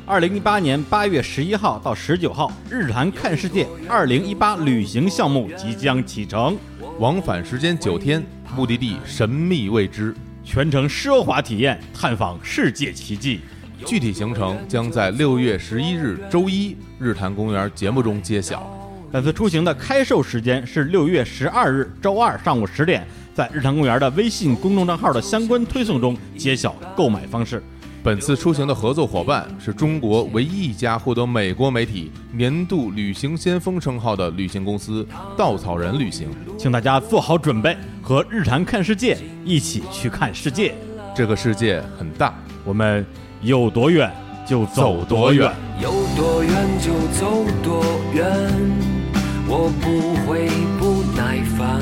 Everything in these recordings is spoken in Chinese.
2018年8月11号到19号，日坛看世界2018旅行项目即将启程， 往返时间9天，目的地神秘未知， 全程奢华体验，探访世界奇迹。 具体行程将在6月11日周一日坛公园节目中揭晓。 本次出行的开售时间是6月12日周二上午10点，在日坛公园的微信公众账号的相关推送中揭晓购买方式。 本次出行的合作伙伴是中国唯一一家获得美国媒体年度旅行先锋称号的旅行公司稻草人旅行， 请大家做好准备，和日坛看世界一起去看世界。 这个世界很大， 我们有多远就走多远， 有多远就走多远，我不会不耐烦。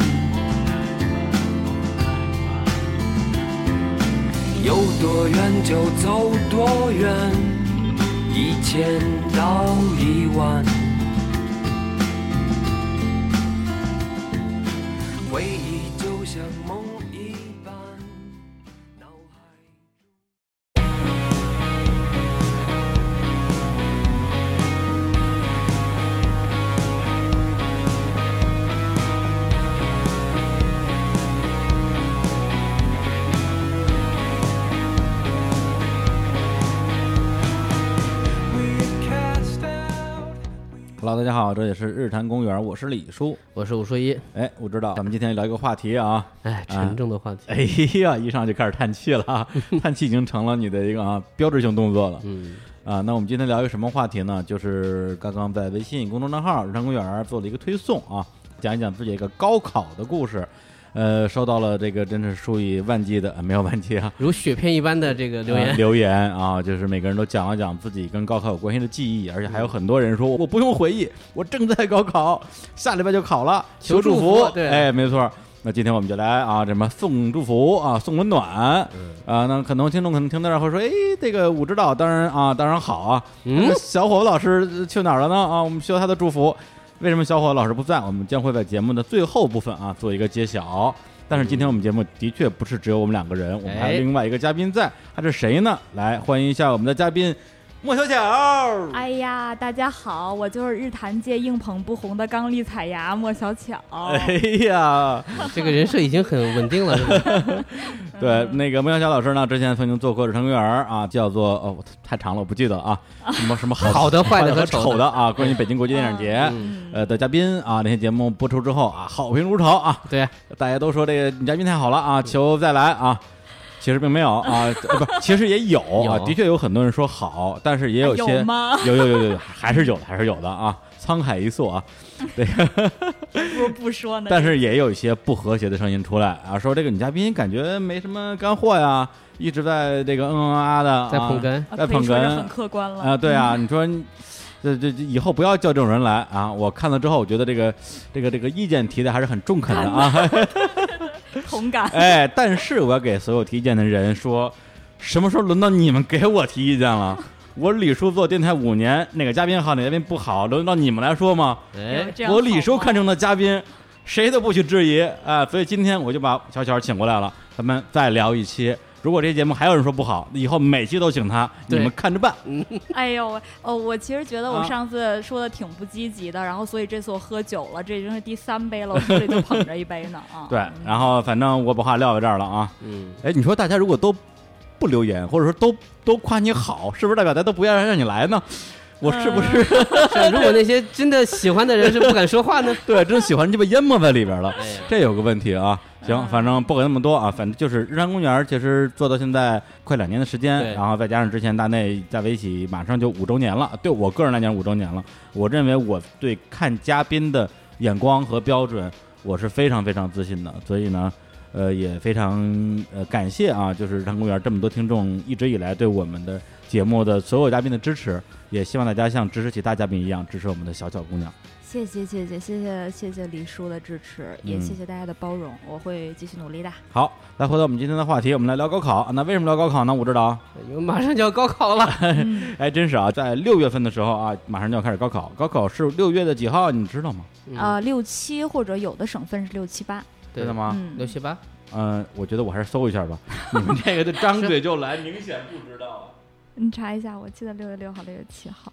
有多远就走多远，1000到1万。回忆就像梦一般，脑海。 Hello， 大家好，这里是日坛公园，我是李叔， 我是武硕一。 哎，我知道，咱们今天聊一个话题啊， 沉重的话题。 哎呀，一上就开始叹气了，叹气已经成了你的一个标志性动作了。那我们今天聊一个什么话题呢？就是刚刚在微信公众账号日坛公园做了一个推送啊，讲一讲自己一个高考的故事。收到了这个真是数以万计的，没有万计啊， 如雪片一般的这个留言啊，就是每个人都讲了讲自己跟高考有关系的记忆，而且还有很多人说我不用回忆，我正在高考，下礼拜就考了，求祝福。 对， 哎，没错。那今天我们就来啊，什么送祝福啊，送温暖那很多听众可能听到这会说，哎，这个我知道，当然好啊。小伙子老师去哪儿了呢？啊，我们需要他的祝福。为什么小伙老师不在？我们将会在节目的最后部分啊做一个揭晓。但是今天我们节目的确不是只有我们2个人，我们还有另外一个嘉宾在，他是谁呢？来欢迎一下我们的嘉宾莫小巧。 哎呀，大家好，我就是日坛界硬捧不红的刚力彩芽莫小巧。 哎呀， 这个人设已经很稳定了，是吧？ 对，那个莫小巧老师呢，之前曾经做过日坛公园啊，叫做太长了，我不记得啊，什么好的、坏的和丑的啊，关于北京国际电影节的嘉宾啊，那些节目播出之后啊，好评如潮啊， 对， 大家都说这个女嘉宾太好了啊，求再来啊。其实并没有啊，不，其实也有啊，的确有很多人说好，但是也有些有吗？ 有，还是有的啊，沧海一粟啊，对， 不说呢。 但是也有一些不和谐的声音出来啊，说这个女嘉宾感觉没什么干货呀，一直在这个的在捧哏， 在捧哏， 很客观了啊，对啊，你说。这以后不要叫这种人来啊！我看了之后，我觉得这个意见提的还是很中肯的啊， 同感。 哎，但是我要给所有提意见的人说，什么时候轮到你们给我提意见了？我李叔做电台5年，哪个嘉宾好，哪个嘉宾不好，轮到你们来说吗？ 哎， 我李叔看中的嘉宾，谁都不许质疑啊！所以今天我就把小巧请过来了，咱们再聊一期。如果这节目还有人说不好，以后每期都请他，你们看着办。 哎呦，我其实觉得我上次说的挺不积极的，然后所以这次我喝酒了，这已经是第3杯了，我手里就捧着一杯呢啊。 对，然后反正我把话撂在这儿了啊。哎，你说大家如果都不留言，或者说都夸你好，是不是代表大家都不愿意让你来呢？我是不是？ 如果那些真的喜欢的人是不敢说话呢？ 对，真喜欢就被淹没在里边了，这有个问题啊。行，反正不管那么多啊，反正就是日坛公园，其实做到现在快2年的时间，然后再加上之前大内在一起，马上就5周年了。对我个人来讲，5周年了。我认为我对看嘉宾的眼光和标准，我是非常非常自信的。所以呢，也非常感谢啊，就是日坛公园这么多听众一直以来对我们的节目的所有嘉宾的支持，也希望大家像支持其他嘉宾一样支持我们的小巧姑娘。 谢谢李叔的支持，也谢谢大家的包容，我会继续努力的。 好，来回到我们今天的话题，我们来聊高考。那为什么聊高考呢？我知道， 因为马上就要高考了。 哎，真是啊，在6月份的时候啊，马上就要开始高考。高考是6月的几号？你知道吗 ？6、7，或者有的省份是6、7、8。 对的吗 ？6、7、8。 我觉得我还是搜一下吧。你们这个就张嘴就来，明显不知道啊。 你查一下，我记得6月6号、6月7号。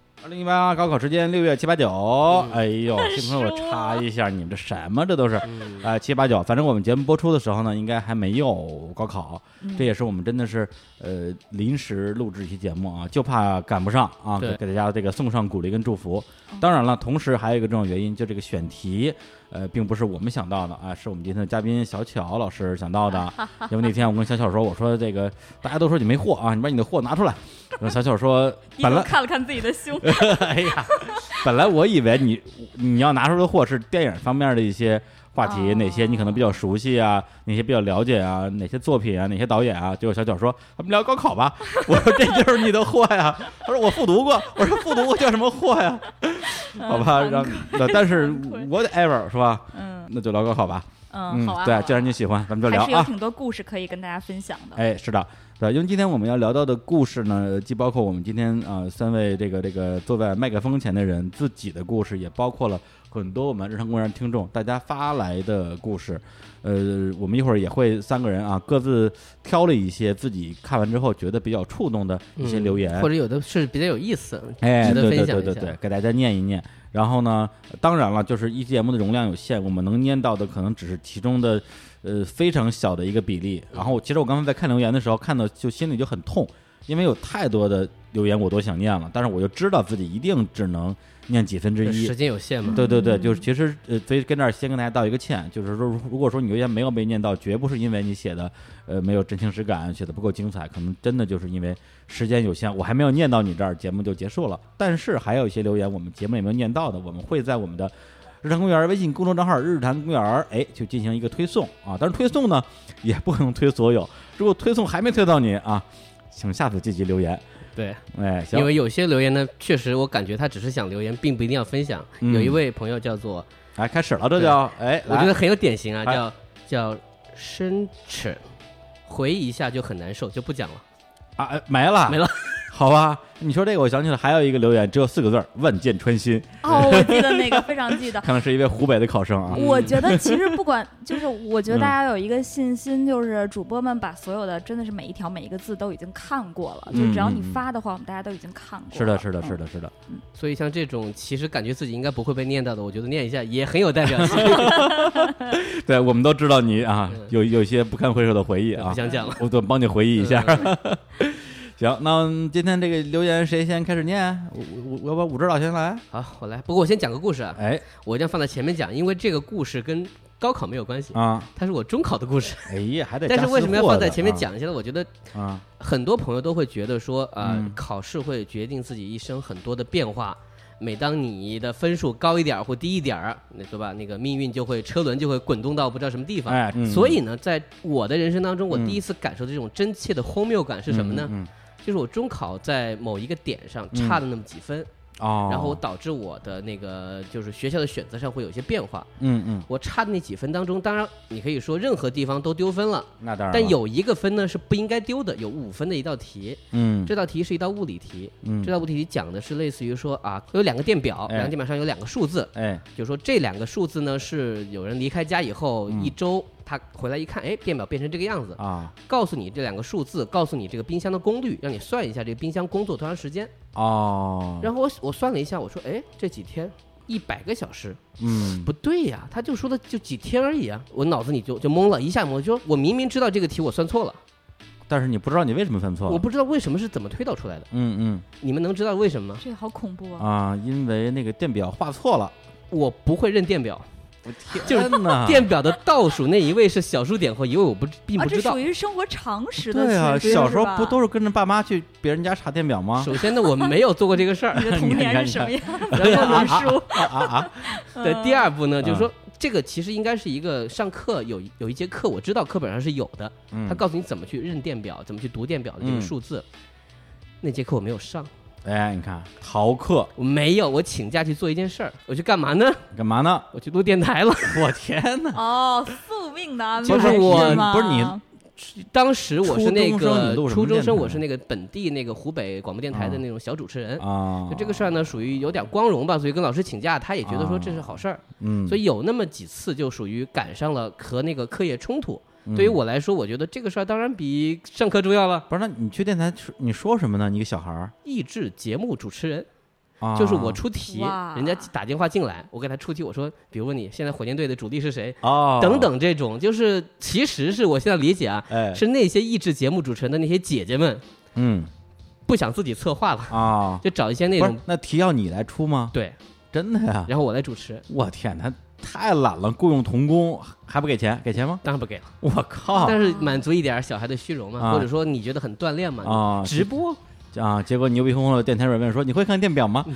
2018高考时间6月7、8、9。哎呦，幸亏我查一下，你们这什么这都是7、8、9。反正我们节目播出的时候呢，应该还没有高考，这也是我们真的是临时录制一期节目啊，就怕赶不上啊，给大家这个送上鼓励跟祝福。当然了，同时还有一个重要原因，就这个选题。并不是我们想到的啊，是我们今天的嘉宾小巧老师想到的。因为那天我跟小巧说，我说这个大家都说你没货啊，你把你的货拿出来。然后小巧说，本来看了看自己的胸， 哎呀，本来我以为你要拿出的货是电影方面的一些话题，哪些你可能比较熟悉啊，哪些比较了解啊，哪些作品啊，哪些导演啊。结果小巧说，咱们聊高考吧。我说这就是你的货呀。他说我复读过。我说复读过叫什么货呀？好吧，但是 whatever 是吧？那就聊高考吧。 好啊。 对，既然你喜欢，咱们就聊啊。 还是有挺多故事可以跟大家分享的。 哎，是的，对，因为今天我们要聊到的故事呢，既包括我们今天3位这个坐在麦克风前的人自己的故事，也包括了很多我们日常公园听众大家发来的故事。我们一会儿也会3个人啊，各自挑了一些自己看完之后觉得比较触动的一些留言， 或者有的是比较有意思， 值得分享一下。 对，给大家念一念。然后呢，当然了，就是一期节目的容量有限，我们能念到的可能只是其中的非常小的一个比例。然后其实我刚才在看留言的时候，看到就心里就很痛，因为有太多的留言我都想念了，但是我就知道自己一定只能念1/10， 时间有限嘛。 对，就是其实所以跟这儿先跟大家道一个歉，就是说如果说你留言没有被念到，绝不是因为你写的没有真情实感，写的不够精彩，可能真的就是因为时间有限，我还没有念到你这儿，节目就结束了。但是还有一些留言我们节目也没有念到的，我们会在我们的日坛公园微信公众账号日坛公园去进行一个推送啊。但是推送呢也不可能推所有，如果推送还没推到你啊，请下次积极留言。 对， 行， 因为有些留言呢，确实我感觉他只是想留言，并不一定要分享。有一位朋友叫做， 开始了，这叫我觉得很有典型啊，叫深齿，回忆一下就很难受，就不讲了啊，没了。好吧，你说这个我想起来还有一个留言，只有4个字，万箭穿心。 我记得那个，非常记得。 可能是一位湖北的考生啊。 我觉得其实不管，就是我觉得大家有一个信心，就是主播们把所有的真的是每一条每一个字都已经看过了，就只要你发的话，我们大家都已经看过了。 是的。 所以像这种其实感觉自己应该不会被念到的，我觉得念一下也很有代表性。 对，我们都知道你啊，有一些不堪回首的回忆啊， 不想讲了， 我都帮你回忆一下。行，那今天这个留言谁先开始念？我要不武指导先来？ 好，我来。不过我先讲个故事啊。我一定要放在前面讲，因为这个故事跟高考没有关系啊，它是我中考的故事。 哎呀，还得。 但是为什么要放在前面讲一下呢？我觉得很多朋友都会觉得说考试会决定自己一生很多的变化。每当你的分数高一点或低一点，对吧？那个命运就会车轮就会滚动到不知道什么地方。所以呢，在我的人生当中，我第一次感受这种真切的荒谬感是什么呢？就是我中考在某一个点上差了那么几分，然后导致我的那个就是学校的选择上会有一些变化。我差的那几分当中，当然你可以说任何地方都丢分了， 那当然。 但有一个分呢是不应该丢的，有5分的一道题。这道题是一道物理题。这道物理题讲的是类似于说有2个电表，2个电表上有2个数字。就是说这2个数字呢是有人离开家以后1周。他回来一看，电表变成这个样子啊！告诉你这2个数字，告诉你这个冰箱的功率，让你算一下这个冰箱工作多长时间哦。然后我算了一下，我说，这几天100个小时，不对呀，他就说的就几天而已啊！我脑子里就懵了，一下懵，就说我明明知道这个题我算错了， 但是你不知道你为什么算错了， 我不知道为什么是怎么推导出来的。你们能知道为什么吗？ 这好恐怖啊！因为那个电表画错了， 我不会认电表。就是电表的倒数那一位是小数点或一位，我并不知道。 这属于生活常识的。 对啊，小时候不都是跟着爸妈去别人家查电表吗？ 首先呢，我没有做过这个事儿。 你的童年是什么样？然后论述对，第二步呢，就是说这个其实应该是一个上课有一节课，我知道课本上是有的，他告诉你怎么去认电表，怎么去读电表的这个数字。那节课我没有上。 你看逃课， 我没有，我请假去做一件事儿，我去干嘛呢？我去录电台了。 我天哪！ 宿命的安排。 就是我不是你， 当时我是那个初中生，我是那个本地那个湖北广播电台的那种小主持人啊。就这个事儿呢，属于有点光荣吧，所以跟老师请假，他也觉得说这是好事儿。所以有那么几次就属于赶上了和那个课业冲突。 对于我来说，我觉得这个事儿当然比上课重要了。 不是，那你去电台你说什么呢？你一个小孩儿， 益智节目主持人。就是我出题，人家打电话进来，我给他出题，我说，比如问你现在火箭队的主力是谁，等等，这种就是其实是我现在理解啊，是那些益智节目主持人的那些姐姐们，不想自己策划了就找一些那种， 那题要你来出吗？ 对， 真的呀， 然后我来主持。 我天，他太懒了，雇佣童工还不给钱？给钱吗？ 当然不给了。 我靠！ 但是满足一点小孩的虚荣嘛，或者说你觉得很锻炼嘛，直播。 结果牛逼哄哄的电台软问说：“你会看电表吗？”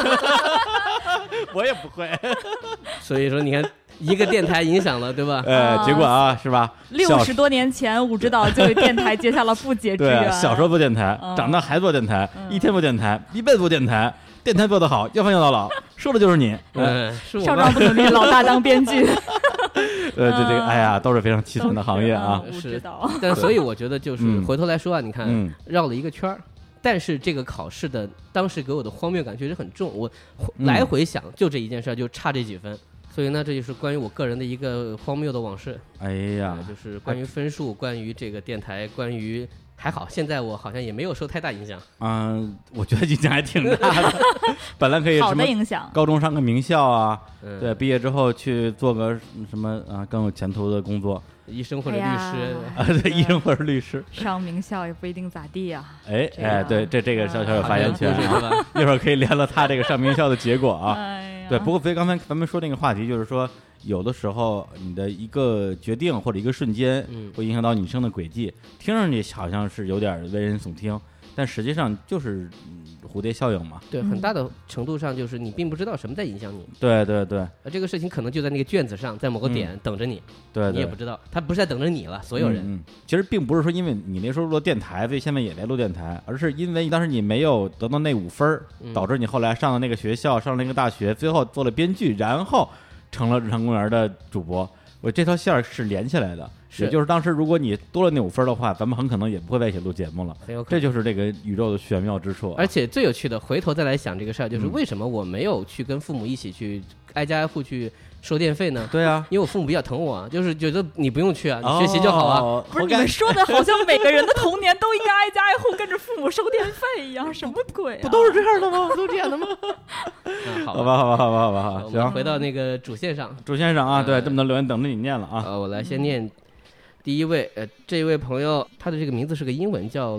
我也不会。 所以说，你看一个电台影响了，对吧？ 结果是吧 ？60多年前，武指导就给电台结下了不解之缘。 对，小时候做电台，长大还做电台，一天做电台，一辈子做电台，电台做得好，要饭要到老，说的就是你。 少壮不努力，老大当编剧。 这个，哎呀，都是非常凄惨的行业啊。 是， 但所以我觉得就是回头来说啊，你看绕了一个圈儿。但是这个考试的当时给我的荒谬感确实很重，我来回想就这一件事就差这几分，所以呢这就是关于我个人的一个荒谬的往事。 哎呀， 就是关于分数，关于这个电台，关于还好现在我好像也没有受太大影响。 我觉得影响还挺大的。本来可以好的影响， 高中上个名校啊，对，毕业之后去做个什么更有前途的工作。 医生或者律师对，医生或者律师上名校也不一定咋地啊。 对，这个小有发言权啊，一会儿可以聊聊他这个上名校的结果啊。对，不过所以刚才咱们说那个话题，就是说有的时候你的一个决定或者一个瞬间，会影响到你生的轨迹。听上去好像是有点危言耸听，但实际上就是蝴蝶效应嘛。 对，很大的程度上就是你并不知道什么在影响你。 对， 这个事情可能就在那个卷子上，在某个点等着你。 对， 你也不知道，他不是在等着你了，所有人。 其实并不是说因为你那时候录电台，所以现在也来录电台，而是因为当时你没有得到那5分，导致你后来上了那个学校，上了那个大学，最后做了编剧，然后成了日常公园的主播。我这条线是连起来的。也就是当时如果你多了那5分的话，咱们很可能也不会在一起录节目了。这就是这个宇宙的玄妙之处。 而且最有趣的，回头再来想这个事儿，就是为什么我没有去跟父母一起去挨家挨户去收电费呢？ 对啊， 因为我父母比较疼我，就是觉得你不用去啊，你学习就好啊。 不是你们说的好像每个人的童年都应该挨家挨户跟着父母收电费一样，什么鬼不都是这样的吗？ 都这样的吗？ 好吧，行， 回到那个主线上啊，对，这么多留言等着你念了啊。 我来先念。第一位，这位朋友他的这个名字是个英文，叫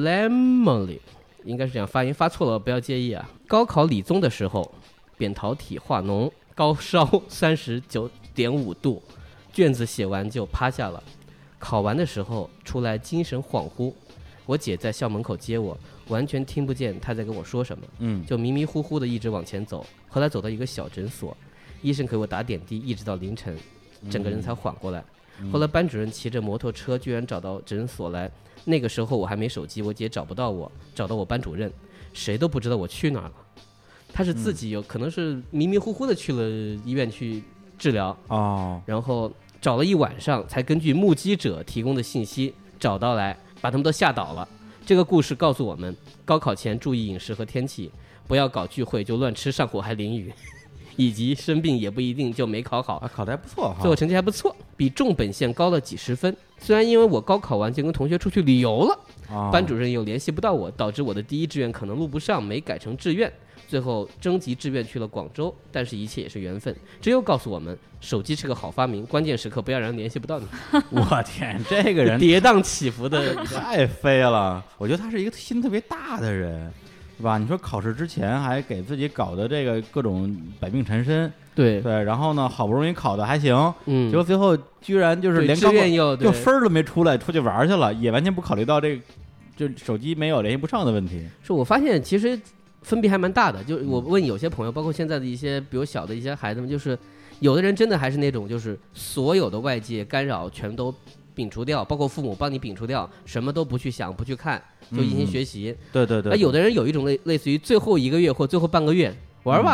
Lemony， 应该是这样发音，发错了不要介意啊。高考理综的时候，扁桃体化脓，高烧39.5度，卷子写完就趴下了。考完的时候出来精神恍惚，我姐在校门口接我，完全听不见她在跟我说什么，就迷迷糊糊的一直往前走。后来走到一个小诊所，医生给我打点滴，一直到凌晨，整个人才缓过来。后来班主任骑着摩托车居然找到诊所来，那个时候我还没手机，我姐找不到我，找到我班主任，谁都不知道我去哪儿了。他是自己可能是迷迷糊糊的去了医院去治疗然后找了一晚上才根据目击者提供的信息找到来，把他们都吓倒了。这个故事告诉我们，高考前注意饮食和天气，不要搞聚会就乱吃上火还淋雨，以及生病也不一定就没考好考得还不错最后成绩还不错，比重本线高了几10分。虽然因为我高考完就跟同学出去旅游了班主任又联系不到我，导致我的第一志愿可能录不上，没改成志愿，最后征集志愿去了广州。但是一切也是缘分，这又告诉我们手机是个好发明，关键时刻不要让人联系不到你。 我天，这个人跌宕起伏的太飞了。我觉得他是一个心特别大的人，是吧？你说考试之前还给自己搞的这个各种百病缠身，对，然后呢，好不容易考的还行，结果最后居然就是连高考就分都没出来，出去玩去了，也完全不考虑到这个就手机没有联系不上的问题。 是我发现其实分别还蛮大的，就我问有些朋友，包括现在的一些比如小的一些孩子们，就是有的人真的还是那种就是所有的外界干扰全都摒除掉，包括父母帮你摒除掉，什么都不去想不去看，就一心学习。 对。 有的人有一种类似于最后1个月或最后半个月玩吧，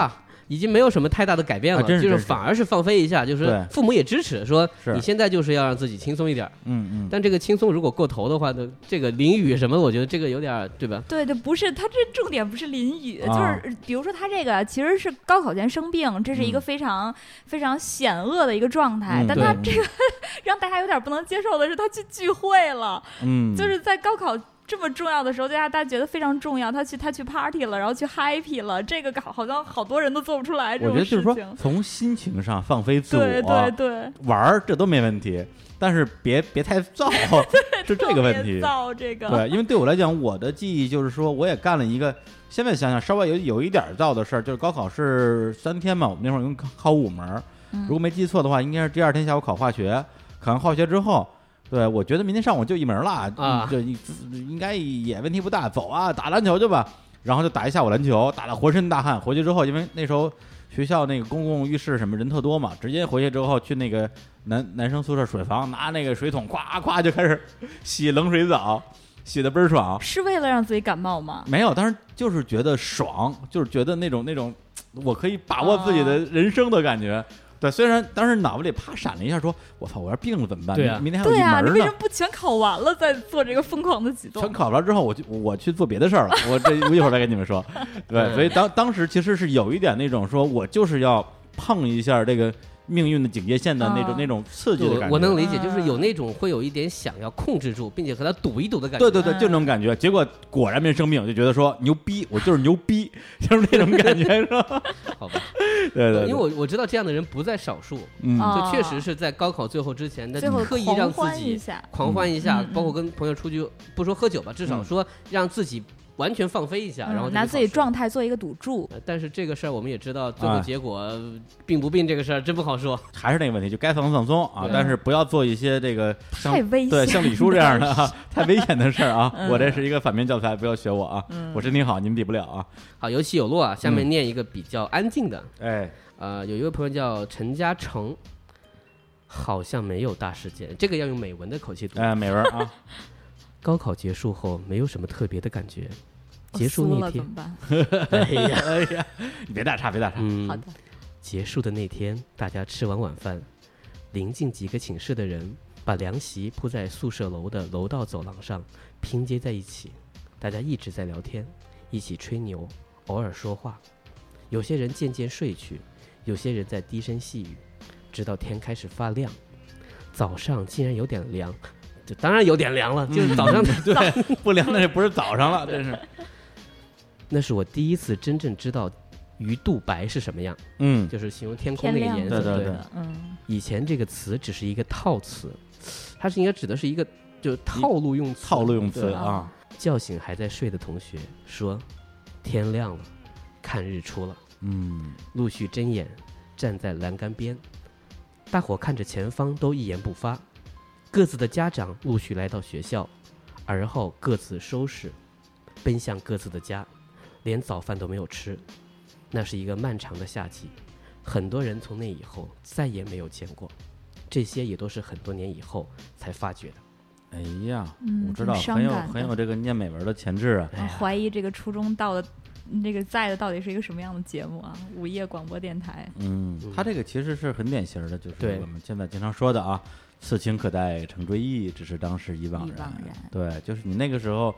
已经没有什么太大的改变了，就是反而是放飞一下，就是父母也支持，说你现在就是要让自己轻松一点。但这个轻松如果过头的话，这个淋雨什么，我觉得这个有点，对吧？ 对，不是，他这重点不是淋雨，就是比如说他这个其实是高考前生病，这是一个非常非常险恶的一个状态，但他这个让大家有点不能接受的是，他去聚会了，就是在高考这么重要的时候，大家觉得非常重要，他去 party 了，然后去 happy 了，这个好像好多人都做不出来这种事情。 我觉得就是说，从心情上放飞自我，对， 玩这都没问题，但是别太燥，是这个问题。 燥这个， 对，因为对我来讲，我的记忆就是说，我也干了一个，现在想想稍微有一点燥的事儿，就是高考是3天嘛，我们那会儿一共考5门，如果没记错的话，应该是第2天下午考化学，考完化学之后。对，我觉得明天上午就1门了就应该也问题不大，走啊，打篮球去吧。然后就打一下午篮球，打得浑身大汗。回去之后，因为那时候学校那个公共浴室什么人特多嘛，直接回去之后去那个男生宿舍水房，拿那个水桶咵咵就开始洗冷水澡，洗得倍儿爽。 是为了让自己感冒吗？ 没有，当时就是觉得爽，就是觉得那种我可以把握自己的人生的感觉。对，虽然当时脑子里啪闪了一下，说我操，我要病了怎么办？ 对啊， 明天还有1门呢。 你为什么不全考完了再做这个疯狂的举动？ 全考完之后，我去做别的事儿了。我一会儿再跟你们说。对，所以当时其实是有一点那种说我就是要碰一下这个命运的警戒线的那种刺激的感觉。 我能理解，就是有那种会有一点想要控制住，并且和他赌一赌的感觉。 对，就那种感觉。结果果然没生病，就觉得说牛逼，我就是牛逼，就是那种感觉，是吧？ 好吧。 对， 因为我知道这样的人不在少数，就确实是在高考最后之前，他刻意让自己狂欢一下，包括跟朋友出去，不说喝酒吧，至少说让自己完全放飞一下，然后拿自己状态做一个赌注。 但是这个事儿我们也知道，最后结果病不病这个事儿真不好说。 还是那个问题，就该放松啊，但是不要做一些这个太危险， 对，像李叔这样的太危险的事儿啊。我这是一个反面教材，不要学我啊。我身体好，你们比不了啊。 好，有起有落啊。下面念一个比较安静的。有一位朋友叫陈嘉诚，好像没有大事件，这个要用美文的口气读。 美文啊。 高考结束后没有什么特别的感觉，结束那天， 哎呀，你别打岔。 好的。 结束的那天，大家吃完晚饭，临近几个寝室的人把凉席铺在宿舍楼的楼道走廊上，拼接在一起，大家一直在聊天，一起吹牛，偶尔说话。有些人渐渐睡去，有些人在低声细语，直到天开始发亮。早上竟然有点凉，就当然有点凉了，就是早上对，不凉那不是早上了，真是。 那是我第一次真正知道鱼肚白是什么样，就是形容天空那个颜色。 对， 以前这个词只是一个套词，它是应该指的是一个就套路用词啊。 叫醒还在睡的同学，说天亮了，看日出了。陆续睁眼，站在栏杆边，大伙看着前方都一言不发。各自的家长陆续来到学校，而后各自收拾，奔向各自的家，连早饭都没有吃。那是一个漫长的夏季，很多人从那以后再也没有见过，这些也都是很多年以后才发觉的。 哎呀，我知道很有这个念美文的潜质啊。 怀疑这个初中到的这个在的到底是一个什么样的节目啊？午夜广播电台。 他这个其实是很典型的，就是我们现在经常说的啊，此情可待成追忆，只是当时已惘然。对，就是你那个时候，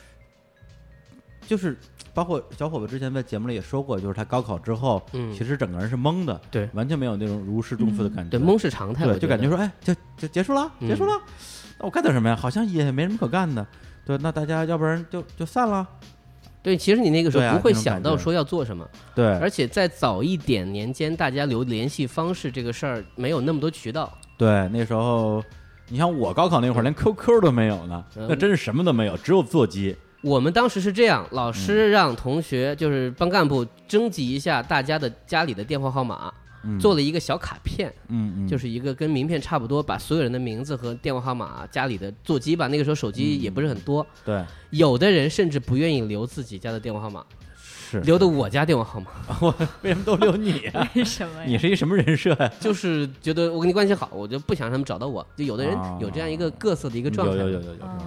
就是包括小伙子之前在节目里也说过，就是他高考之后，其实整个人是懵的， 对， 完全没有那种如释重负的感觉， 对，懵是常态， 对，就感觉说，哎，就结束了，那我干点什么呀？好像也没什么可干的，对，那大家要不然就散了。 对，其实你那个时候不会想到说要做什么， 对， 而且在早一点年间，大家留联系方式这个事儿没有那么多渠道。 对，那时候你像我高考那会儿连 QQ 都没有呢，那真是什么都没有，只有座机。 我们当时是这样，老师让同学就是班干部征集一下大家的家里的电话号码，做了一个小卡片，就是一个跟名片差不多，把所有人的名字和电话号码、家里的座机吧，那个时候手机也不是很多， 对， 有的人甚至不愿意留自己家的电话号码， 是留的我家电话号码。 我为什么都留你啊？ 为什么呀？ 你是一什么人设呀？ 就是觉得我跟你关系好，我就不想让他们找到我。就有的人有这样一个各色的一个状态。 有这种人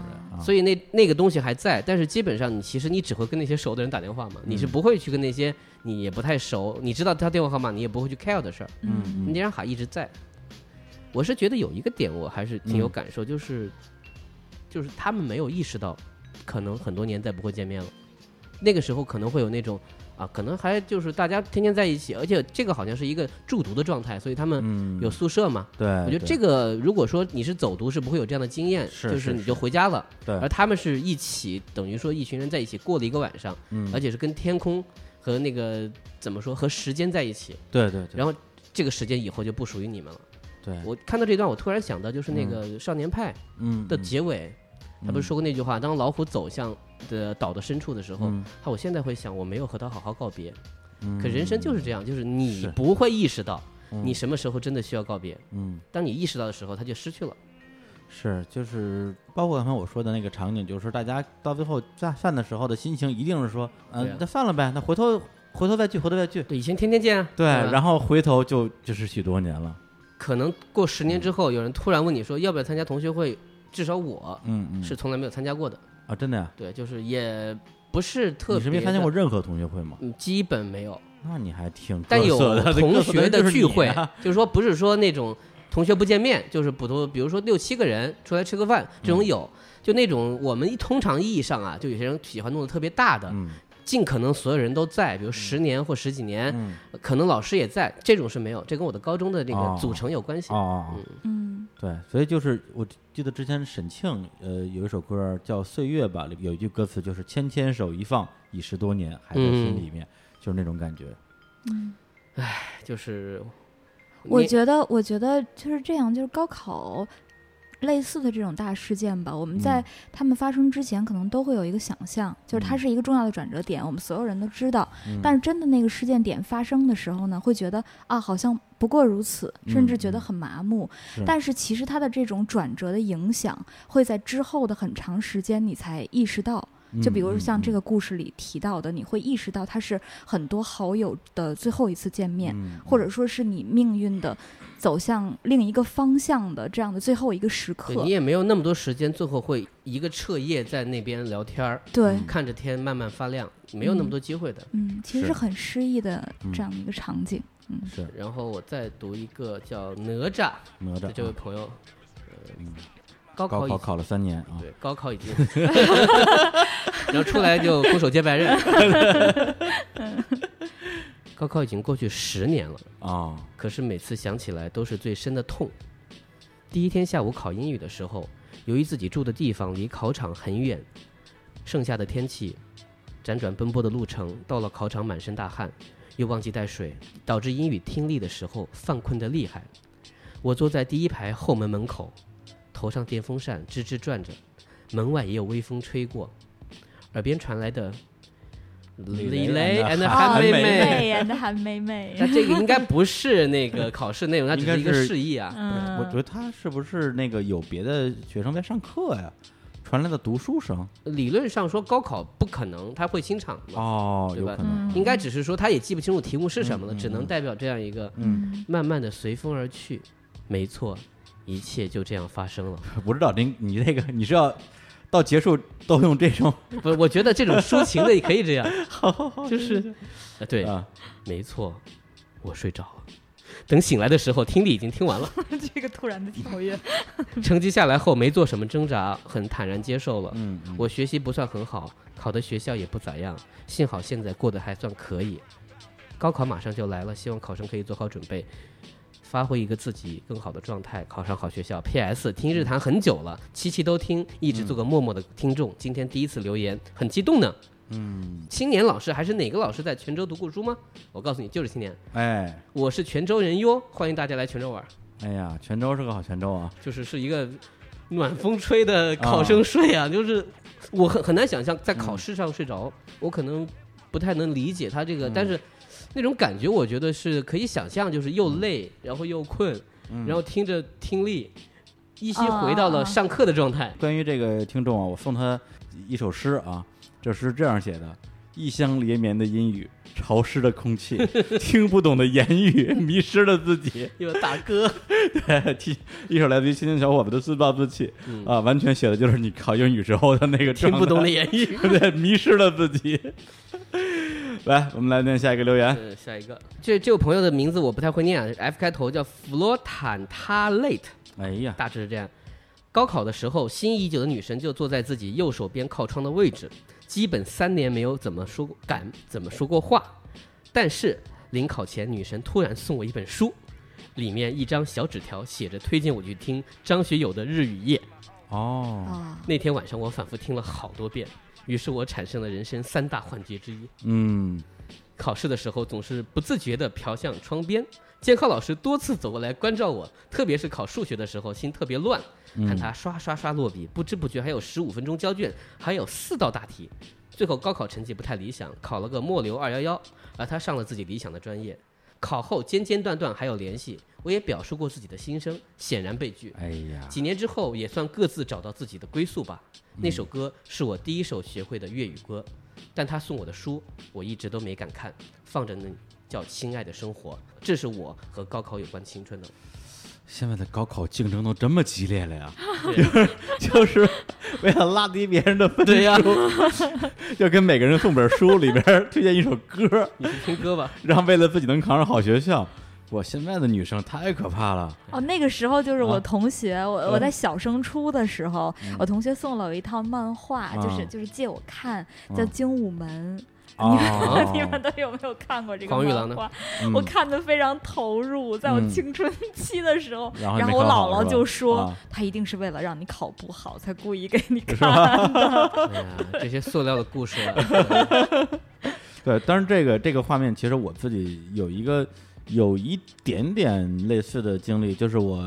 所以那个东西还在，但是基本上其实你只会跟那些熟的人打电话嘛，你是不会去跟那些你也不太熟，你知道他电话号码你也不会去 care 的事儿，那张卡一直在。我是觉得有一个点我还是挺有感受，就是他们没有意识到可能很多年再不会见面了，那个时候可能会有那种可能还就是大家天天在一起，而且这个好像是一个住读的状态，所以他们有宿舍嘛。 对， 我觉得这个如果说你是走读，是不会有这样的经验，就是你就回家了。 对， 而他们是一起，等于说一群人在一起过了一个晚上，而且是跟天空和那个怎么说和时间在一起。 对对对。 然后这个时间以后就不属于你们了。 对， 我看到这段，我突然想到就是那个《少年派》的结尾，他不是说过那句话：当老虎走向岛的深处的时候，我现在会想，我没有和他好好告别。可人生就是这样，就是你不会意识到你什么时候真的需要告别。当你意识到的时候，它就失去了。 是，就是包括刚才我说的那个场景，就是大家到最后在饭的时候的心情，一定是说，那算了呗，那回头再聚，回头再聚。 对，以前天天见啊。 对，然后回头就是许多年了。 可能过10年之后，有人突然问你说要不要参加同学会，至少我是从来没有参加过的啊，真的呀？ 对，就是也不是特别。 你是没参加过任何同学会吗？ 基本没有。 那你还挺但有同学的聚会，就是说不是说那种同学不见面，就是比如说6、7个人出来吃个饭，这种有。就那种我们通常意义上就有些人喜欢弄得特别大的。尽可能所有人都在，比如10年或10几年，可能老师也在，这种是没有，这跟我的高中的那个组成有关系。 对，所以就是我记得之前沈庆有一首歌叫《岁月》吧，有一句歌词就是牵牵手一放，已10多年，还在心里面，就是那种感觉。 就是我觉得就是这样，就是高考类似的这种大事件吧，我们在他们发生之前可能都会有一个想象，就是它是一个重要的转折点，我们所有人都知道。但是真的那个事件点发生的时候呢，会觉得好像不过如此，甚至觉得很麻木。但是其实它的这种转折的影响会在之后的很长时间你才意识到。就比如像这个故事里提到的，你会意识到它是很多好友的最后一次见面，或者说是你命运的走向另一个方向的这样的最后一个时刻。 你也没有那么多时间，最后会一个彻夜在那边聊天， 对， 看着天慢慢发亮，没有那么多机会的。 其实是很诗意的这样的一个场景。 是。 然后我再读一个叫哪吒的这位朋友，高考考了3年啊， 对，高考已经，然后出来就空手接白刃。高考已经过去10年了可是每次想起来都是最深的痛。第一天下午考英语的时候，由于自己住的地方离考场很远，盛夏的天气，辗转奔波的路程，到了考场满身大汗，又忘记带水，导致英语听力的时候犯困得厉害。我坐在第1排后门口，头上电风扇吱吱转着，门外也有微风吹过，耳边传来的李雷 and 韩梅梅， 那这个应该不是那个考试内容，它只是一个示意啊。 我觉得他是不是那个有别的学生在上课呀？传来的读书声。 理论上说高考不可能他会清场对吧？ 有可能。 应该只是说他也记不清楚题目是什么了，只能代表这样一个慢慢的随风而去。没错，一切就这样发生了。 不知道你这个你是要到结束都用这种？ 不，我觉得这种抒情的也可以这样。就是对没错，我睡着了。等醒来的时候，听力已经听完了。 这个突然的跳跃。 成绩下来后没做什么挣扎，很坦然接受了。我学习不算很好，考的学校也不咋样，幸好现在过得还算可以。高考马上就来了，希望考生可以做好准备，发挥一个自己更好的状态，考上好学校。PS 听日谈很久了，期期都听，一直做个默默的听众，今天第一次留言，很激动呢。青年老师还是哪个老师在泉州读过书吗？我告诉你，就是青年。我是泉州人哟，欢迎大家来泉州玩。 哎呀，泉州是个好泉州啊， 是一个暖风吹的考生睡啊，就是我很难想象在考试上睡着，我可能不太能理解他这个，但是那种感觉我觉得是可以想象，就是又累，然后又困，然后听着听力，依稀回到了上课的状态。 关于这个听众啊，我送他一首诗啊。这诗这样写的： 异乡连绵的阴雨，潮湿的空气，听不懂的言语，迷失了自己。 有大哥， 对，一首来自于青年小伙子的自暴自弃啊，完全写的就是你考英语时候的那个听不懂的言语， 对，迷失了自己。来，我们来念下一个留言。 下一个，这位朋友的名字我不太会念啊 ，F 开头，叫弗罗坦塔雷特。 哎呀， 大致是这样。高考的时候，心仪已久的女神就坐在自己右手边靠窗的位置，基本3年没有怎么说过话。但是临考前，女神突然送我一本书，里面一张小纸条写着推荐我去听张学友的《日与夜》。那天晚上我反复听了好多遍，于是我产生了人生3大幻觉之一。考试的时候总是不自觉地瞟向窗边，监考老师多次走过来关照我，特别是考数学的时候心特别乱，看他刷刷刷落笔，不知不觉还有15分钟交卷，还有4道大题。最后高考成绩不太理想，考了个末流211，而他上了自己理想的专业。考后间间断断还有联系，我也表述过自己的心声，显然被拒。 哎呀， 几年之后也算各自找到自己的归宿吧。那首歌是我第一首学会的粤语歌，但他送我的书我一直都没敢看，放着呢叫《亲爱的生活》，这是我和高考有关青春的。 现在的高考竞争都这么激烈了呀，就是为了拉低别人的分数，就跟每个人送本书，里边推荐一首歌， 你去听歌吧， 让为了自己能考上好学校。哇，现在的女生太可怕了。 那个时候就是我同学，我在小升初的时候，我同学送了我一套漫画，就是借我看，叫《精武门》。你们都有没有看过这个漫画？我看得非常投入，在我青春期的时候，然后我姥姥就说，他一定是为了让你考不好才故意给你看的。 这些塑料的故事。 对，当然这个画面，其实我自己有一点点类似的经历，就是我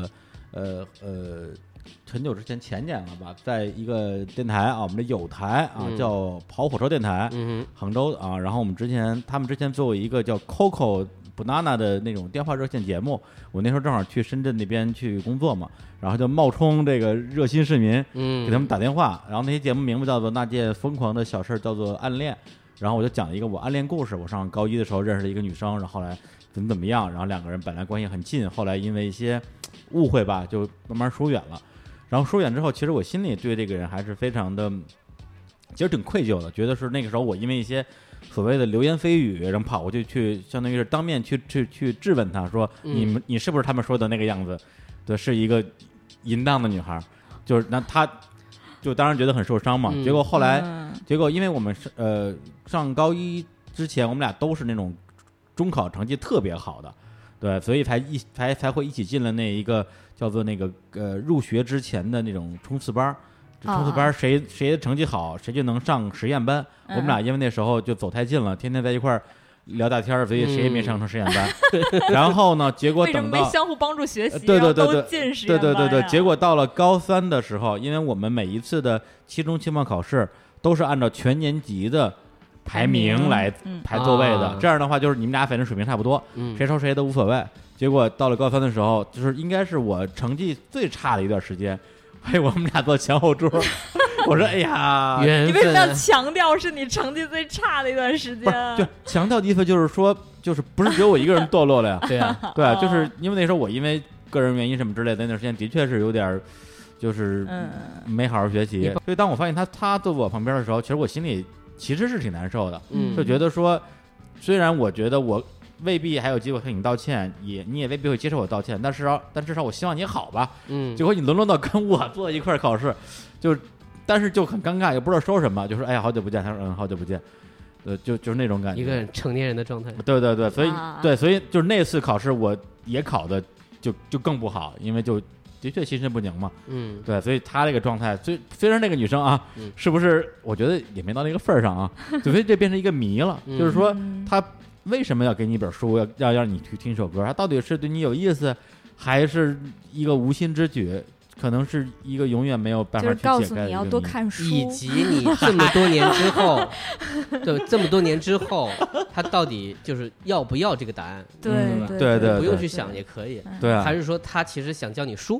很久之前前年了吧，在一个电台啊，我们的有台啊，叫跑火车电台，杭州啊。然后他们之前做过一个叫 Coco Banana 的那种电话热线节目，我那时候正好去深圳那边去工作嘛，然后就冒充这个热心市民，给他们打电话。然后那些节目名字叫做《那件疯狂的小事》，叫做暗恋。然后我就讲了一个我暗恋故事，我上高一的时候认识了一个女生，然后后来怎么样，然后2个人本来关系很近，后来因为一些误会吧，就慢慢疏远了。然后疏远之后，其实我心里对这个人还是非常的，其实挺愧疚的，觉得是那个时候我因为一些所谓的流言蜚语，然后跑过去相当于是当面去质问他说，你是不是他们说的那个样子？对，是一个淫荡的女孩，就是那他就当然觉得很受伤嘛。结果后来，因为我们上高一之前，我们俩都是那种中考成绩特别好的。对，所以才会一起进了那一个叫做那个入学之前的那种冲刺班。冲刺班谁的成绩好，谁就能上实验班。我们俩因为那时候就走太近了，天天在一块儿聊大天，所以谁也没上成实验班。然后呢，结果等到为相互帮助学习， 对， 都进实验班。 对，结果到了高3的时候，因为我们每一次的期中、期末考试都是按照全年级的排名来排座位的，这样的话就是你们俩反正水平差不多，谁抽谁都无所谓。结果到了高3的时候，就是应该是我成绩最差的一段时间，我们俩坐前后桌。我说哎呀， 你为什么要强调是你成绩最差的一段时间？ 就强调的意思就是说，就是不是只有我一个人堕落了呀？对啊，就是因为那时候我因为个人原因什么之类的，那段时间的确是有点就是没好好学习。所以当我发现他坐我旁边的时候，其实我心里其实是挺难受的，就觉得说，虽然我觉得我未必还有机会和你道歉，你也未必会接受我道歉，但至少我希望你好吧。结果你沦落到跟我坐一块考试，但是就很尴尬，也不知道说什么，就说哎呀好久不见，他说好久不见，就是那种感觉， 一个成年人的状态。 对，所以就是那次考试我也考的就更不好，因为就的确心神不宁嘛。对，所以他这个状态，虽然那个女生啊，是不是我觉得也没到那个份儿上啊，所以这变成一个谜了。就是说他为什么要给你一本书，要让你去听一首歌？他到底是对你有意思，还是一个无心之举？可能是一个永远没有办法去解开的，就是告诉你要多看书， 以及你这么多年之后，对，这么多年之后，他到底就是要不要这个答案？ 对， 不用去想也可以。 对啊， 还是说他其实想教你书？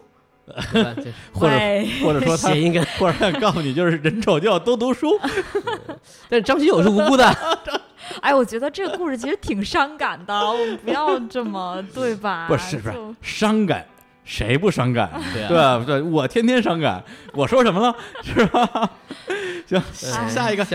或者说他或者告诉你就是人丑就要多读书。 但是张学友是无辜的。 哎，我觉得这个故事其实挺伤感的，我们不要这么，对吧？ 不是伤感，谁不伤感？对，我天天伤感。我说什么了？是吧？行，下一个，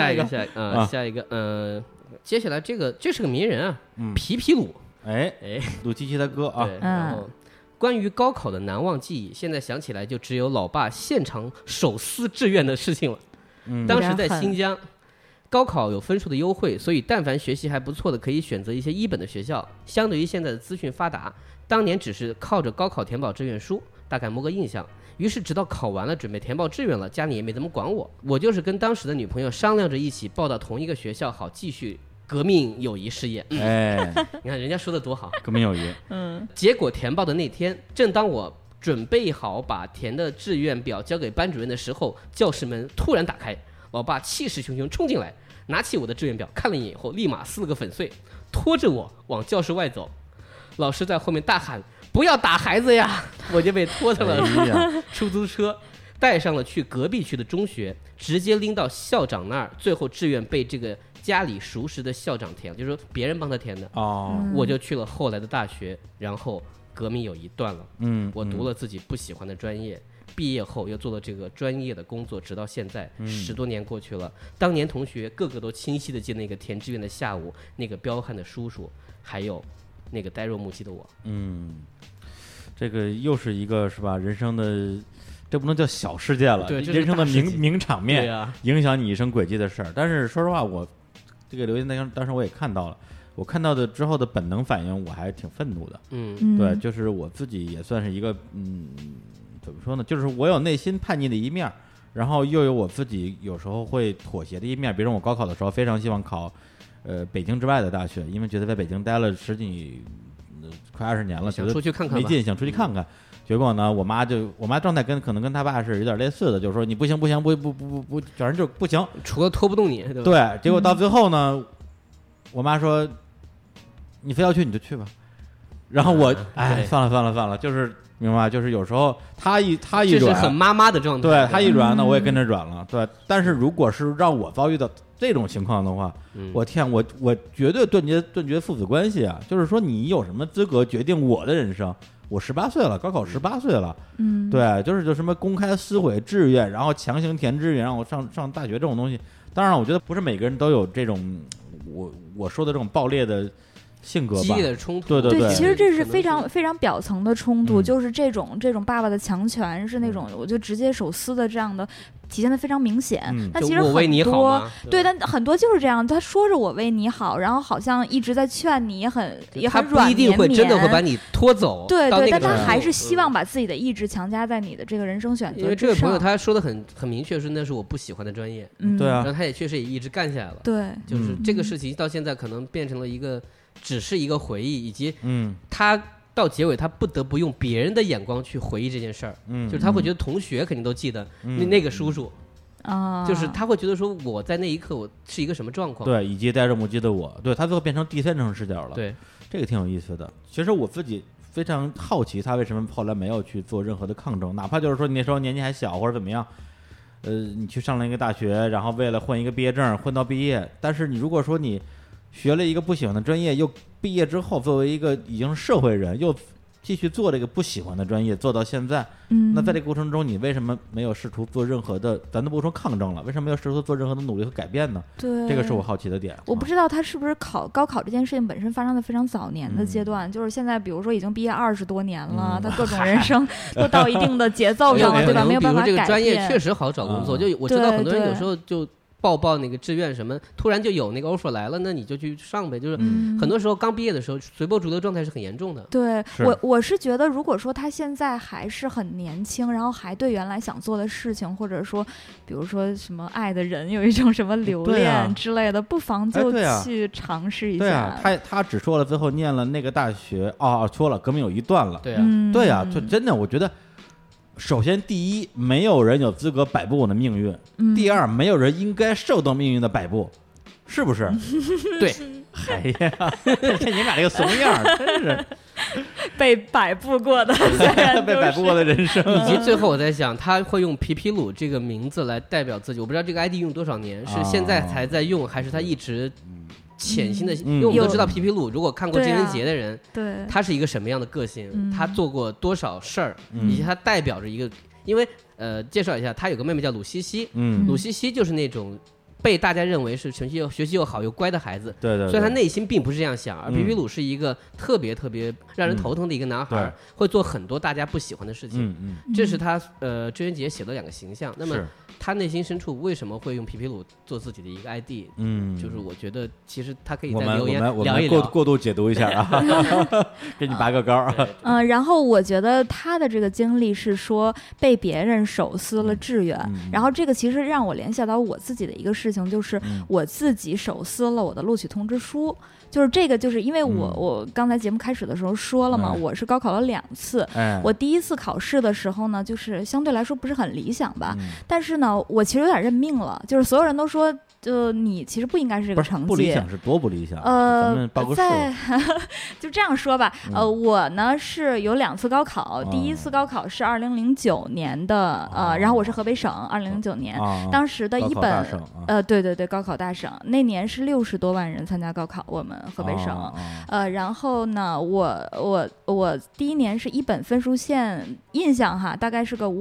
接下来这是个名人啊，皮皮鲁。 鲁七七的歌啊。 然后关于高考的难忘记忆，现在想起来就只有老爸现场手撕志愿的事情了。当时在新疆，高考有分数的优惠，所以但凡学习还不错的可以选择一些一本的学校。相对于现在的资讯发达，当年只是靠着高考填报志愿书，大概摸个印象。于是直到考完了准备填报志愿了，家里也没怎么管我，我就是跟当时的女朋友商量着一起报到同一个学校，好继续革命友谊事业。你看人家说的多好， 革命友谊。 结果填报的那天，正当我准备好把填的志愿表交给班主任的时候，教室门突然打开，老爸气势汹汹冲进来，拿起我的志愿表看了一眼以后，立马撕了个粉碎，拖着我往教室外走。老师在后面大喊：“不要打孩子呀！”我就被拖上了出租车，带上了去隔壁区的中学，直接拎到校长那儿。最后志愿被这个家里熟识的校长填，就是说别人帮他填的。我就去了后来的大学，然后革命友谊断了。我读了自己不喜欢的专业，毕业后又做了这个专业的工作，直到现在10多年过去了。当年同学个个都清晰的记那个填志愿的下午，那个彪悍的叔叔，还有那个呆若木鸡的我。 这个又是一个是吧？人生的，这不能叫小事件了， 对， 人生的名场面，影响你一生轨迹的事儿。但是说实话，我这个留言当时我也看到了，我看到的之后的本能反应，我还挺愤怒的。对，就是我自己也算是一个怎么说呢？就是我有内心叛逆的一面，然后又有我自己有时候会妥协的一面。比如我高考的时候，非常希望考北京之外的大学，因为觉得在北京待了快20年了， 想出去看看没劲，想出去看看。结果呢，我妈状态可能跟她爸是有点类似的，就是说你不行，不，反正就不行， 除了拖不动你，对吧？ 对，结果到最后呢，我妈说你非要去你就去吧。然后我算了，就是明白，就是有时候她一软， 这是很妈妈的状态。 对，她一软呢，我也跟着软了。对，但是如果是让我遭遇到这种情况的话，我天，我绝对断绝父子关系啊！就是说，你有什么资格决定我的人生？我18岁了，高考18岁了，对，就什么公开撕毁志愿，然后强行填志愿，让我上大学这种东西。当然了，我觉得不是每个人都有这种我说的这种暴烈的性格吧， 激烈的冲突。 对， 其实这是非常非常表层的冲突，就是这种爸爸的强权是那种我就直接手撕的这样的。体现的非常明显，但其实很多对，但很多就是这样。他说着我为你好，然后好像一直在劝你，也很软绵绵，他不一定会真的会把你拖走。 对，但他还是希望把自己的意志强加在你的这个人生选择之上。 因为这位朋友他说的很明确，说那是我不喜欢的专业。 对啊， 然后他也确实也一直干下来了。 对， 就是这个事情到现在可能变成了只是一个回忆，以及他。到结尾他不得不用别人的眼光去回忆这件事儿，就是他会觉得同学肯定都记得那个叔叔就是他会觉得说我在那一刻我是一个什么状况， 对，以及呆着目击的我，对，他最后变成第三人称视角了， 对， 这个挺有意思的。其实我自己非常好奇他为什么后来没有去做任何的抗争，哪怕就是说你那时候年纪还小或者怎么样，你去上了一个大学，然后为了混一个毕业证混到毕业，但是你如果说你学了一个不喜欢的专业，又毕业之后作为一个已经是社会人，又继续做这个不喜欢的专业，做到现在，那在这个过程中，你为什么没有试图做任何的，咱都不说抗争了，为什么没有试图做任何的努力和改变呢？ 对， 这个是我好奇的点。 我不知道他是不是高考这件事情本身发生的非常早年的阶段，就是现在，比如说已经毕业20多年了，他各种人生都到一定的节奏上了，对吧？没有办法改变。 比如这个专业确实好找工作，就我知道很多人有时候就。报那个志愿什么，突然就有那个 offer 来了，那你就去上呗。就是很多时候刚毕业的时候，随波逐流状态是很严重的。 对，我是觉得，如果说他现在还是很年轻，然后还对原来想做的事情，或者说，比如说什么爱的人有一种什么留恋之类的，不妨就去尝试一下。 对啊，他只说了最后念了那个大学，说了革命友谊断了。 对啊， 就真的我觉得。首先，第一，没有人有资格摆布我的命运；第二，没有人应该受到命运的摆布。 是不是？ 对， 哎呀，看你们俩这个怂样，真是被摆布过的， 被摆布过的人生。 以及最后我在想，他会用皮皮鲁这个名字来代表自己，我不知道这个 ID 用多少年，是现在才在用，还是他一直潜心的？因为我们都知道皮皮鲁，如果看过金人杰的人， 对， 他是一个什么样的个性，他做过多少事儿，以及他代表着一个，因为介绍一下，他有个妹妹叫鲁西西，鲁西西就是那种被大家认为是学习又好又乖的孩子， 对， 所以他内心并不是这样想，而皮皮鲁是一个特别特别让人头疼的一个男孩，会做很多大家不喜欢的事情，这是他郑渊洁写的2个形象。那么他内心深处为什么会用皮皮鲁做自己的一个 ID？就是我觉得其实他可以在留言聊一聊， 过度解读一下啊，给你拔个高啊。 然后我觉得他的这个经历是说被别人手撕了志愿，然后这个其实让我联想到我自己的一个事情，就是我自己手撕了我的录取通知书。就是这个，就是因为我刚才节目开始的时候说了嘛，我是高考了2次。我第一次考试的时候呢，就是相对来说不是很理想吧，但是呢，我其实有点认命了，就是所有人都说，你其实不应该是这个成绩。 不理想是多不理想？咱们报个数。 就这样说吧，我呢是有2次高考，第一次高考是2009年的，然后我是河北省，2009年，当时的一本，对，高考大省，那年是60多万人参加高考，我们河北省，然后呢，我第一年是一本分数线，印象哈，大概是个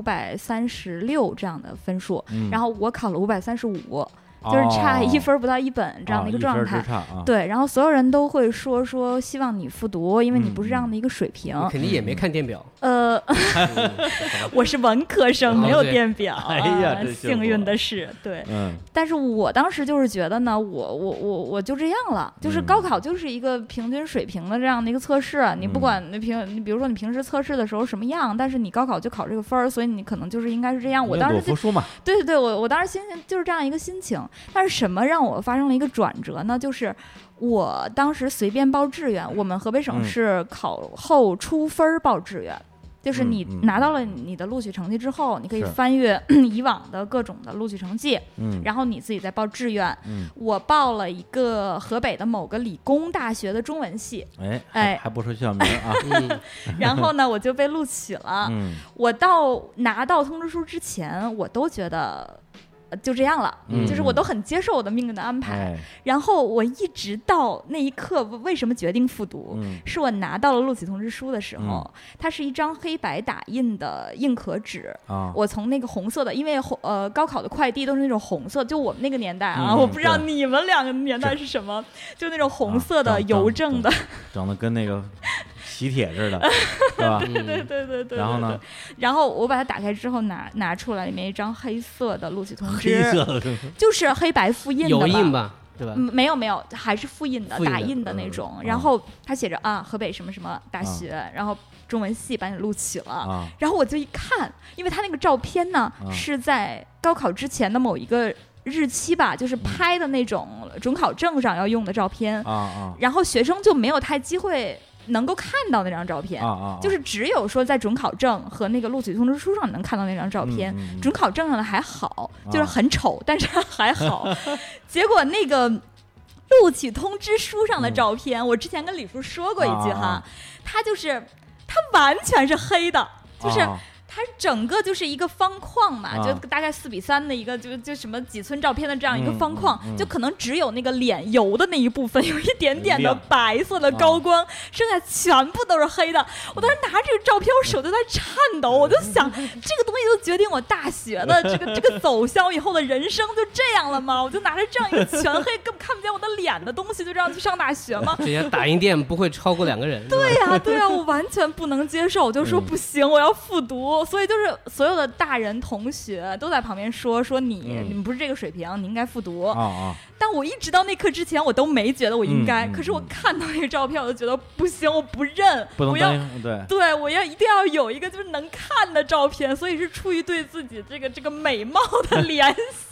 536这样的分数，然后我考了535。就是差1分不到1本这样的一个状态，对，然后所有人都会说希望你复读，因为你不是这样的一个水平。 肯定也没看电表。 我是文科生，没有电表。哎呀，幸运的是，对，但是我当时就是觉得呢，我就这样了，就是高考就是一个平均水平的这样的一个测试，你不管你比如说你平时测试的时候什么样，但是你高考就考这个分，所以你可能就是应该是这样。我当时就服输嘛， 对，我当时心情就是这样一个心情。但是什么让我发生了一个转折呢？就是我当时随便报志愿，我们河北省是考后出分报志愿，就是你拿到了你的录取成绩之后，你可以翻阅以往的各种的录取成绩，然后你自己再报志愿。我报了一个河北的某个理工大学的中文系， 还不说学校名啊。 然后呢，我就被录取了。我拿到通知书之前，我都觉得就这样了，就是我都很接受我的命运的安排。然后我一直到那一刻，为什么决定复读？是我拿到了录取通知书的时候，它是一张黑白打印的硬壳纸。我从那个红色的，因为高考的快递都是那种红色，就我们那个年代啊，我不知道你们2个年代是什么，就那种红色的邮政的， 长得跟那个喜帖似的，是吧？ 对。 然后呢？ 然后我把它打开之后拿出来，里面一张黑色的录取通知， 黑色的就是黑白复印的吧？ 有印吧？对吧？ 没有，还是复印的，打印的那种。然后他写着河北什么什么大学，然后中文系把你录取了。然后我就一看，因为他那个照片呢是在高考之前的某一个日期吧，就是拍的那种准考证上要用的照片。然后学生就没有太机会能够看到那张照片，就是只有说在准考证和那个录取通知书上你能看到那张照片，准考证上的还好，就是很丑，但是还好。结果那个录取通知书上的照片，我之前跟李叔说过一句哈，它完全是黑的，就是它整个就是一个方框嘛，就大概4:3的一个，就什么几寸照片的这样一个方框，就可能只有那个脸油的那一部分有一点点的白色的高光，剩下全部都是黑的。我当时拿这个照片，我手就在颤抖，我就想，这个东西就决定我大学的这个走向，我以后的人生就这样了吗？我就拿着这样一个全黑根本看不见我的脸的东西，就这样去上大学吗？ 这些打印店不会超过2个人。 对呀，我完全不能接受，我就说不行，我要复读。所以就是所有的大人同学都在旁边说你们不是这个水平，你应该复读。但我一直到那刻之前，我都没觉得我应该。可是我看到那个照片，我就觉得不行，我不认， 不能对，我一定要有一个就是能看的照片。所以是出于对自己这个美貌的怜惜。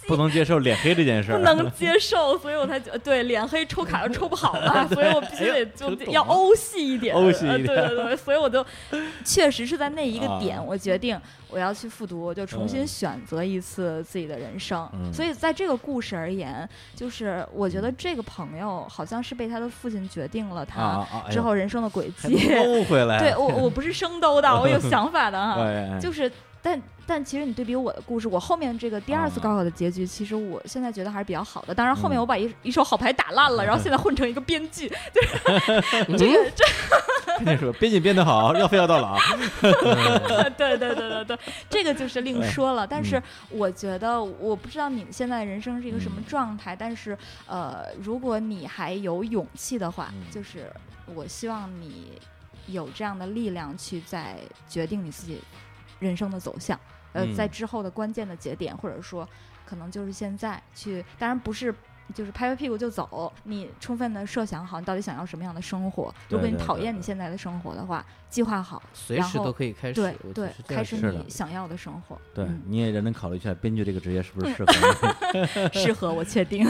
不能接受脸黑这件事， 不能接受，所以我才对脸黑抽卡又抽不好了，所以我必须得就要欧系一点， 欧系一点， 对，所以我就确实是在那一个点，我决定我要去复读，就重新选择一次自己的人生。所以在这个故事而言，就是我觉得这个朋友好像是被他的父亲决定了他之后人生的轨迹。 兜回来， 对我不是生兜的，我有想法的哈，就是。但其实你对比我的故事，我后面这个第二次高考的结局，其实我现在觉得还是比较好的。当然后面我把一手好牌打烂了，然后现在混成一个编剧，就是这跟你说编剧编得好，要非要到老。 对，这个就是另说了。但是我觉得，我不知道你现在人生是一个什么状态，但是如果你还有勇气的话，就是我希望你有这样的力量去再决定你自己人生的走向，在之后的关键的节点，或者说可能就是现在去，当然不是就是拍拍屁股就走，你充分的设想好你到底想要什么样的生活。如果你讨厌你现在的生活的话，计划好， 随时都可以开始， 对，开始你想要的生活。 对，你也认真考虑一下编剧这个职业是不是适合你。适合，我确定。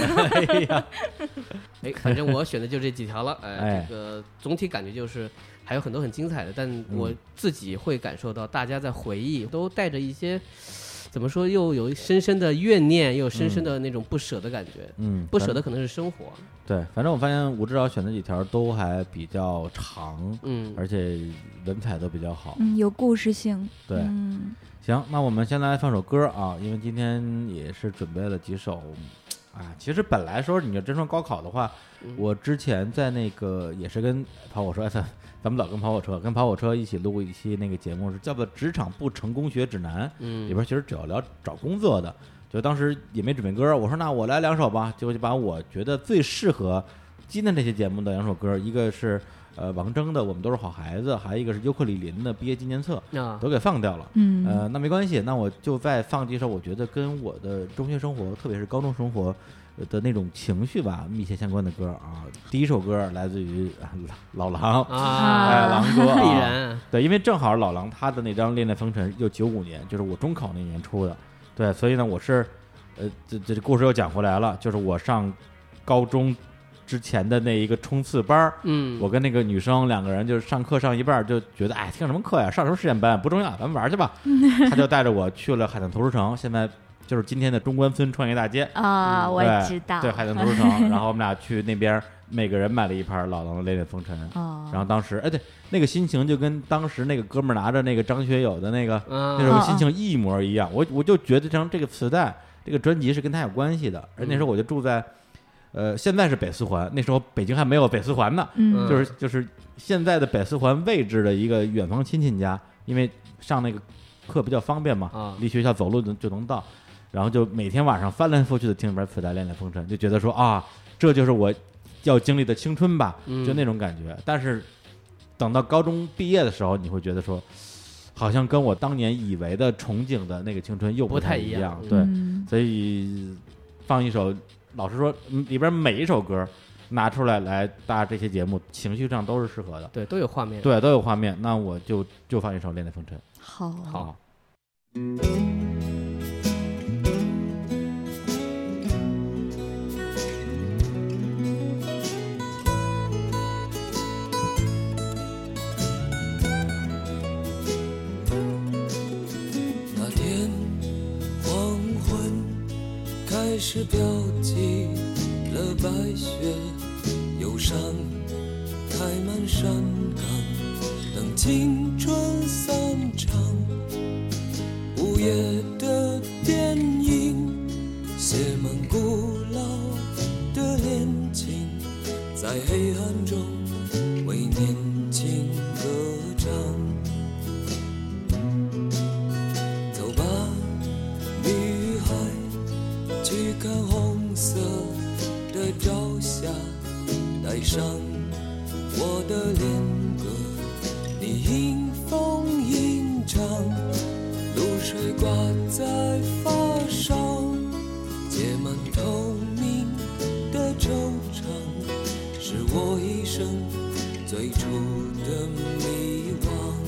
反正我选的就这几条了。这个总体感觉就是还有很多很精彩的，但我自己会感受到大家在回忆都带着一些怎么说，又有深深的怨念，又有深深的那种不舍的感觉。不舍的可能是生活。对， 反正我发现吴指导选的几条都还比较长，而且文采都比较好， 有故事性。 对，行，那我们先来放首歌啊，因为今天也是准备了几首。其实本来说你要真说高考的话，我之前在那个也是跟跑火车，咱们老跟跑火车一起录一期那个节目，是叫做《职场不成功学指南》，里边其实主要聊找工作的。就当时也没准备歌，我说那我来2首吧，结果就把我觉得最适合今天这些节目的2首歌，一个是王铮的《我们都是好孩子》，还有一个是尤克里林的《毕业纪念册》，都给放掉了。那没关系，那我就再放几首我觉得跟我的中学生活，特别是高中生活的那种情绪吧密切相关的歌啊。第一首歌来自于老狼狼哥必然对，因为正好老狼他的那张《恋恋风尘》又95年，就是我中考那年出的。对，所以呢，我是这故事又讲回来了，就是我上高中之前的那一个冲刺班，我跟那个女生2个人就是上课上一半就觉得听什么课呀，上什么实验班不重要，咱们玩去吧。他就带着我去了海淀图书城，现在就是今天的中关村创业大街啊，我知道。 对，海淀图书城，然后我们俩去那边，每个人买了一盘老狼的《恋恋风尘》。然后当时对，那个心情就跟当时那个哥们儿拿着那个张学友的那个那种心情一模一样。我就觉得这个磁带这个专辑是跟他有关系的。而那时候我就住在现在是北四环，那时候北京还没有北四环呢，就是现在的北四环位置的一个远房亲戚家，因为上那个课比较方便嘛，离学校走路就能到。然后就每天晚上翻来覆去的听一盘磁带《恋恋风尘》，就觉得说这就是我要经历的青春吧，就那种感觉。但是等到高中毕业的时候，你会觉得说，好像跟我当年以为的憧憬的那个青春又不太一样。对，所以放一首，老实说，里边每一首歌拿出来搭这些节目，情绪上都是适合的。 对，都有画面。 对，都有画面。那我就放一首《恋恋风尘》。 好。 开始标记了白雪，忧伤开满山岗，等青春散场。午夜的电影写满古老的恋情，在黑暗中为年轻歌唱。走吧，女孩，去看红色的朝霞，带上我的恋歌，你迎风吟唱，露水挂在发梢，结满透明的惆怅，是我一生最初的迷惘。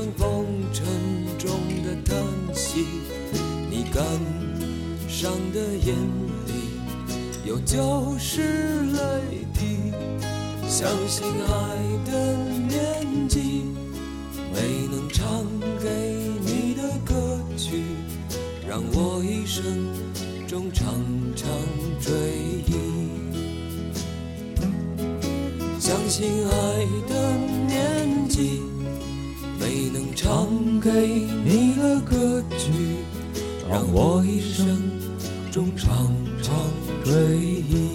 风尘中的叹息，你感伤的眼里有旧时泪滴，相信爱的年纪，没能唱给你的歌曲，让我一生中常常追忆。相信爱的年纪，没能唱给你的歌曲，让我一生中常常追忆。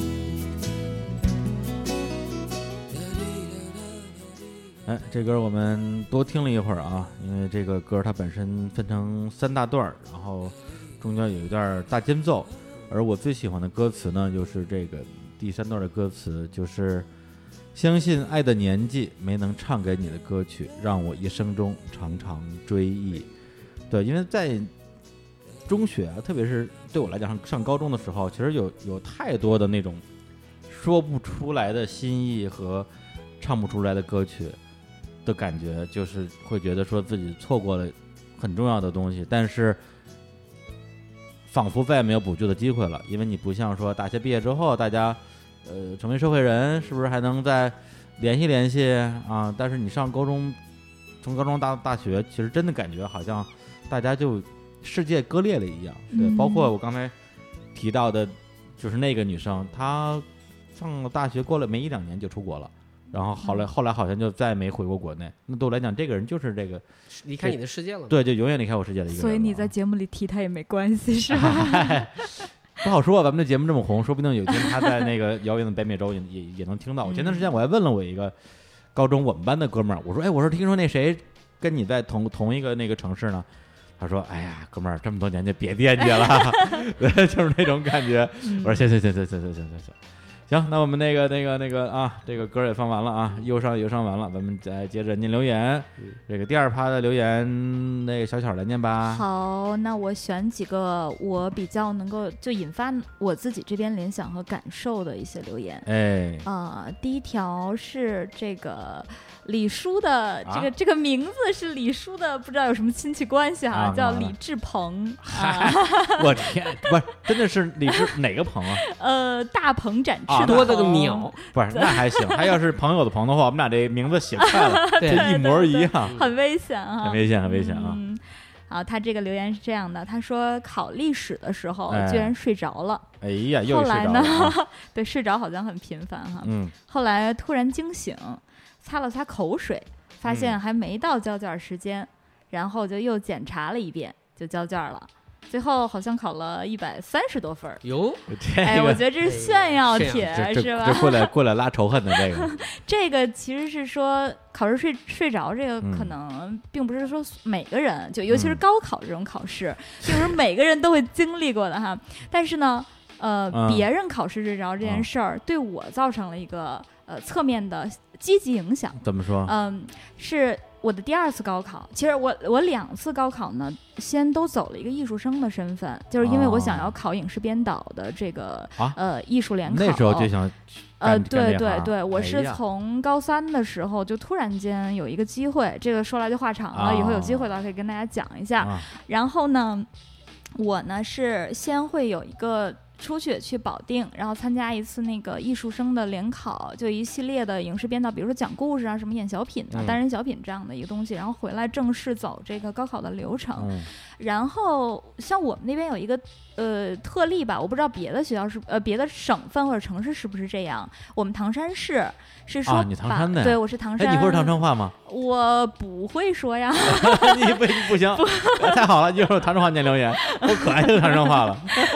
这歌我们多听了一会儿啊，因为这个歌它本身分成3大段，然后中间有一段大间奏，而我最喜欢的歌词呢，就是这个第3段的歌词，就是相信爱的年纪，没能唱给你的歌曲，让我一生中常常追忆。对，因为在中学啊，特别是对我来讲上高中的时候，其实有太多的那种说不出来的心意和唱不出来的歌曲的感觉，就是会觉得说自己错过了很重要的东西，但是仿佛再也没有补救的机会了。因为你不像说大学毕业之后大家成为社会人，是不是还能再联系联系啊？但是你上高中，从高中到大学，其实真的感觉好像大家就世界割裂了一样。对，包括我刚才提到的就是那个女生，她上了大学过了没1-2年就出国了，然后后来好像就再也没回过国内。那对我来讲，这个人就是这个离开你的世界了。 对，就永远离开我世界的一个人。 所以你在节目里提他也没关系，是吧？ 不好说，咱们这节目这么红，说不定有一天他在那个遥远的北美洲也能听到。我前段时间我还问了我一个高中我们班的哥们儿，我说听说那谁跟你在同一个那个城市呢？他说哎呀，哥们儿，这么多年就别惦记了，就是那种感觉。我说行。行，那我们那个啊，这个歌也放完了啊，忧伤完了，咱们再接着念留言。这个第2趴的留言，那个小巧来念吧。 好，那我选几个我比较能够就引发我自己这边联想和感受的一些留言。第一条是这个李叔的这个名字是李叔的，不知道有什么亲戚关系哈，叫李志鹏。 我天，不是，真的是李志哪个鹏啊？ 大鹏展翅多的个鸟， 不是，那还行。他要是朋友的朋的话，我们俩这名字写快了，这一模一样， 很危险啊， 很危险啊。 好，他这个留言是这样的，他说考历史的时候居然睡着了。 哎呀，又后来呢？对，睡着好像很频繁哈。后来突然惊醒，擦了擦口水，发现还没到交卷时间，然后就又检查了一遍，就交卷了。最后好像考了130多分哟， 我觉得这是炫耀帖是吧？ 这过来拉仇恨的这个。 这个其实是说考试睡着，这个可能并不是说每个人，就尤其是高考这种考试，并不是每个人都会经历过的哈。但是呢，别人考试睡着这件事儿，对我造成了一个侧面的积极影响。 怎么说？ 是我的第2次高考。其实我2次高考呢，先都走了一个艺术生的身份，就是因为我想要考影视编导的这个艺术联考。 那时候就想对，我是从高3的时候就突然间有一个机会，这个说来就话长了，以后有机会的话可以跟大家讲一下。然后呢，我呢是先会有一个出去保定，然后参加一次那个艺术生的联考，就一系列的影视编导，比如说讲故事啊，什么演小品啊，单人小品这样的一个东西，然后回来正式走这个高考的流程。然后像我们那边有一个特例吧，我不知道别的学校是别的省份或者城市是不是这样。我们唐山市是说你唐山的呀？ 对，我是唐山。 你会说唐山话吗？ 我不会说呀。 你不行，太好了，一会儿唐山话念留言，我可爱听唐山话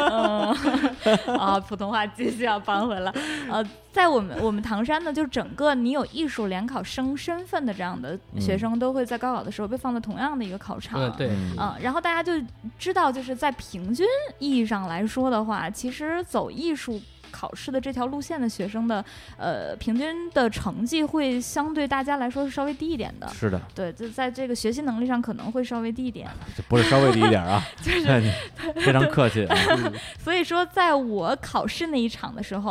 了。 普通话继续要搬回来。在我们唐山呢，就整个你有艺术联考生身份的这样的学生，都会在高考的时候被放在同样的一个考场。然后大家就知道，就是在平均意义上来说的话，其实走艺术考试的这条路线的学生的平均的成绩会相对大家来说是稍微低一点的。 是的， 对，就在这个学习能力上可能会稍微低一点。 这不是稍微低一点啊，就是非常客气。 所以说，在我考试那一场的时候，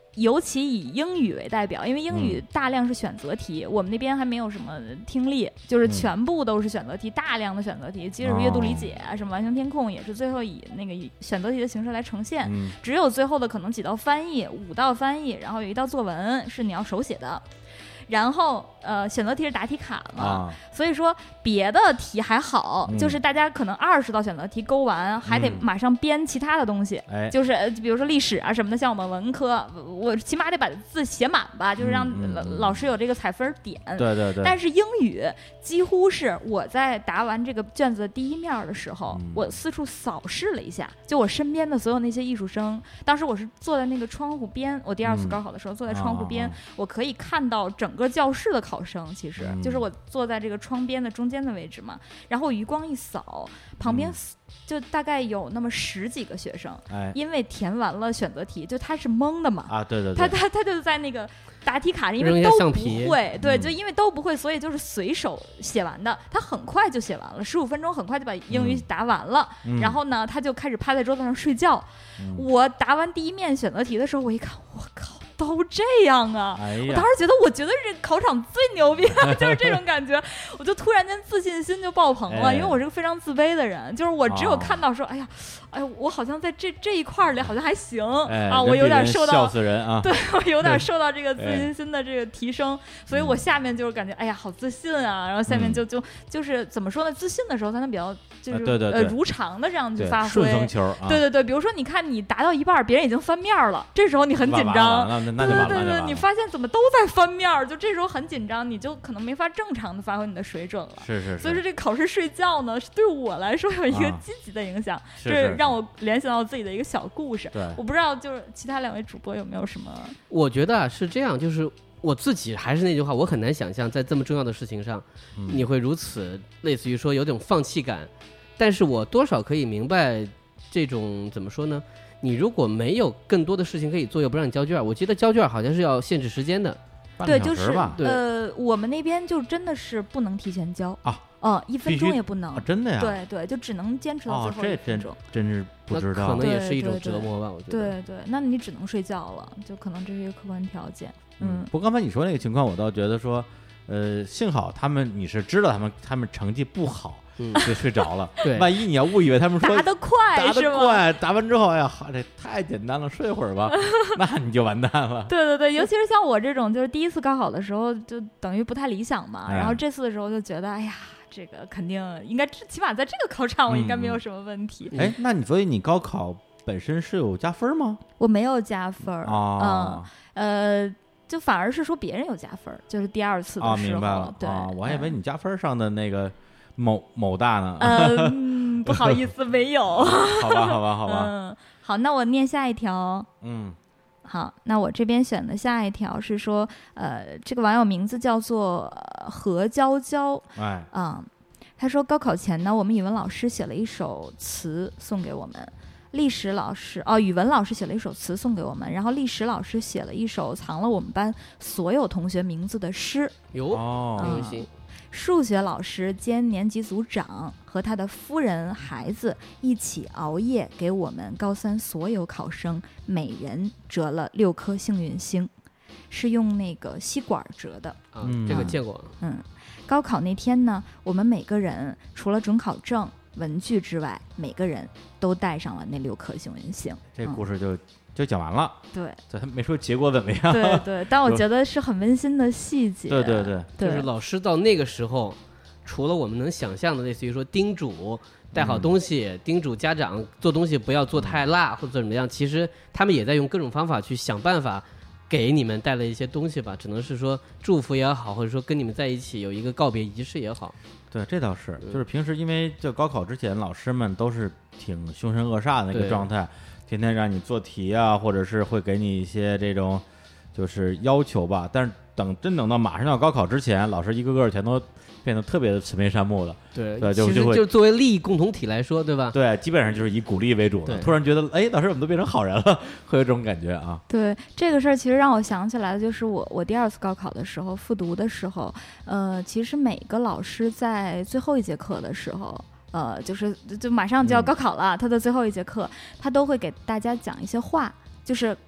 尤其以英语为代表，因为英语大量是选择题，我们那边还没有什么听力，就是全部都是选择题，大量的选择题，即使是阅读理解什么完形填空也是最后以那个选择题的形式来呈现，只有最后的可能几道翻译，5道翻译，然后有1道作文是你要手写的。然后选择题是答题卡嘛，所以说别的题还好，就是大家可能20道选择题勾完，还得马上编其他的东西，就是比如说历史啊什么的，像我们文科，我起码得把字写满吧，就是让老师有这个采分点。 对对对。 但是英语几乎是我在答完这个卷子的第一面的时候，我四处扫视了一下，就我身边的所有那些艺术生，当时我是坐在那个窗户边，我第2次高考的时候坐在窗户边，我可以看到整个教室的考生，其实就是我坐在这个窗边的中间的位置嘛，然后我余光一扫，旁边就大概有那么10几个学生，因为填完了选择题，就他是懵的嘛， 对对对， 他就在那个答题卡，因为都不会，对，就因为都不会，所以就是随手写完的，他很快就写完了，15分钟很快就把英语答完了，然后呢，他就开始趴在桌子上睡觉。我答完第一面选择题的时候，我一看，我靠，都这样啊！我当时觉得，我觉得这考场最牛逼了，就是这种感觉，我就突然间自信心就爆棚了，因为我是个非常自卑的人，就是我只有看到说，哎呀，我好像在这一块里好像还行啊，我有点受到， 笑死人啊！ 对，我有点受到这个自信心的这个提升，所以我下面就是感觉，哎呀，好自信啊！然后下面就是怎么说呢？自信的时候才能比较就是如常的这样去发挥， 顺风球。 对对对，比如说你看你答到一半，别人已经翻面了，这时候你很紧张。 那就完了， 对对对，你发现怎么都在翻面，就这时候很紧张，你就可能没法正常的发挥你的水准了。 是。 所以说这考试睡觉呢，对我来说有一个积极的影响，这让我联想到自己的一个小故事。 对， 我不知道就是其他2位主播有没有什么？ 我觉得是这样，就是我自己还是那句话，我很难想象在这么重要的事情上，你会如此类似于说有种放弃感。但是我多少可以明白这种怎么说呢？你如果没有更多的事情可以做，又不让你交卷，我记得交卷好像是要限制时间的。 对，就是我们那边就真的是不能提前交啊，1分钟也不能， 真的呀？ 对对，就只能坚持到最后1分钟。 真是不知道， 可能也是一种折磨吧，我觉得。 对对，那你只能睡觉了，就可能这是一个客观条件。 不过刚才你说那个情况，我倒觉得说，幸好你是知道他们成绩不好。就睡着了。 对， 万一你要误以为他们说答得快是吗？ 答完之后，哎呀，这太简单了，睡会儿吧，那你就完蛋了。 对对对，尤其是像我这种，就是第1次高考的时候，就等于不太理想嘛。然后这次的时候就觉得，哎呀，这个肯定应该，起码在这个考场我应该没有什么问题。 那所以你高考本身是有加分吗？ 我没有加分啊， 就反而是说别人有加分，就是第2次的时候。 明白了。 对， 我还以为你加分上的那个。某大呢？ 不好意思，没有。 好吧。 好，那我念下一条。好，那我这边选的下一条是说，这个网友名字叫做何娇娇。他说高考前呢，我们语文老师写了一首词送给我们，语文老师写了一首词送给我们，然后历史老师写了一首藏了我们班所有同学名字的诗。 用心。 数学老师兼年级组长和他的夫人孩子一起熬夜给我们高3所有考生每人折了6颗幸运星，是用那个吸管折的。 这个见过。 高考那天呢，我们每个人除了准考证文具之外，每个人都带上了那6颗幸运星。 这故事就讲完了。 对， 咱没说结果怎么样。 对对，但我觉得是很温馨的细节。 对对对， 就是老师到那个时候，除了我们能想象的，类似于说叮嘱带好东西，叮嘱家长做东西不要做太辣或者怎么样，其实他们也在用各种方法去想办法给你们带来一些东西吧，只能是说祝福也好，或者说跟你们在一起有一个告别仪式也好。 对，这倒是，就是平时因为就高考之前，老师们都是挺凶神恶煞的那个状态。天天让你做题啊，或者是会给你一些这种就是要求吧，但是等到马上要高考之前，老师一个个全都变得特别的慈眉善目了。 对， 其实就作为利益共同体来说，对吧？ 对，基本上就是以鼓励为主的。突然觉得，老师我们都变成好人了，会有这种感觉啊。 对，这个事儿其实让我想起来的就是我第2次高考的时候复读的时候，其实每个老师在最后一节课的时候。就马上就要高考了，他的最后一节课，他都会给大家讲一些话，就是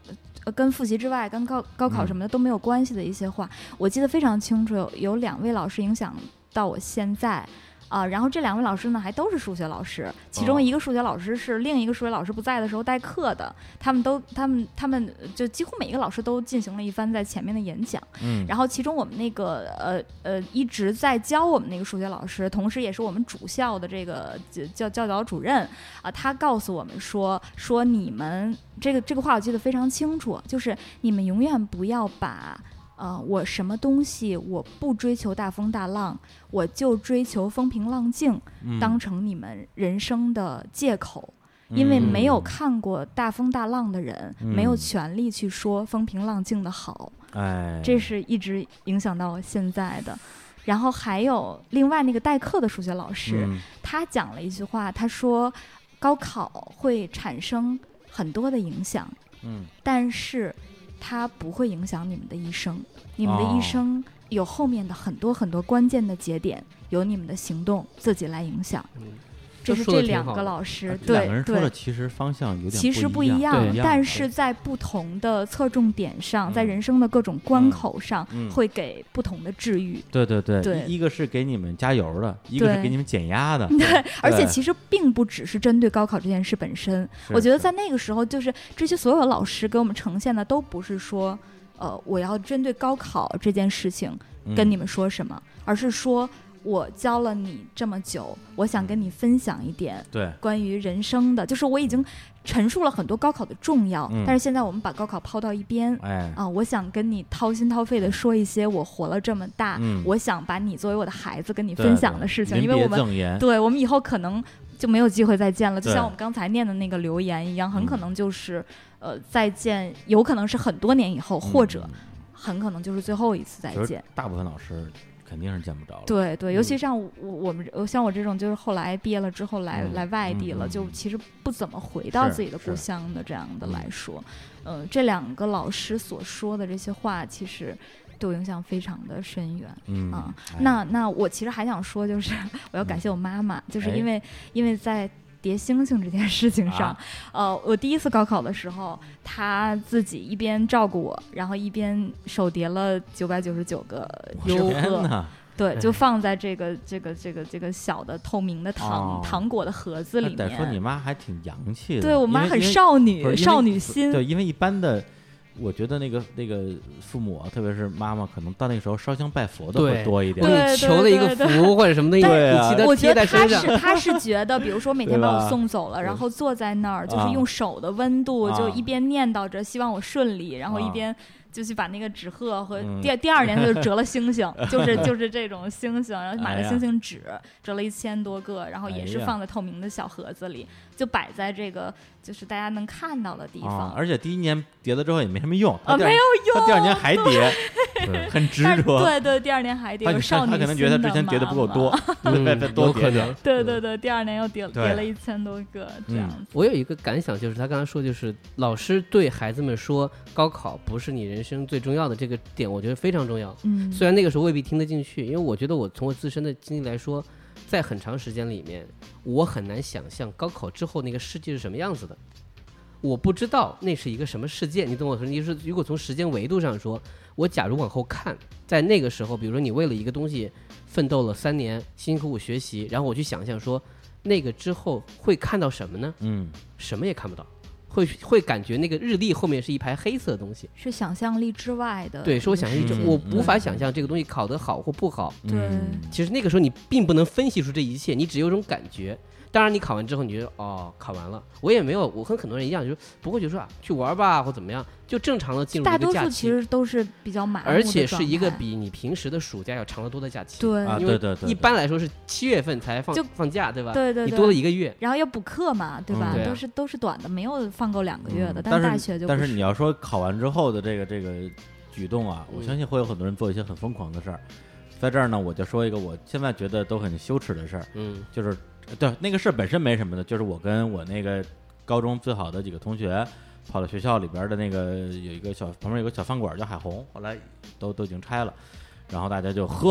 跟复习之外跟高考什么的都没有关系的一些话，我记得非常清楚，有2位老师影响到我现在。然后这2位老师呢还都是数学老师，其中一个数学老师是另一个数学老师不在的时候代课的，他们就几乎每一个老师都进行了一番在前面的演讲。然后其中我们那个一直在教我们那个数学老师，同时也是我们主校的这个教导主任他告诉我们说你们这个话我记得非常清楚，就是你们永远不要把我什么东西我不追求大风大浪，我就追求风平浪静，当成你们人生的借口。因为没有看过大风大浪的人，没有权利去说风平浪静的好。这是一直影响到我现在的。然后还有另外那个代课的数学老师，他讲了一句话，他说高考会产生很多的影响，但是它不会影响你们的一生，你们的一生有后面的很多很多关键的节点，由你们的行动自己来影响。这是这2个老师，对， 两个人说的其实方向有点其实不一样，但是在不同的侧重点上，在人生的各种关口上，会给不同的治愈。 对，一个是给你们加油的，一个是给你们减压的。 对，而且其实并不只是针对高考这件事本身，我觉得在那个时候，就是这些所有的老师给我们呈现的都不是说，我要针对高考这件事情跟你们说什么，而是说我教了你这么久，我想跟你分享一点关于人生的，就是我已经陈述了很多高考的重要，但是现在我们把高考抛到一边，我想跟你掏心掏肺的说一些我活了这么大，我想把你作为我的孩子跟你分享的事情，因为我们以后可能就没有机会再见了，就像我们刚才念的那个留言一样，很可能就是再见，有可能是很多年以后，或者很可能就是最后一次再见。 大部分老师肯定是见不着了。 对，尤其像我们像我这种，就是后来毕业了之后来外地了，就其实不怎么回到自己的故乡的这样的来说，这2个老师所说的这些话，其实对我影响非常的深远。那我其实还想说，就是我要感谢我妈妈，就是因为在叠星星这件事情上，我第一次高考的时候，他自己一边照顾我，然后一边手叠了999个优贺，对，就放在这个小的透明的糖果的盒子里面。 得说你妈还挺洋气的， 对我妈很少女心。 对，因为一般的。我觉得那个父母，特别是妈妈，可能到那个时候烧香拜佛的会多一点， 对，求了一个福或者什么的， 我觉得他是觉得，比如说每天把我送走了，然后坐在那儿，就是用手的温度，就一边念叨着希望我顺利，然后一边就去把那个纸鹤和第2年他就折了星星，就是这种星星，然后买了星星纸，折了1000多个，然后也是放在透明的小盒子里，就摆在这个就是大家能看到的地方。 而且第1年叠了之后也没什么用， 没有用， 他第2年还叠，很执着。 对，第2年还叠。少女他可能觉得他之前叠的不够多，多可能。 对，第2年又叠了1000多个这样子。 我有一个感想，就是他刚才说，就是老师对孩子们说，高考不是你人生最重要的这个点，我觉得非常重要。虽然那个时候未必听得进去，因为我觉得我从我自身的经历来说，在很长时间里面，我很难想象高考之后那个世界是什么样子的。我不知道那是一个什么世界，你懂我说？你说如果从时间维度上说，我假如往后看，在那个时候，比如说你为了一个东西奋斗了3年，辛辛苦苦学习，然后我去想象说，那个之后会看到什么呢？什么也看不到。会感觉那个日历后面是一排黑色的东西， 是想象力之外的。 对，是我想象力之外，我无法想象这个东西考得好或不好。 对， 其实那个时候你并不能分析出这一切，你只有一种感觉。当然，你考完之后，你觉得考完了，我也没有，我和很多人一样，就是不会就说去玩吧或怎么样，就正常的进入一个假期。 大多数其实都是比较满， 而且是一个比你平时的暑假要长得多的假期。 对， 因为一般来说是7月份才放假，对吧？ 对， 你多了1个月， 然后要补课嘛，对吧？都是短的，没有放够2个月的。但大学就但是你要说考完之后的这个举动啊，我相信会有很多人做一些很疯狂的事儿。在这儿呢，我就说一个我现在觉得都很羞耻的事儿，就是对那个事本身没什么的，就是我跟我那个高中最好的几个同学跑到学校里边的那个有一个旁边有个小饭馆叫海虹，后来都已经拆了，然后大家就喝，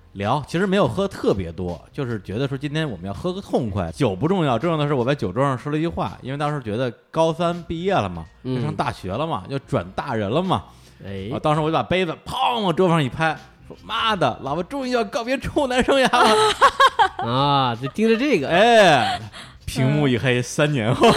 聊，其实没有喝特别多，就是觉得说今天我们要喝个痛快，酒不重要，重要的是我在酒桌上说了一句话，因为当时觉得高三毕业了嘛，要上大学了嘛，要转大人了嘛，当时我就把杯子砰往桌上一拍，说妈的，老子终于要告别处男生涯了啊！就盯着这个， 屏幕一黑，3年后，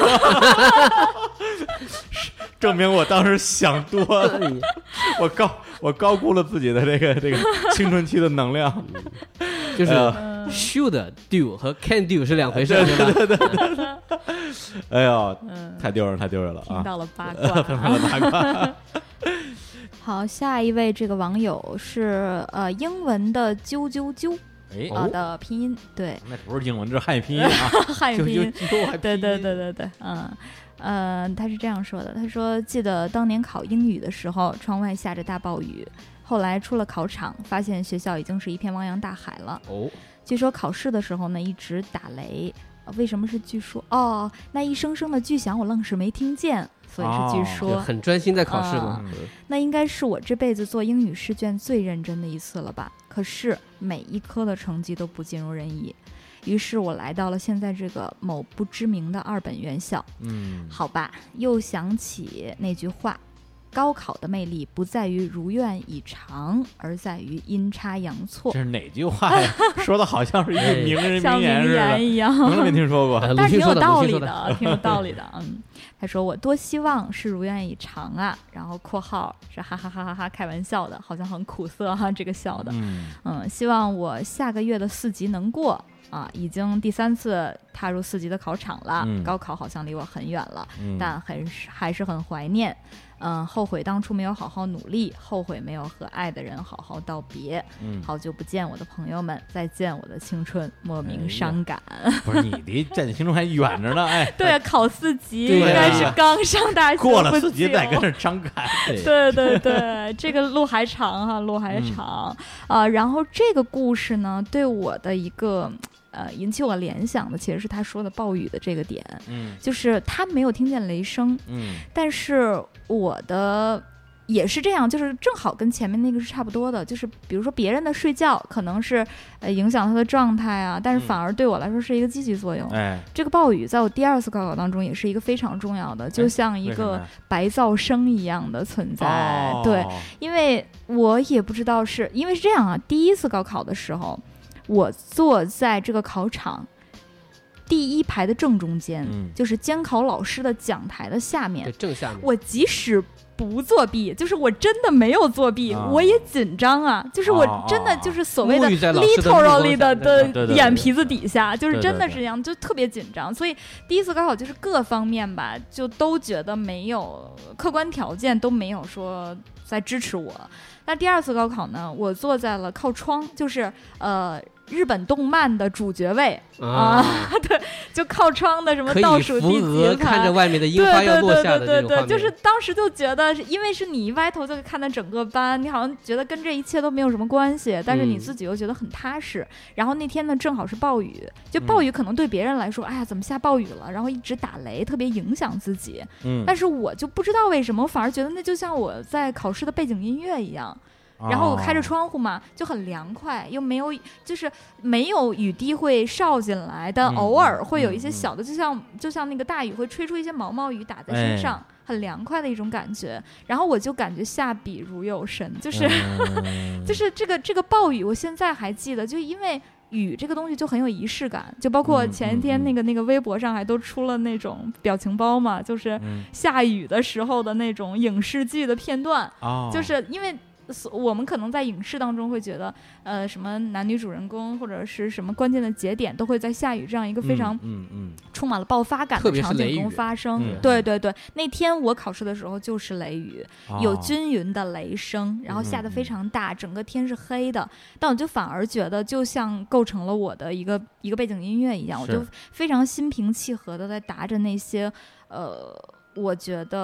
证明我当时想多了，我高估了自己的这个青春期的能量， 就是 should do 和 can do 是两回事， 对。哎呦，太丢人了啊！ 听到了八卦， 听到了八卦。 好，下一位这个网友是英文的啾啾啾。的拼音对， 那不是英文，这是汉语拼音啊， 汉语拼音，对，他是这样说的，他说记得当年考英语的时候，窗外下着大暴雨，后来出了考场，发现学校已经是一片汪洋大海了。据说考试的时候呢，一直打雷，为什么是据说？那一声声的巨响，我愣是没听见。所以是据说， 很专心在考试嘛。 那应该是我这辈子做英语试卷最认真的一次了吧？可是每一科的成绩都不尽如人意，于是我来到了现在这个某不知名的2本院校。好吧，又想起那句话，高考的魅力不在于如愿以偿，而在于阴差阳错。 这是哪句话呀？说的好像是一句名人像名言一样， 从来没听说过， 但是挺有道理的，挺有道理的。他说我多希望是如愿以偿啊，然后括号是哈哈哈哈哈开玩笑的，好像很苦涩哈，这个笑的。希望我下个月的4级能过啊，已经第3次踏入4级的考场了，高考好像离我很远了，但还是很怀念。后悔当初没有好好努力，后悔没有和爱的人好好道别。好久不见我的朋友们，再见我的青春，莫名伤感。 不是你离再见青春还远着呢， 对啊，考4级应该是刚上大学， 过了4级再跟着伤感。 对，这个路还长哈，路还长然后这个故事呢，对我的一个。引起我联想的其实是他说的暴雨的这个点，就是他没有听见雷声，但是我的也是这样，就是正好跟前面那个是差不多的，就是比如说别人的睡觉可能是影响他的状态啊，但是反而对我来说是一个积极作用。这个暴雨在我第2次高考当中也是一个非常重要的，就像一个白噪声一样的存在。对，因为我也不知道是因为是这样啊，第1次高考的时候。我坐在这个考场第1排的正中间，就是监考老师的讲台的下面， 正下面。 我即使不作弊，就是我真的没有作弊，我也紧张啊，就是我真的就是所谓的 literally 的眼皮子底下，就是真的是这样，就特别紧张。所以第1次高考就是各方面吧，就都觉得没有客观条件都没有说在支持我。那第2次高考呢，我坐在了靠窗，就是日本动漫的主角位对，就靠窗的什么倒数第几排， 看着外面的樱花要落下的这种画面， 就是当时就觉得，因为是你一歪头就看到整个班，你好像觉得跟这一切都没有什么关系，但是你自己又觉得很踏实。然后那天呢，正好是暴雨，就暴雨可能对别人来说，哎呀，怎么下暴雨了？然后一直打雷，特别影响自己。但是我就不知道为什么，我反而觉得那就像我在考试的背景音乐一样。然后我开着窗户嘛，就很凉快，又没有，就是没有雨滴会哨进来，但偶尔会有一些小的，就像那个大雨会吹出一些毛毛雨打在身上，很凉快的一种感觉。然后我就感觉下笔如有神，就是就是这个暴雨，我现在还记得，就因为雨这个东西就很有仪式感，就包括前一天那个微博上还都出了那种表情包嘛，就是下雨的时候的那种影视剧的片段，就是因为。我们可能在影视当中会觉得，什么男女主人公或者是什么关键的节点，都会在下雨这样一个非常充满了爆发感的场景中发生。对，那天我考试的时候就是雷雨，有均匀的雷声，然后下得非常大，整个天是黑的。但我就反而觉得，就像构成了我的一个背景音乐一样，我就非常心平气和的在答着那些，我觉得。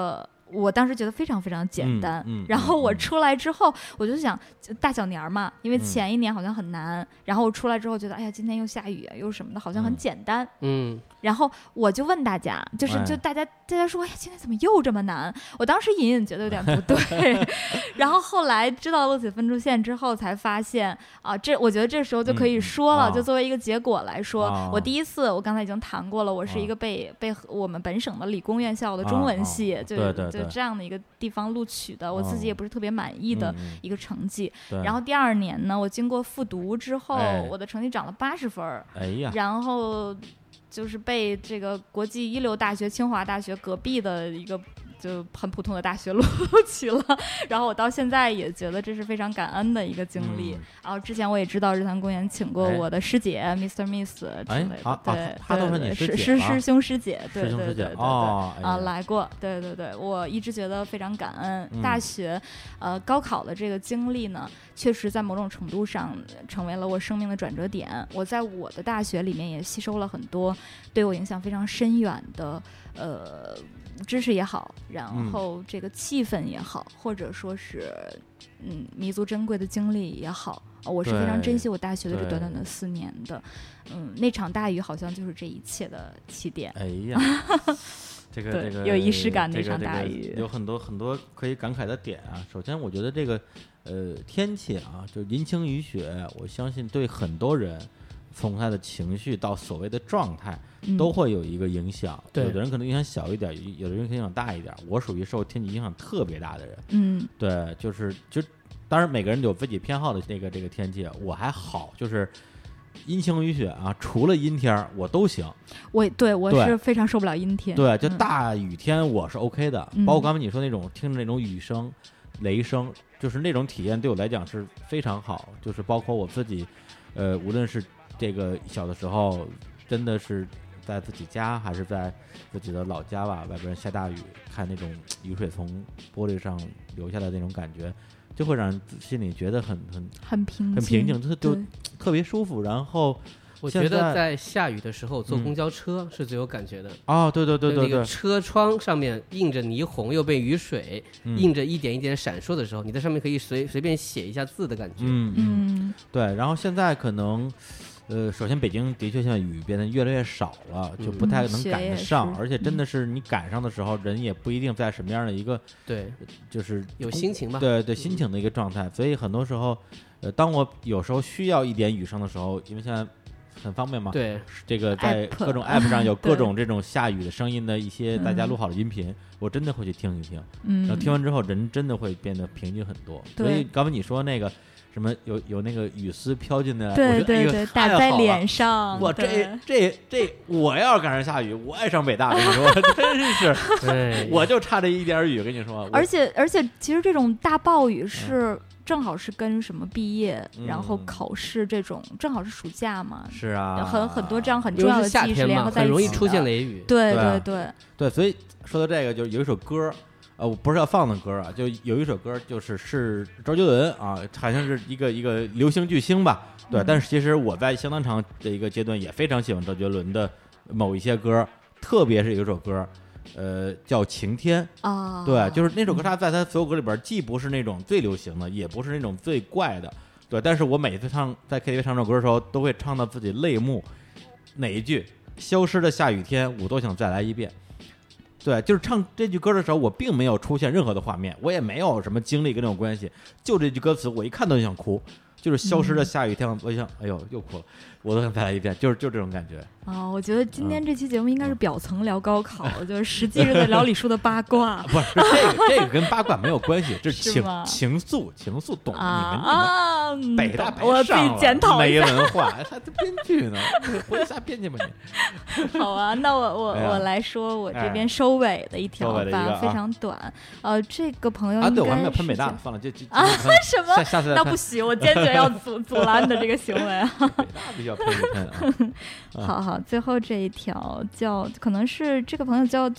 我当时觉得非常非常简单，然后我出来之后，我就想大小年嘛，因为前一年好像很难，然后我出来之后觉得，哎呀，今天又下雨又什么的，好像很简单，然后我就问大家，就大家说，哎呀，今天怎么又这么难？我当时隐隐觉得有点不对，然后后来知道录取分数线之后，才发现啊，我觉得这时候就可以说了，就作为一个结果来说，我第一次我刚才已经谈过了，我是一个被我们本省的理工院校的中文系，就这样的一个地方录取的，我自己也不是特别满意的一个成绩。然后第2年呢，我经过复读之后，我的成绩涨了80分，然后就是被这个国际一流大学清华大学隔壁的一个就很普通的大学录取了，然后我到现在也觉得这是非常感恩的一个经历。然后之前我也知道日坛公园请过我的师姐 Mr. Miss 之类的，对， 他都是你师姐， 师兄师姐，对对对来过，对对对，我一直觉得非常感恩。大学高考的这个经历呢，确实在某种程度上成为了我生命的转折点。我在我的大学里面也吸收了很多对我影响非常深远的知识也好，然后这个气氛也好，或者说是弥足珍贵的经历也好，我是非常珍惜我大学的这短短的4年的。那场大雨好像就是这一切的起点。 哎呀，这个有仪式感那场大雨， 有很多很多可以感慨的点啊。首先，我觉得这个天气啊，就阴晴雨雪，我相信对很多人从他的情绪到所谓的状态都会有一个影响，有的人可能影响小一点，有的人影响大一点。我属于受天气影响特别大的人，对，就当然每个人有自己偏好的这个天气，我还好，就是阴晴雨雪啊，除了阴天我都行。我是非常受不了阴天， 对，就大雨天我是 OK 的，包括刚才你说那种听着那种雨声、雷声，就是那种体验对我来讲是非常好。就是包括我自己，无论是这个小的时候，真的是在自己家还是在自己的老家吧，外边下大雨，看那种雨水从玻璃上流下来的那种感觉，就会让心里觉得很平静，就特别舒服。然后我觉得在下雨的时候坐公交车是最有感觉的。 对， 那个车窗上面映着霓虹，又被雨水映着一点一点闪烁的时候，你在上面可以随便写一下字的感觉。 对。然后现在可能首先北京的确现在雨变得越来越少了，就不太能赶得上，而且真的是你赶上的时候，人也不一定在什么样的一个就是有心情吧， 对心情的一个状态。所以很多时候当我有时候需要一点雨声的时候，因为现在很方便嘛， 对， 这个在各种 app 上有各种这种下雨的声音的一些大家录好的音频，我真的会去听一听，然后听完之后人真的会变得平静很多。所以刚才你说那个什么有那个雨丝飘进来， 对，打在脸上。 哇，这我要是赶上下雨，我爱上北大，跟你说，真是，我就差这一点雨，跟你说。 而且，其实这种大暴雨是正好是跟什么毕业，然后考试这种，正好是暑假嘛。 是啊， 很多这样很重要的记忆是联合在一起的， 很容易出现雷雨。 对，所以说到这个，就是有一首歌。我不是要放的歌啊，就有一首歌，是周杰伦啊，好像是一个流行巨星吧，对。但是其实我在相当长的一个阶段也非常喜欢周杰伦的某一些歌，特别是有一首歌，叫《晴天》啊，对，就是那首歌，它在他所有歌里边，既不是那种最流行的，也不是那种最怪的，对。但是我每次在 KTV 唱这首歌的时候，都会唱到自己泪目，哪一句消失的下雨天，我都想再来一遍。对，就是唱这句歌的时候，我并没有出现任何的画面，我也没有什么经历跟这种关系，就这句歌词，我一看都想哭。就是消失的下雨天，我想，哎呦，又哭了，我都想再来一遍，就这种感觉。 我觉得今天这期节目应该是表层聊高考，就是实际是在聊李叔的八卦。 不是这个跟八卦没有关系，这是情愫，懂你们北大我自己检讨没文化，他的编剧呢，回瞎编辑吧你。好啊，那我来说我这边收尾的一条吧，非常短。这个朋友对，我还没有喷北大，算了， 什么？ 下次那不行，我坚决要阻拦你的这个行为啊！ 北大必须要喷一喷啊！好，最后这一条可能是这个朋友叫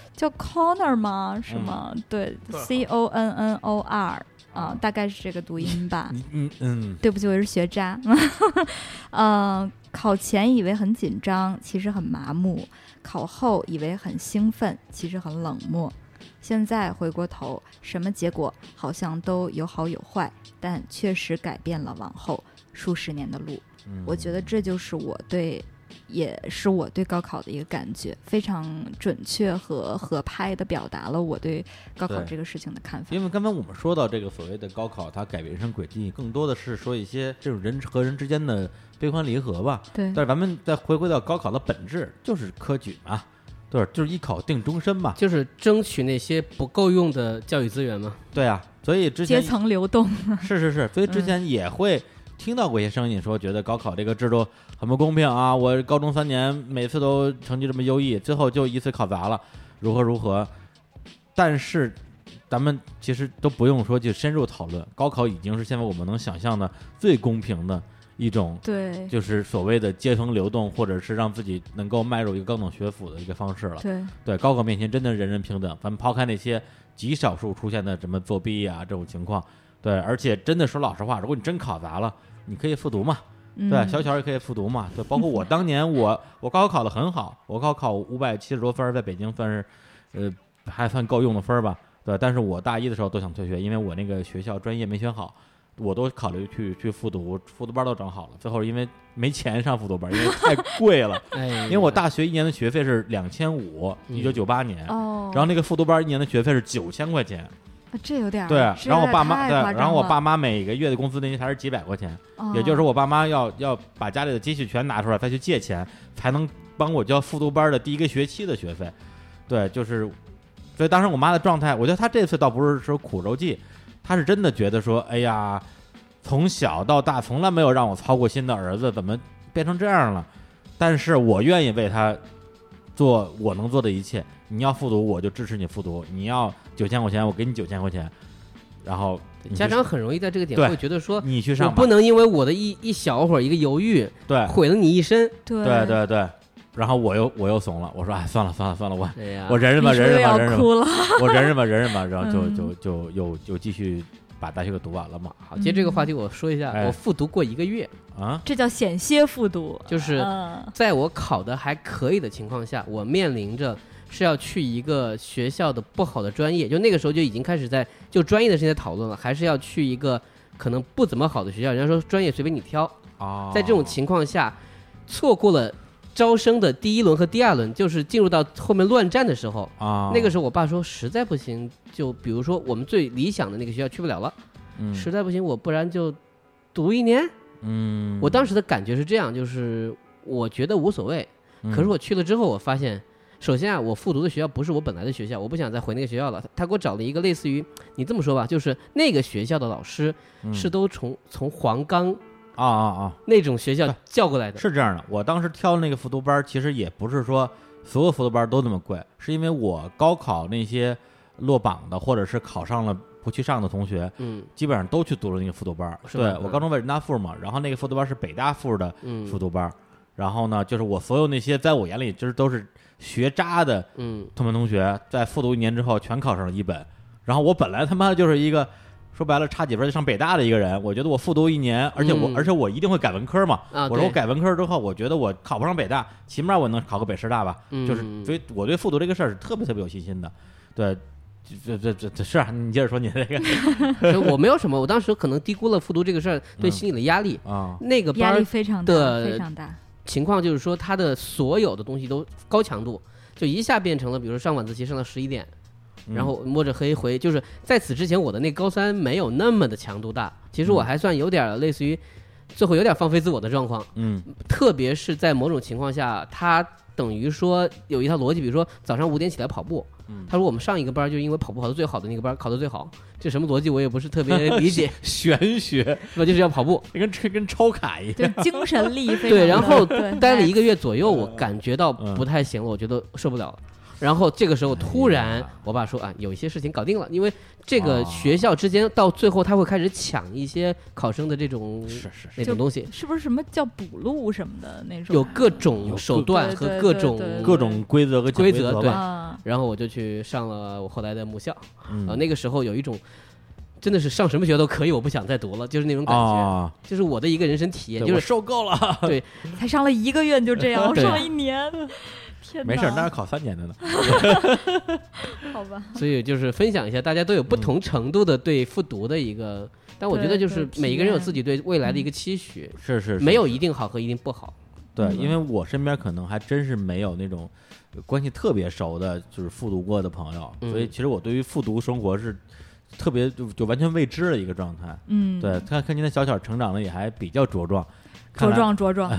Connor 吗？是吗？对 ，CONNOR 啊，大概是这个读音吧。对不起，我是学渣。考前以为很紧张，其实很麻木；考后以为很兴奋，其实很冷漠。 现在回过头，什么结果好像都有好有坏，但确实改变了往后数十年的路。我觉得这就是也是我对高考的一个感觉，非常准确和合拍的表达了我对高考这个事情的看法。 因为刚才我们说到这个所谓的高考它改变人生轨迹，更多的是说一些这种人和人之间的悲欢离合吧。 对， 但是咱们再回归到高考的本质，就是科举嘛，对，就是一考定终身嘛， 就是争取那些不够用的教育资源嘛。 对啊，所以之前阶层流动是，所以之前也会听到过一些声音说，觉得高考这个制度很不公平啊！我高中3年每次都成绩这么优异，最后就一次考砸了，如何？但是咱们其实都不用说去深入讨论，高考已经是现在我们能想象的最公平的一种， 对， 就是所谓的阶层流动，或者是让自己能够迈入一个高等学府的一个方式了。对，高考面前真的人人平等。咱们抛开那些极少数出现的什么作弊啊这种情况，对，而且真的说老实话，如果你真考砸了，你可以复读嘛。对，小也可以复读嘛。对，包括我当年我高考考得很好，我高考570多分，在北京算是还算够用的分吧。对，但是我大一的时候都想退学，因为我那个学校专业没选好，我都考虑去复读，复读班都整好了，最后因为没钱上复读班，因为太贵了。因为我大学1年的学费是2500，1998年，然后那个复读班1年的学费是9000块钱。 这有点对，然后我爸妈然后我爸妈每个月的工资那才是几百块钱，也就是说我爸妈要把家里的积蓄全拿出来，再去借钱，才能帮我交复读班的第1个学期的学费。对，就是所以当时我妈的状态，我觉得她这次倒不是说苦肉计，她是真的觉得说，哎呀，从小到大从来没有让我操过心的儿子，怎么变成这样了？但是我愿意为他做我能做的一切。你要复读，我就支持你复读；你要9000块钱，我给你9000块钱。然后家长很容易在这个点会觉得说， 你去上， 我不能因为我的一小会儿一个犹豫， 对， 毁了你一生。 对。 然后我又怂了，我说哎，算了，我忍忍吧，我忍忍吧，然后就又继续把大学给读完了嘛。 好，接这个话题我说一下，我复读过1个月啊， 这叫险些复读， 就是在我考的还可以的情况下，我面临着是要去一个学校的不好的专业，就那个时候就已经开始在就专业的事情在讨论了，还是要去一个可能不怎么好的学校，人家说专业随便你挑。在这种情况下，错过了招生的第1轮和第2轮，就是进入到后面乱战的时候那个时候我爸说实在不行，就比如说我们最理想的那个学校去不了了，实在不行我不然就读1年。我当时的感觉是这样，就是我觉得无所谓，可是我去了之后我发现，首先我复读的学校不是我本来的学校，我不想再回那个学校了。他给我找了一个类似于，你这么说吧，就是那个学校的老师是都从黄冈那种学校叫过来的。 是这样的，我当时挑的那个复读班，其实也不是说所有复读班都那么贵，是因为我高考那些落榜的或者是考上了不去上的同学，基本上都去读了那个复读班。对，我高中在人大附嘛，然后那个复读班是北大附的复读班。然后呢，就是我所有那些在我眼里就是都是学渣的同学，在复读1年之后全考上了1本。然后我本来他妈就是一个说白了差几分就上北大的一个人，我觉得我复读1年，而且我一定会改文科嘛。我说我改文科之后，我觉得我考不上北大，起码我能考个北师大吧。就是所以我对复读这个事儿是特别特别有信心的。对，这是啊，你接着说你这个。 我没有什么，我当时可能低估了复读这个事儿对心理的压力那个班压力非常大。 情况就是说，他的所有的东西都高强度，就一下变成了，比如说上晚自习上到11点，然后摸着黑回。就是在此之前，我的那高3没有那么的强度大，其实我还算有点类似于最后有点放飞自我的状况。特别是在某种情况下，他等于说有一套逻辑，比如说早上5点起来跑步。他说我们上一个班就因为跑步跑得最好的那个班考得最好，这什么逻辑我也不是特别理解。 玄学是吧？就是要跑步， 跟抽卡一样， 对，精神力非常对。然后待了1个月左右，我感觉到不太行了，我觉得受不了了。然后这个时候突然我爸说有一些事情搞定了，因为这个学校之间到最后他会开始抢一些考生的这种那种东西， 是不是什么叫补录什么的那种？ 有各种手段和各种规则和对。然后我就去上了我后来的母校。那个时候有一种真的是上什么学都可以，我不想再读了，就是那种感觉，就是我的一个人生体验，就是受够了。 对， 才上了1个月就这样，我上了1年。 没事，那是考3年的呢。 好吧。 所以就是分享一下，大家都有不同程度的对复读的一个，但我觉得就是每一个人有自己对未来的一个期许， 是没有一定好和一定不好。 对，因为我身边可能还真是没有那种关系特别熟的，就是复读过的朋友，所以其实我对于复读生活是特别就完全未知的一个状态。对，看您的小成长的也还比较茁壮。 茁壮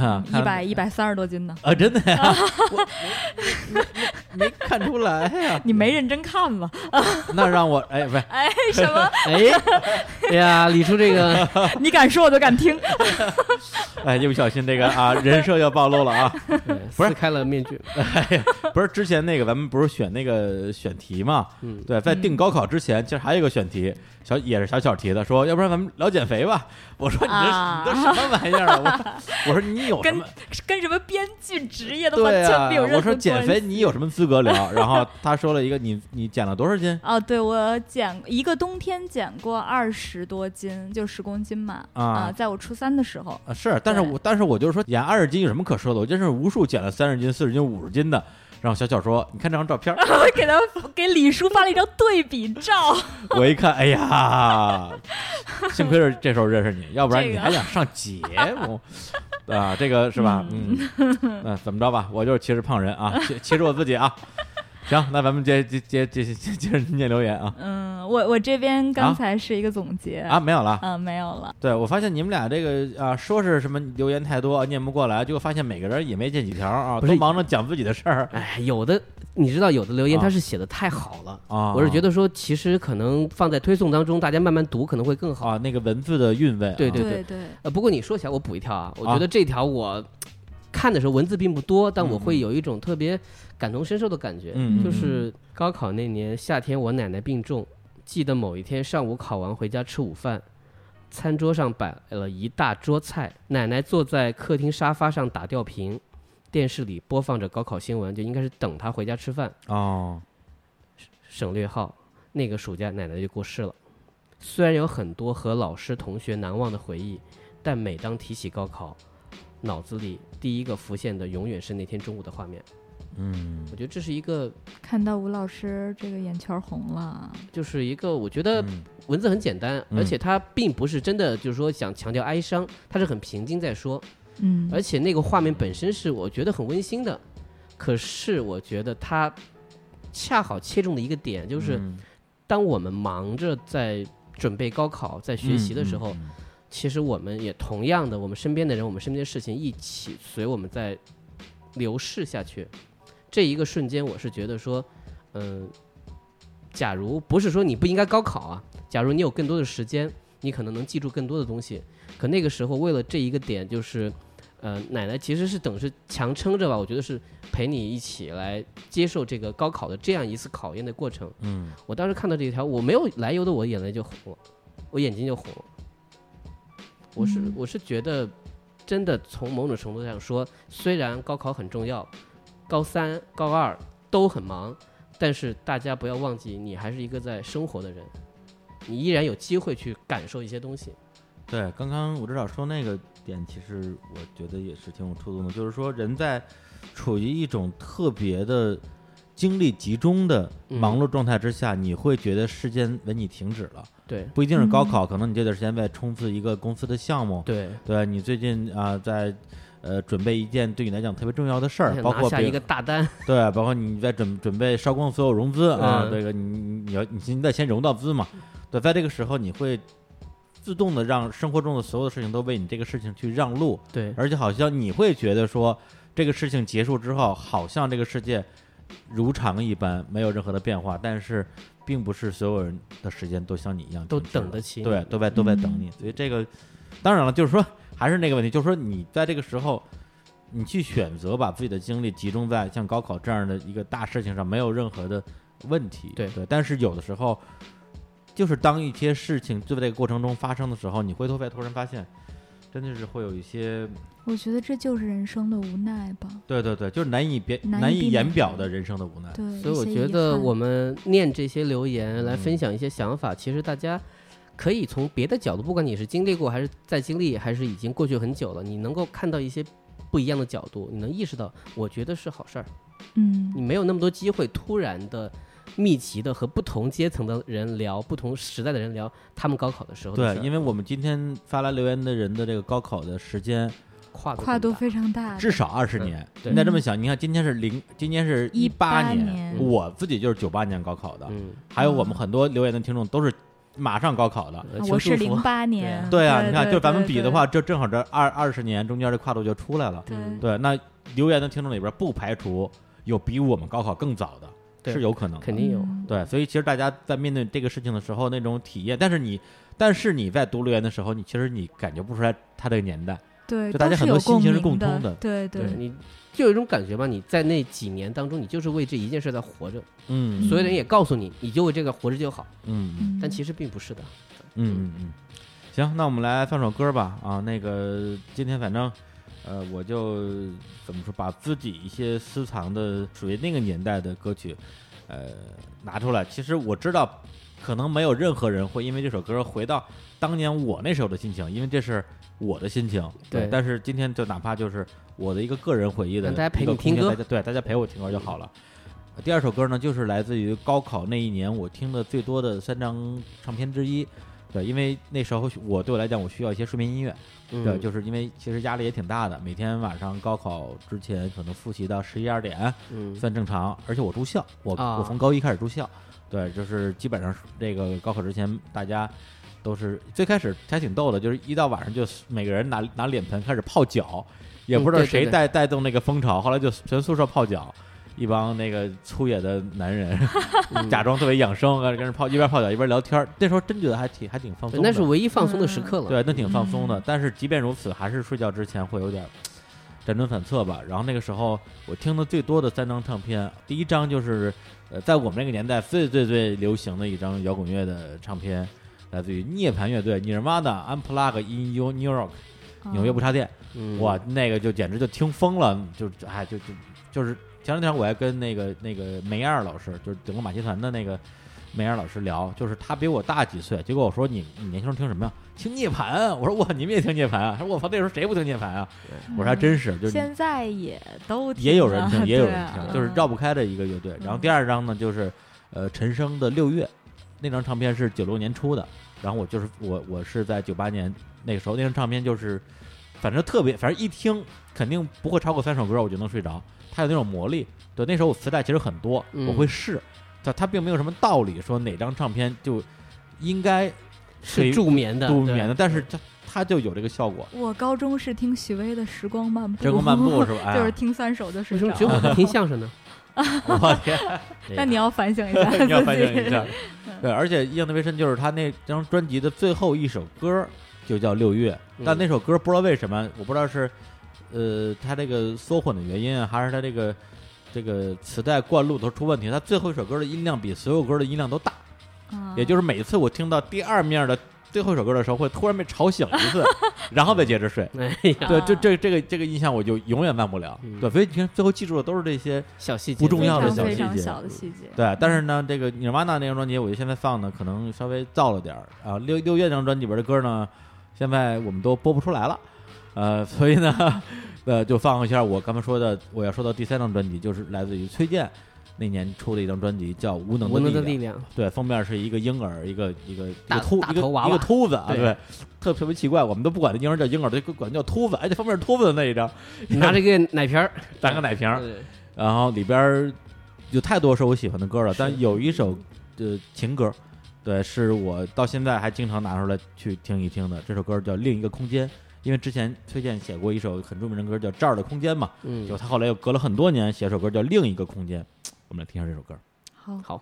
，130多斤呢啊！真的呀，我没看出来呀。 你没认真看吧？ 那让我不是什么？ 哎呀，李叔这个， 你敢说我就敢听。 一不小心这个人设要暴露了啊！ 不是开了面具。 不是之前那个咱们不是选那个选题嘛？对，在定高考之前，其实还有一个选题，也是小题的，说要不然咱们聊减肥吧。我说你这什么玩意儿啊？我说你有什么跟什么编剧职业都完全没有任何关系。 我说减肥你有什么资格聊？然后他说了一个你减了多少斤？ 对，我一个冬天减过20多斤，就10公斤嘛。在我初3的时候。 是，但是我就是说减20斤有什么可说的？我真是无数减了30斤、40斤、50斤的。然后小说，你看这张照片， 给李叔发了一张对比照。 我一看，哎呀，幸亏是这时候认识你，要不然你还想上节目啊？这个是吧？怎么着吧？我就是歧视胖人啊，歧视我自己啊。行，那咱们接着念留言啊。 我这边刚才是一个总结没有了。 没有了。 对，我发现你们俩这个说是什么留言太多念不过来，结果发现每个人也没见几条啊，都忙着讲自己的事儿。 有的你知道，有的留言他是写的太好了我是觉得说，其实可能放在推送当中，大家慢慢读可能会更好那个文字的韵味。 对。不过你说起来，我补一条我觉得这条我看的时候文字并不多，但我会有一种特别感同身受的感觉。就是高考那年夏天，我奶奶病重，记得某一天上午考完回家吃午饭，餐桌上摆了一大桌菜，奶奶坐在客厅沙发上打吊瓶，电视里播放着高考新闻，就应该是等她回家吃饭。省略号，那个暑假奶奶就过世了。虽然有很多和老师同学难忘的回忆，但每当提起高考，脑子里第一个浮现的永远是那天中午的画面。我觉得这是一个看到吴老师这个眼圈红了， 就是一个我觉得文字很简单，而且它并不是真的就是说想强调哀伤，它是很平静在说。而且那个画面本身是我觉得很温馨的，可是我觉得它恰好切中的一个点就是当我们忙着在准备高考在学习的时候，其实我们也同样的，我们身边的人，我们身边的事情一起随我们在流逝下去。这一个瞬间我是觉得说假如不是说你不应该高考假如你有更多的时间，你可能能记住更多的东西，可那个时候为了这一个点，就是奶奶其实是等是强撑着吧，我觉得是陪你一起来接受这个高考的这样一次考验的过程。我当时看到这一条，我没有来由的我眼泪就红了，我眼睛就红了。我是觉得真的从某种程度上说，虽然高考很重要，高3高2都很忙，但是大家不要忘记，你还是一个在生活的人，你依然有机会去感受一些东西。 对，刚刚我知道说那个点，其实我觉得也是挺有触动的，就是说人在处于一种特别的精力集中的忙碌状态之下，你会觉得时间为你停止了。 对， 不一定是高考，可能你这段时间在冲刺一个公司的项目。 对， 你最近在准备一件对你来讲特别重要的事儿，包括拿下一个大单。 对，包括你在准备烧光所有融资这个你现在先融到资嘛。对，在这个时候你会自动的让生活中的所有的事情都为你这个事情去让路。 对， 而且好像你会觉得说这个事情结束之后，好像这个世界如常一般，没有任何的变化，但是并不是所有人的时间都像你一样都等得起， 对，都在等你。所以这个当然了，就是说还是那个问题，就是说你在这个时候你去选择把自己的精力集中在像高考这样的一个大事情上，没有任何的问题。 对， 但是有的时候就是当一些事情就在这个过程中发生的时候，你回头再突然发现真的是会有一些， 我觉得这就是人生的无奈吧。 对，就是难以言表的人生的无奈。 对， 所以我觉得我们念这些留言来分享一些想法，其实大家可以从别的角度，不管你是经历过还是在经历，还是已经过去很久了，你能够看到一些不一样的角度，你能意识到，我觉得是好事儿。你没有那么多机会突然的密集的和不同阶层的人聊，不同时代的人聊他们高考的时候的事。 对，因为我们今天发来留言的人的这个高考的时间跨度非常大， 至少20年。你再这么想，你看今天是18年，我自己就是98年高考的，还有我们很多留言的听众都是马上高考的， 我是08年。 对啊，你看，就咱们比的话，就正好这20年中间这跨度就出来了。对，那留言的听众里边不排除有比我们高考更早的，是有可能的， 肯定有。 对，所以其实大家在面对这个事情的时候，那种体验，但是你在读留言的时候，其实你感觉不出来他这个年代。 对， 就大家很多心情是共通的。对， 你就有一种感觉吧，你在那几年当中，你就是为这一件事在活着。所有人也告诉你，你就为这个活着就好。但其实并不是的。 行，那我们来放首歌吧。啊，那个今天反正，我就怎么说，把自己一些私藏的属于那个年代的歌曲，拿出来。其实我知道，可能没有任何人会因为这首歌回到当年我那时候的心情，因为这是我的心情。对，但是今天就哪怕就是我的一个个人回忆的， 大家陪你听歌， 对，大家陪我听歌就好了。第二首歌呢，就是来自于高考那一年我听的最多的3张唱片之一。对，因为那时候对我来讲，我需要一些睡眠音乐。对，就是因为其实压力也挺大的，每天晚上高考之前可能复习到11、12点，算正常。而且我住校，我从高一开始住校。对，就是基本上这个高考之前，大家都是最开始还挺逗的，就是一到晚上就每个人拿脸盆开始泡脚，也不知道谁带动那个风潮，后来就全宿舍泡脚。一帮那个粗野的男人假装特别养生，跟人一边泡脚一边聊天。那时候真觉得还挺放松的， 那是唯一放松的时刻了。 对，那挺放松的。但是即便如此，还是睡觉之前会有点辗转反侧吧。然后那个时候我听的最多的3张唱片，第一张就是在我们那个年代最流行的一张摇滚乐的唱片，来自于涅槃乐队 Nirvana Unplugged in New York 纽约不插电。哇，那个就简直就听疯了，就是前两天我还跟那个梅尔老师，就是整个马戏团的那个梅尔老师聊，就是他比我大几岁，结果我说你年轻人听什么呀？听涅槃。我说哇，你们也听涅槃啊？他说我操，那时候谁不听涅槃啊？我说还真是，就是现在也有人听，也有人听，就是绕不开的一个乐队。然后第二张呢，就是陈升的《6月》，那张唱片是96年出的，然后我是在98年那个时候，那张唱片就是反正一听肯定不会超过3首歌我就能睡着。它有那种魔力。对，那时候我磁带其实很多，我会试。它并没有什么道理说哪张唱片就应该是助眠的， 但是它就有这个效果。 我高中是听许巍的《时光漫步》， 是吧？ 就是听3首就睡着。 为什么只有我听相声呢？ 我天！ 那你要反省一下， 你要反省一下。对，而且印象特别深，就是他那张专辑的最后一首歌就叫《6月》，但那首歌不知道为什么，我不知道是。他这个缩混的原因啊，还是他这个磁带灌录都出问题。他最后一首歌的音量比所有歌的音量都大，也就是每次我听到第2面的最后一首歌的时候，会突然被吵醒一次，然后再接着睡。对，这个印象我就永远忘不了。对，所以你看最后记住的都是这些小细节， 不重要的小细节。 对，但是呢，这个Nirvana那张专辑，我就现在放的可能稍微燥了点啊。6月那张专辑里边的歌呢，现在我们都播不出来了。所以呢，就放一下我刚才说的，我要说到第3张专辑，就是来自于崔健那年出的一张专辑，叫《无能的力量》。对，封面是一个婴儿，一个秃子啊，对，特别奇怪，我们都不管这婴儿叫婴儿，都管叫秃子，而且封面是秃子的那一张， 拿这个奶瓶儿， 打个奶瓶儿，然后里边有太多是我喜欢的歌了，但有一首情歌，对，是我到现在还经常拿出来去听一听的，这首歌叫《另一个空间》。因为之前崔健写过一首很著名的歌叫《这儿的空间》嘛，就他后来又隔了很多年写首歌叫《另一个空间》，我们来听一下这首歌。 好。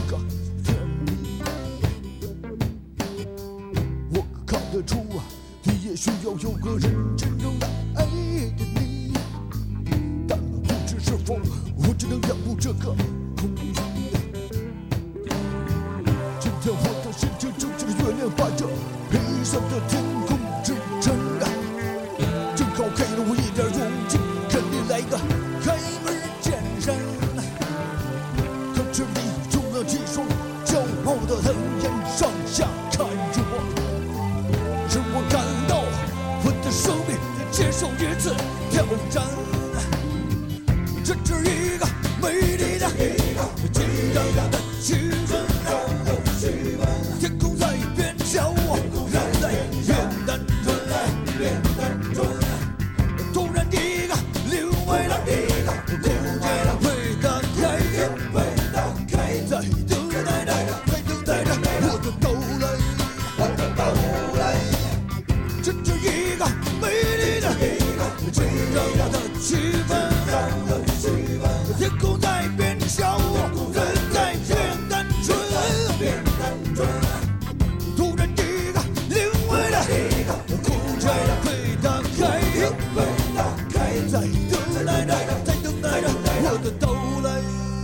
个甜。我看得出啊，你也需要有个人真正的爱着你，但不知是否我只能仰慕这个空气。今天我的心情就像月亮把这黑色的天空支撑啊，正好给了我一点勇气，跟你来个开门见山。可是你用了几双骄傲的冷眼上下看着我，使我感到我的生命接受一次挑战。这是一个美丽的紧张的气氛，天空在变小，人在变单纯，突然一个另外的空间被打开，在等待着我的到来。这是一个美丽的紧张的气氛，天空在变小，人在变单纯，突然一个另外的空间被打开，在等待着我的到来。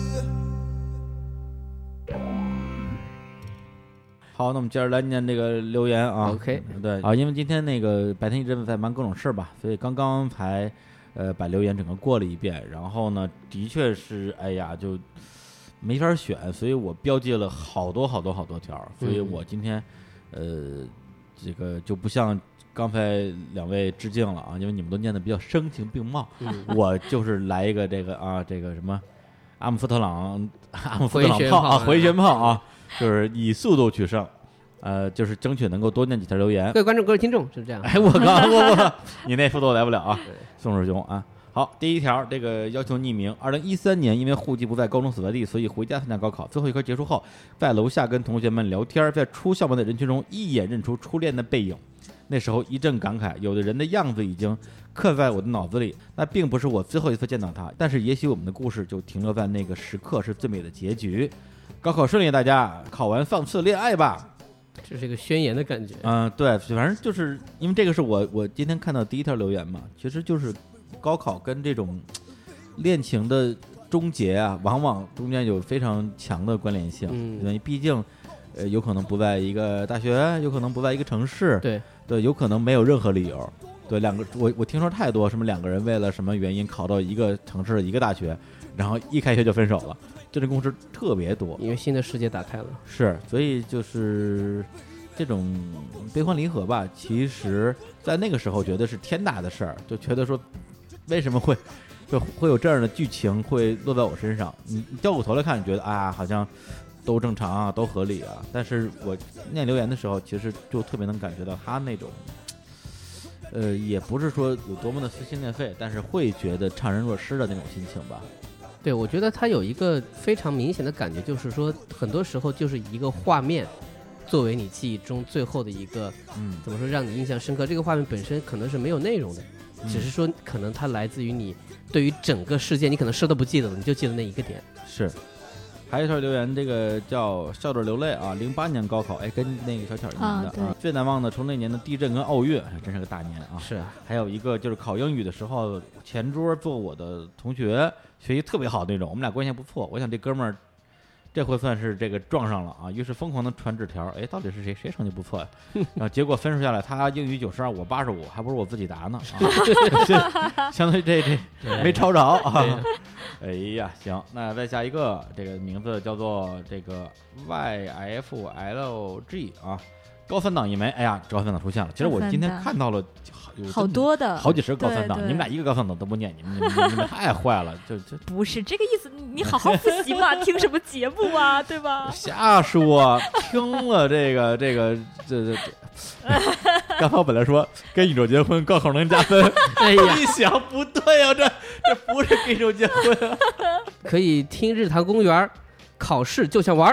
好，那我们接着来念这个留言啊。 OK， 对啊，因为今天那个白天一直在忙各种事吧，所以刚刚才把留言整个过了一遍，然后呢，的确是哎呀就没法选，所以我标记了好多条，所以我今天这个就不像刚才两位致敬了啊，因为你们都念的比较声情并茂，我就是来一个这个什么阿姆斯特朗炮啊，回旋炮啊。就是以速度取胜，就是争取能够多念几条留言。 各位观众、各位听众，是这样。 哎，我，你那速度来不了啊，宋师兄啊。好，第一条，这个要求匿名。2013年，因为户籍不在高中所在地，所以回家参加高考。最后一科结束后，在楼下跟同学们聊天，在出校门的人群中一眼认出初恋的背影。那时候一阵感慨，有的人的样子已经刻在我的脑子里。那并不是我最后一次见到他，但是也许我们的故事就停留在那个时刻，是最美的结局。高考顺利，大家考完放肆恋爱吧。 这是一个宣言的感觉。 对，反正就是因为这个是我今天看到第一条留言嘛，其实就是高考跟这种恋情的终结啊，往往中间有非常强的关联性。因为毕竟有可能不在一个大学，有可能不在一个城市，对，有可能没有任何理由。对，我听说太多什么两个人为了什么原因考到一个城市一个大学，然后一开学就分手了。这种故事特别多， 因为新的世界打开了。 是，所以就是这种悲欢离合吧，其实在那个时候觉得是天大的事儿，就觉得说为什么会有这样的剧情会落在我身上。你掉过头来看，你觉得啊好像都正常啊，都合理啊。但是我念留言的时候，其实就特别能感觉到他那种也不是说有多么的撕心裂肺，但是会觉得怅然若失的那种心情吧。 对，我觉得他有一个非常明显的感觉，就是说很多时候就是一个画面作为你记忆中最后的一个怎么说让你印象深刻。这个画面本身可能是没有内容的，只是说可能它来自于你对于整个事件你可能事都不记得了，你就记得那一个点。 是。还有一条留言，这个叫笑着流泪啊，08年高考，哎，跟那个小巧一样的啊。最难忘的除那年的地震跟奥运，真是个大年啊。 是啊。 还有一个就是考英语的时候，前桌坐我的同学，学习特别好那种，我们俩关系还不错。我想这哥们儿这回算是这个撞上了啊，于是疯狂的传纸条，哎，到底是谁成绩不错呀？然后结果分数下来，他英语92，我85，还不如我自己答呢啊！相当于这没抄着啊。哎呀，行，那再下一个，这个名字叫做这个 YFLG 啊，高三党一枚。哎呀，高三党出现了。其实我今天看到了好多的好几十个高三党，你们俩一个高三党都不念，你们太坏了，就不是这个意思。你好好复习嘛，听什么节目啊，对吧？ 瞎说，听了这刚才我本来说跟宇宙结婚高考能加分，哎呀，一想不对啊，这不是跟宇宙结婚啊。 可以听日坛公园，考试就像玩，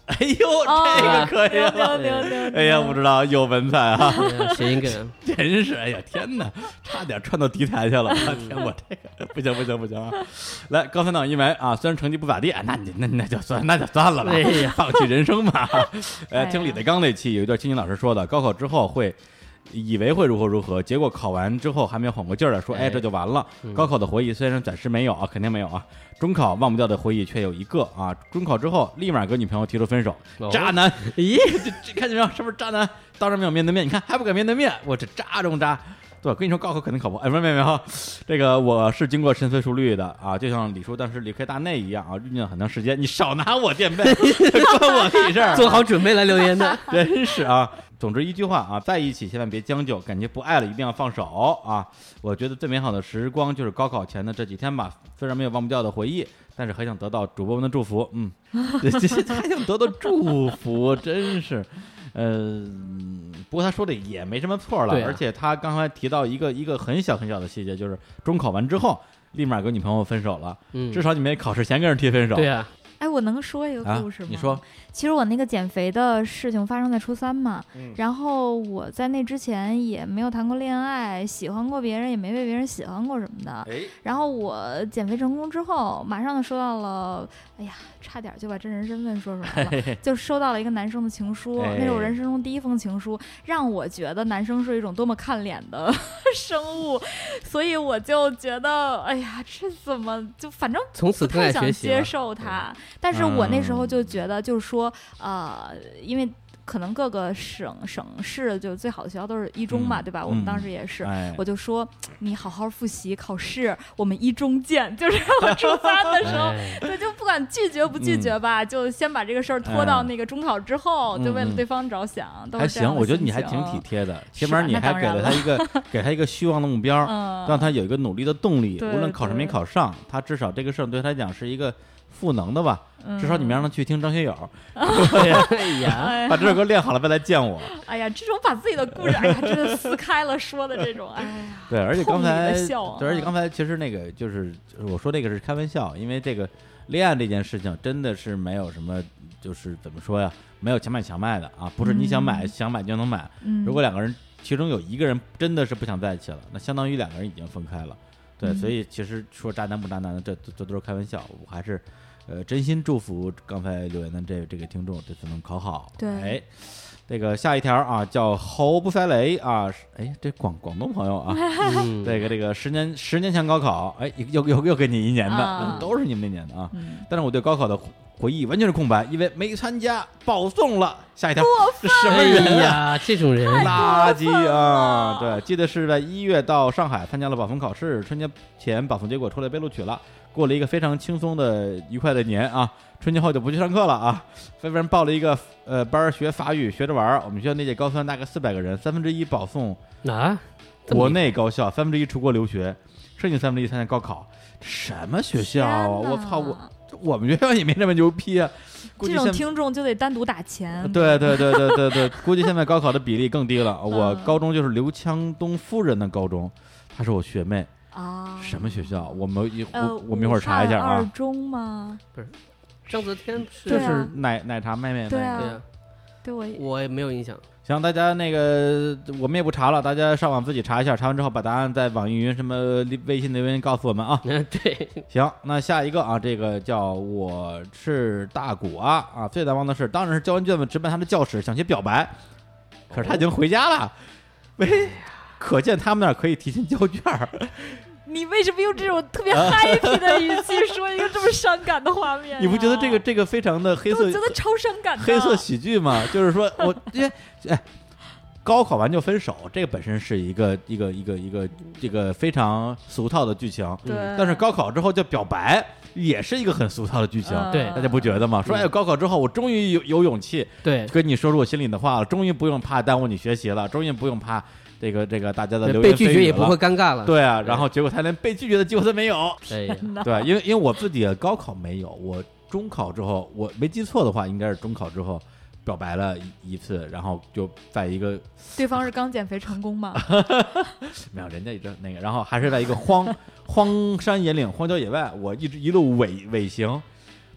哎呦，这个可以了！哎呀，不知道有文采啊， 谐音梗， 真是哎呀天哪，差点串到敌台去了！天，我这个不行啊！来，高三党一枚啊，虽然成绩不咋地，那就算了吧，放弃人生吧。听李德刚那期有一段青青老师说的，高考之后以为会如何，结果考完之后还没有缓过劲儿来，说这就完了。高考的回忆虽然暂时没有啊，肯定没有啊。中考忘不掉的回忆却有一个啊，中考之后立马跟女朋友提出分手，渣男！咦，这看见没有？是不是渣男？当然没有面对面，你看还不敢面对面，我这渣中渣。对，跟你说高考肯定考不好，没有，这个我是经过深思熟虑的啊，就像李叔当时离开大内一样啊，酝酿很长时间。你少拿我垫背，关我屁事儿！ 做好准备来留言的， 真是啊。总之一句话啊，在一起千万别将就，感觉不爱了一定要放手啊！我觉得最美好的时光就是高考前的这几天吧，虽然没有忘不掉的回忆，但是很想得到主播们的祝福。这还想得到祝福，真是，不过他说的也没什么错了，而且他刚才提到一个很小的细节，就是中考完之后立马跟女朋友分手了，至少你没考试前跟人提分手。 对啊。 哎，我能说一个故事吗？ 你说。 其实我那个减肥的事情发生在初三嘛，然后我在那之前也没有谈过恋爱，喜欢过别人，也没被别人喜欢过什么的。然后我减肥成功之后，马上就收到了，哎呀，差点就把真实身份说出来了，就收到了一个男生的情书，那是我人生中第一封情书，让我觉得男生是一种多么看脸的生物，所以我就觉得，哎呀，这怎么就反正从此更爱学习， 接受他。但是我那时候就觉得，就是说。因为可能各个省市就最好的学校都是一中嘛，对吧？我们当时也是，我就说你好好复习考试，我们一中见。就是我初三的时候，对，就不管拒绝不拒绝吧，就先把这个事儿拖到那个中考之后，就为了对方着想。 还行，我觉得你还挺体贴的，起码你还给了他给他一个虚妄的目标，让他有一个努力的动力。无论考上没考上，他至少这个事儿对他来讲是一个赋能的吧。至少你们让他去听张学友， 哎呀， 把这首歌练好了再来见我。 哎呀，这种把自己的故事，哎呀，真的撕开了说的这种，哎呀， 对，而且刚才其实那个就是我说那个是开玩笑，因为这个恋爱这件事情真的是没有什么，就是怎么说呀，没有强买强卖的啊，不是你想买就能买。如果两个人其中有一个人真的是不想在一起了，那相当于两个人已经分开了。对，所以其实说渣男不渣男的，这都是开玩笑，我还是。真心祝福刚才留言的这个听众这次能考好。 对， 这个下一条啊叫侯不塞雷啊，这广东朋友啊，这个10年前高考，又给你一年的，都是你们那年的啊。但是我对高考的回忆完全是空白，因为没参加，保送了。下一条，这什么人呀？这种人垃圾啊！对，记得是在1月到上海参加了保送考试，春节前保送结果出来被录取了。过了一个非常轻松的愉快的年啊，春节后就不去上课了啊，非人报了一个班学法语，学着玩。我们学校那届高三大概400个人，1/3保送啊， 国内高校，1/3出国留学，剩下1/3参加高考。什么学校啊？我操！我们学校也没这么牛逼啊！ 这种听众就得单独打钱。 对，估计现在高考的比例更低了。我高中就是刘强东夫人的高中，她是我学妹。什么学校？我们一会儿查一下啊。 二中吗？ 不是，张泽天是就是奶茶妹妹。 对啊，对我也没有印象。 行，大家那个我们也不查了，大家上网自己查一下，查完之后把答案在网易云什么微信留言告诉我们啊。 对， 行，那下一个啊，这个叫我是大谷啊，最难忘的是当然是交完卷子直奔他的教室想去表白，可是他已经回家了。可见他们那儿可以提前交卷。 你为什么用这种特别 happy 的语气说一个这么伤感的画面？ 你不觉得这个非常的黑色？ 我觉得超伤感的黑色喜剧吗？就是说我高考完就分手，这个本身是一个这个非常俗套的剧情。 对。 但是高考之后就表白，也是一个很俗套的剧情。 对， 大家不觉得吗？说高考之后我终于有勇气， 对， 跟你说出我心里的话了，终于不用怕耽误你学习了，终于不用怕。这个大家的流言蜚语了， 被拒绝也不会尴尬了。 对啊，然后结果他连被拒绝的机会都没有。 对， 因为我自己高考没有，我中考之后，我没记错的话，应该是中考之后表白了一次，然后就在一个对方是刚减肥成功吗？ 没有，人家那个，然后还是在一个荒山野岭、荒郊野外，我一路尾行。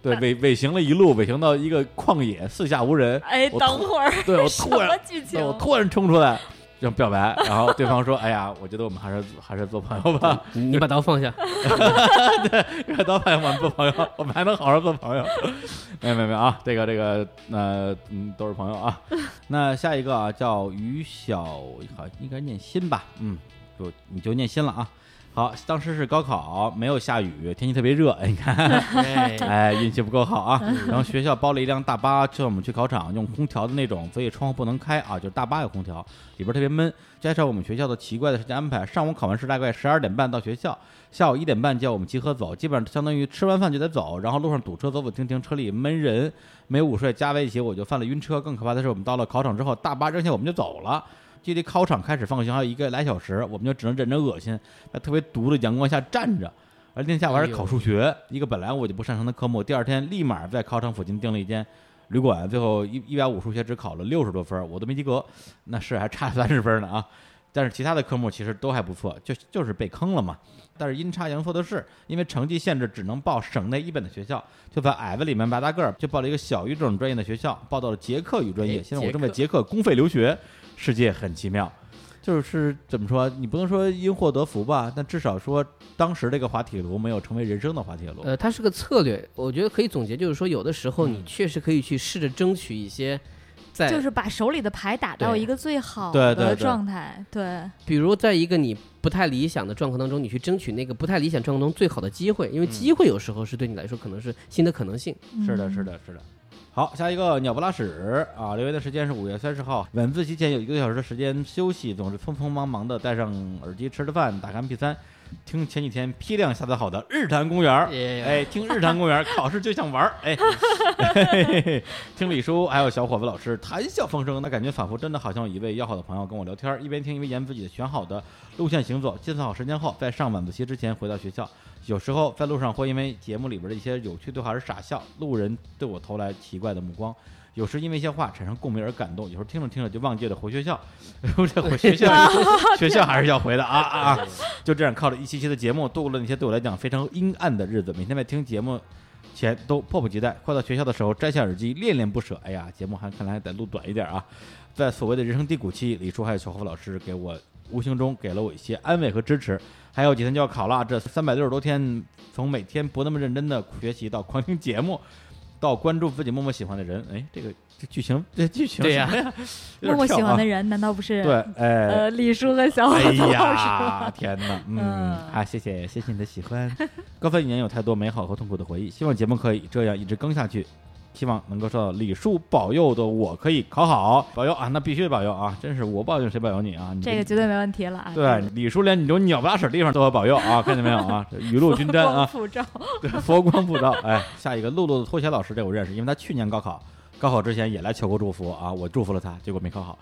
对，尾行了一路，尾行到一个旷野，四下无人。 哎，等会儿， 对我突然冲出来。要表白，然后对方说：“哎呀，我觉得我们还是做朋友吧。” 你把刀放下， 对，把刀放下，我们做朋友，我们还能好好做朋友。没有啊，这个都是朋友啊。那下一个啊，叫于小，好，应该念心吧？你就念心了啊。好，当时是高考，没有下雨，天气特别热，你看，哎，运气不够好啊。然后学校包了一辆大巴，叫我们去考场，用空调的那种，所以窗户不能开啊，就是大巴有空调，里边特别闷。加上我们学校的奇怪的时间安排，上午考完试大概12点半到学校，下午1点半叫我们集合走，基本上相当于吃完饭就得走，然后路上堵车，走走停停，车里闷人，没有午睡，加在一起我就犯了晕车。更可怕的是，我们到了考场之后，大巴扔下我们就走了。距离考场开始放学还有1个来小时，我们就只能忍着恶心，在特别毒的阳光下站着。而那天下午还是考数学，一个本来我就不擅长的科目，第二天立马在考场附近订了一间旅馆，最后150数学只考了60多分，我都没及格，那是还差30分呢啊！但是其他的科目其实都还不错，就是被坑了嘛。但是阴差阳错的是，因为成绩限制，只能报省内一本的学校，就在矮子里面拔大个儿，就报了一个小语种专业的学校，报到了捷克语专业。现在我正在捷克公费留学，世界很奇妙。就是怎么说，你不能说因祸得福吧，但至少说当时这个滑铁卢没有成为人生的滑铁卢。 它是个策略，我觉得可以总结，就是说有的时候你确实可以去试着争取一些。 就是把手里的牌打到一个最好的状态，对。 比如在一个你不太理想的状况当中，你去争取那个不太理想状况中最好的机会，因为机会有时候是对你来说可能是新的可能性。 是的。好，下一个鸟不拉屎啊！留言的时间是5月30号，晚自习前有1个小时的时间休息，总是匆匆忙忙的戴上耳机吃着饭，打开 MP3。听前几天批量下载好的日坛公园，哎，听日坛公园考试就想玩，哎，听李叔还有小伙子老师谈笑风生，那感觉仿佛真的好像有一位要好的朋友跟我聊天，一边听一边沿自己的选好的路线行走，计算好时间后，在上晚自习之前回到学校。有时候在路上会因为节目里边的一些有趣对话而傻笑，路人对我投来奇怪的目光。有时因为一些话产生共鸣而感动，有时候听着听着就忘记了回学校，这回学校还是要回的啊！就这样靠着一期期的节目度过了那些对我来讲非常阴暗的日子，每天在听节目前都迫不及待，快到学校的时候摘下耳机恋恋不舍。哎呀，节目看来还得录短一点啊！在所谓的人生低谷期，李叔还有小伙老师给我无形中给了我一些安慰和支持。还有几天就要考了，这360多天，从每天不那么认真的学习到狂听节目，到关注自己默默喜欢的人，哎，这剧情对呀， 默默喜欢的人难道不是对？ 李叔和小伙老师？ 哎呀，天哪，谢谢你的喜欢。高分1年有太多美好和痛苦的回忆，希望节目可以这样一直更下去。希望能够受到李叔保佑的我可以考好，保佑啊，那必须保佑啊！真是我保佑谁保佑你啊？ 这个绝对没问题了啊！ 对，李叔连你这种鸟不拉屎的地方都要保佑啊！看见没有啊？雨露均沾啊！佛光普照。哎，下一个露露的拖鞋老师，这我认识，因为他去年高考之前也来求过祝福啊，我祝福了他，结果没考好。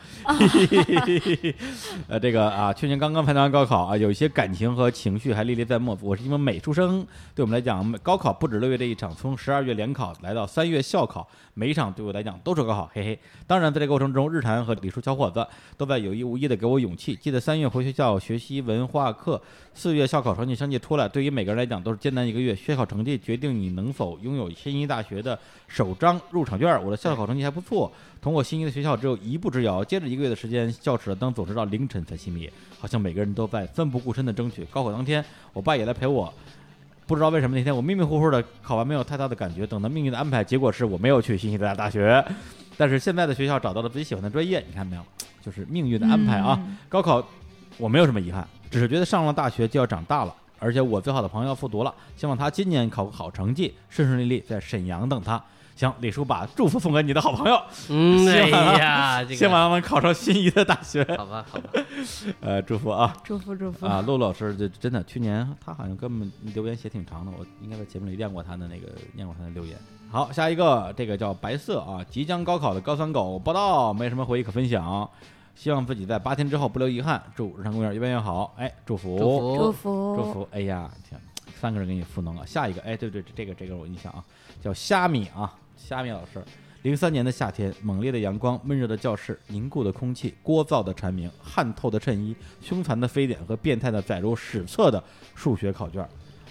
这个啊，去年刚参加完高考啊，有一些感情和情绪还历历在目。我是一名美术生，对我们来讲，高考不止6月这一场，从12月联考来到3月校考，每一场对我来讲都是高考，嘿嘿。当然，在这个过程中，日坛和李叔小伙子都在有意无意的给我勇气。记得3月回学校学习文化课，4月校考成绩出来，对于每个人来讲都是艰难1个月。学考成绩决定你能否拥有心仪大学的首张入场券。我的校考成绩还不错，同我心仪的学校只有1步之遥。接着1个月的时间，教室的灯总是到凌晨才熄灭，好像每个人都在奋不顾身的争取。高考当天，我爸也来陪我，不知道为什么那天我迷迷糊糊的考完没有太大的感觉。等到命运的安排，结果是我没有去新西兰大学，但是现在的学校找到了自己喜欢的专业，你看没有？就是命运的安排啊！高考我没有什么遗憾，只是觉得上了大学就要长大了。而且我最好的朋友要复读了，希望他今年考个好成绩，顺顺利利在沈阳等他。行，李叔把祝福送给你的好朋友。 哎呀， 希望他们考上心仪的大学。 好吧。 祝福啊！ 祝福啊！陆老师这真的，去年他好像根本留言写挺长的，我应该在节目里念过他的留言。好，下一个这个叫白色啊，即将高考的高三狗报道，没什么回忆可分享。希望自己在8天之后不留遗憾，祝日坛公园越办越好。哎，祝福！哎呀，天，3个人给你赋能啊！下一个，哎，对，这个我印象啊，叫虾米啊，虾米老师。03年的夏天，猛烈的阳光，闷热的教室，凝固的空气，聒噪的蝉鸣，汗透的衬衣，凶残的非典和变态的载入史册的数学考卷。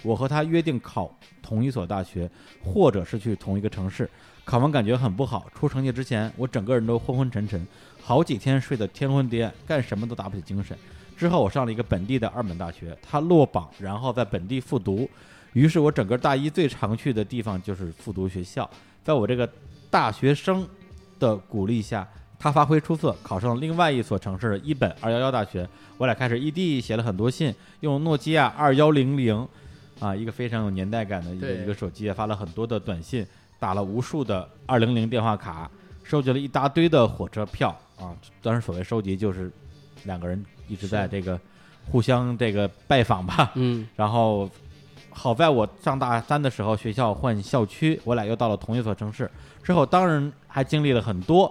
我和他约定考同一所大学，或者是去同一个城市。考完感觉很不好，出成绩之前我整个人都昏昏沉沉，好几天睡得天昏地暗，干什么都打不起精神。之后我上了一个本地的2本大学，他落榜，然后在本地复读，于是我整个大一最常去的地方就是复读学校。在我这个大学生的鼓励下，他发挥出色，考上了另外一所城市的1本211大学。我俩开始异地写了很多信，用诺基亚2100一个非常有年代感的一个手机，发了很多的短信，打了无数的200电话卡，收集了一大堆的火车票当然所谓收集就是2个人一直在这个互相这个拜访吧。然后好在我上大3的时候学校换校区，我俩又到了同一所城市，之后当然还经历了很多，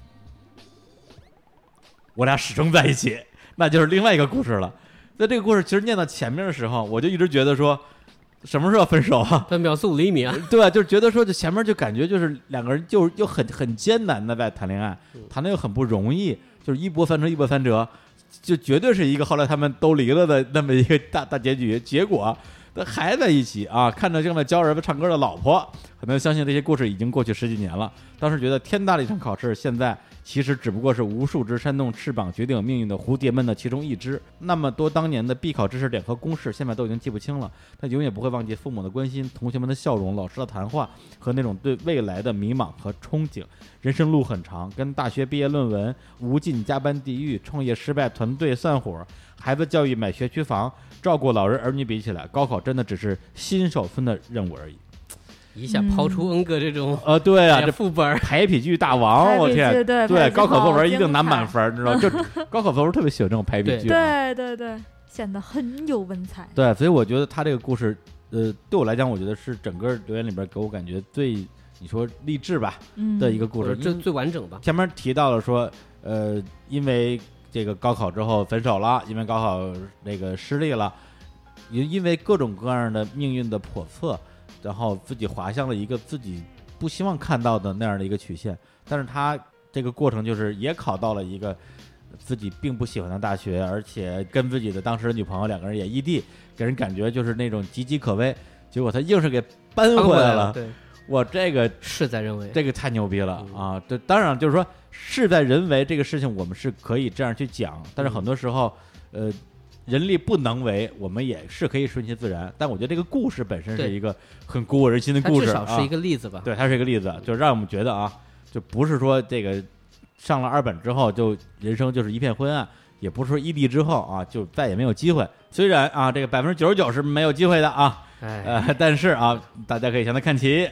我俩始终在一起，那就是另外一个故事了。在这个故事其实念到前面的时候，我就一直觉得说什么时候分手啊？ 分秒速5厘米啊！ 对，就是觉得说这前面就感觉就是2个人就又很艰难的在谈恋爱，谈的又很不容易，就是一波三折，就绝对是一个后来他们都离了的那么一个大结局。结果还在一起啊，看着正在教儿子唱歌的老婆，很多人相信这些故事已经过去10几年了。当时觉得天大的一场考试，现在其实只不过是无数只扇动翅膀决定命运的蝴蝶们的其中一只。那么多当年的必考知识点和公式，现在都已经记不清了，但永远不会忘记父母的关心、同学们的笑容、老师的谈话和那种对未来的迷茫和憧憬。人生路很长，跟大学毕业论文、无尽加班地狱、创业失败、团队散伙、孩子教育、买学区房、照顾老人儿女比起来，高考真的只是新手村的任务而已。 一下抛出恩哥这种对啊，这副本排比句大王，我天，对，高考作文一定拿满分，你知道，就高考作文特别喜欢这种排比句， 对，显得很有文采。 对，所以我觉得他这个故事，对我来讲，我觉得是整个留言里边给我感觉最，你说励志吧的一个故事， 这最完整吧。 前面提到了说，因为这个高考之后分手了，因为高考那个失利了，因为各种各样的命运的叵测。然后自己滑向了一个自己不希望看到的那样的一个曲线，但是他这个过程就是也考到了一个自己并不喜欢的大学，而且跟自己的当时的女朋友2个人也异地，给人感觉就是那种岌岌可危，结果他硬是给搬回来了。 对， 我这个事在人为， 这个太牛逼了啊！这当然就是说事在人为这个事情我们是可以这样去讲，但是很多时候人力不能为，我们也是可以顺其自然。但我觉得这个故事本身是一个很鼓舞人心的故事， 它至少是一个例子吧。 对，它是一个例子，就让我们觉得就不是说这个上了2本之后就人生就是一片昏暗，也不是说异地之后就再也没有机会。虽然这个99%是没有机会的但是大家可以向他看齐。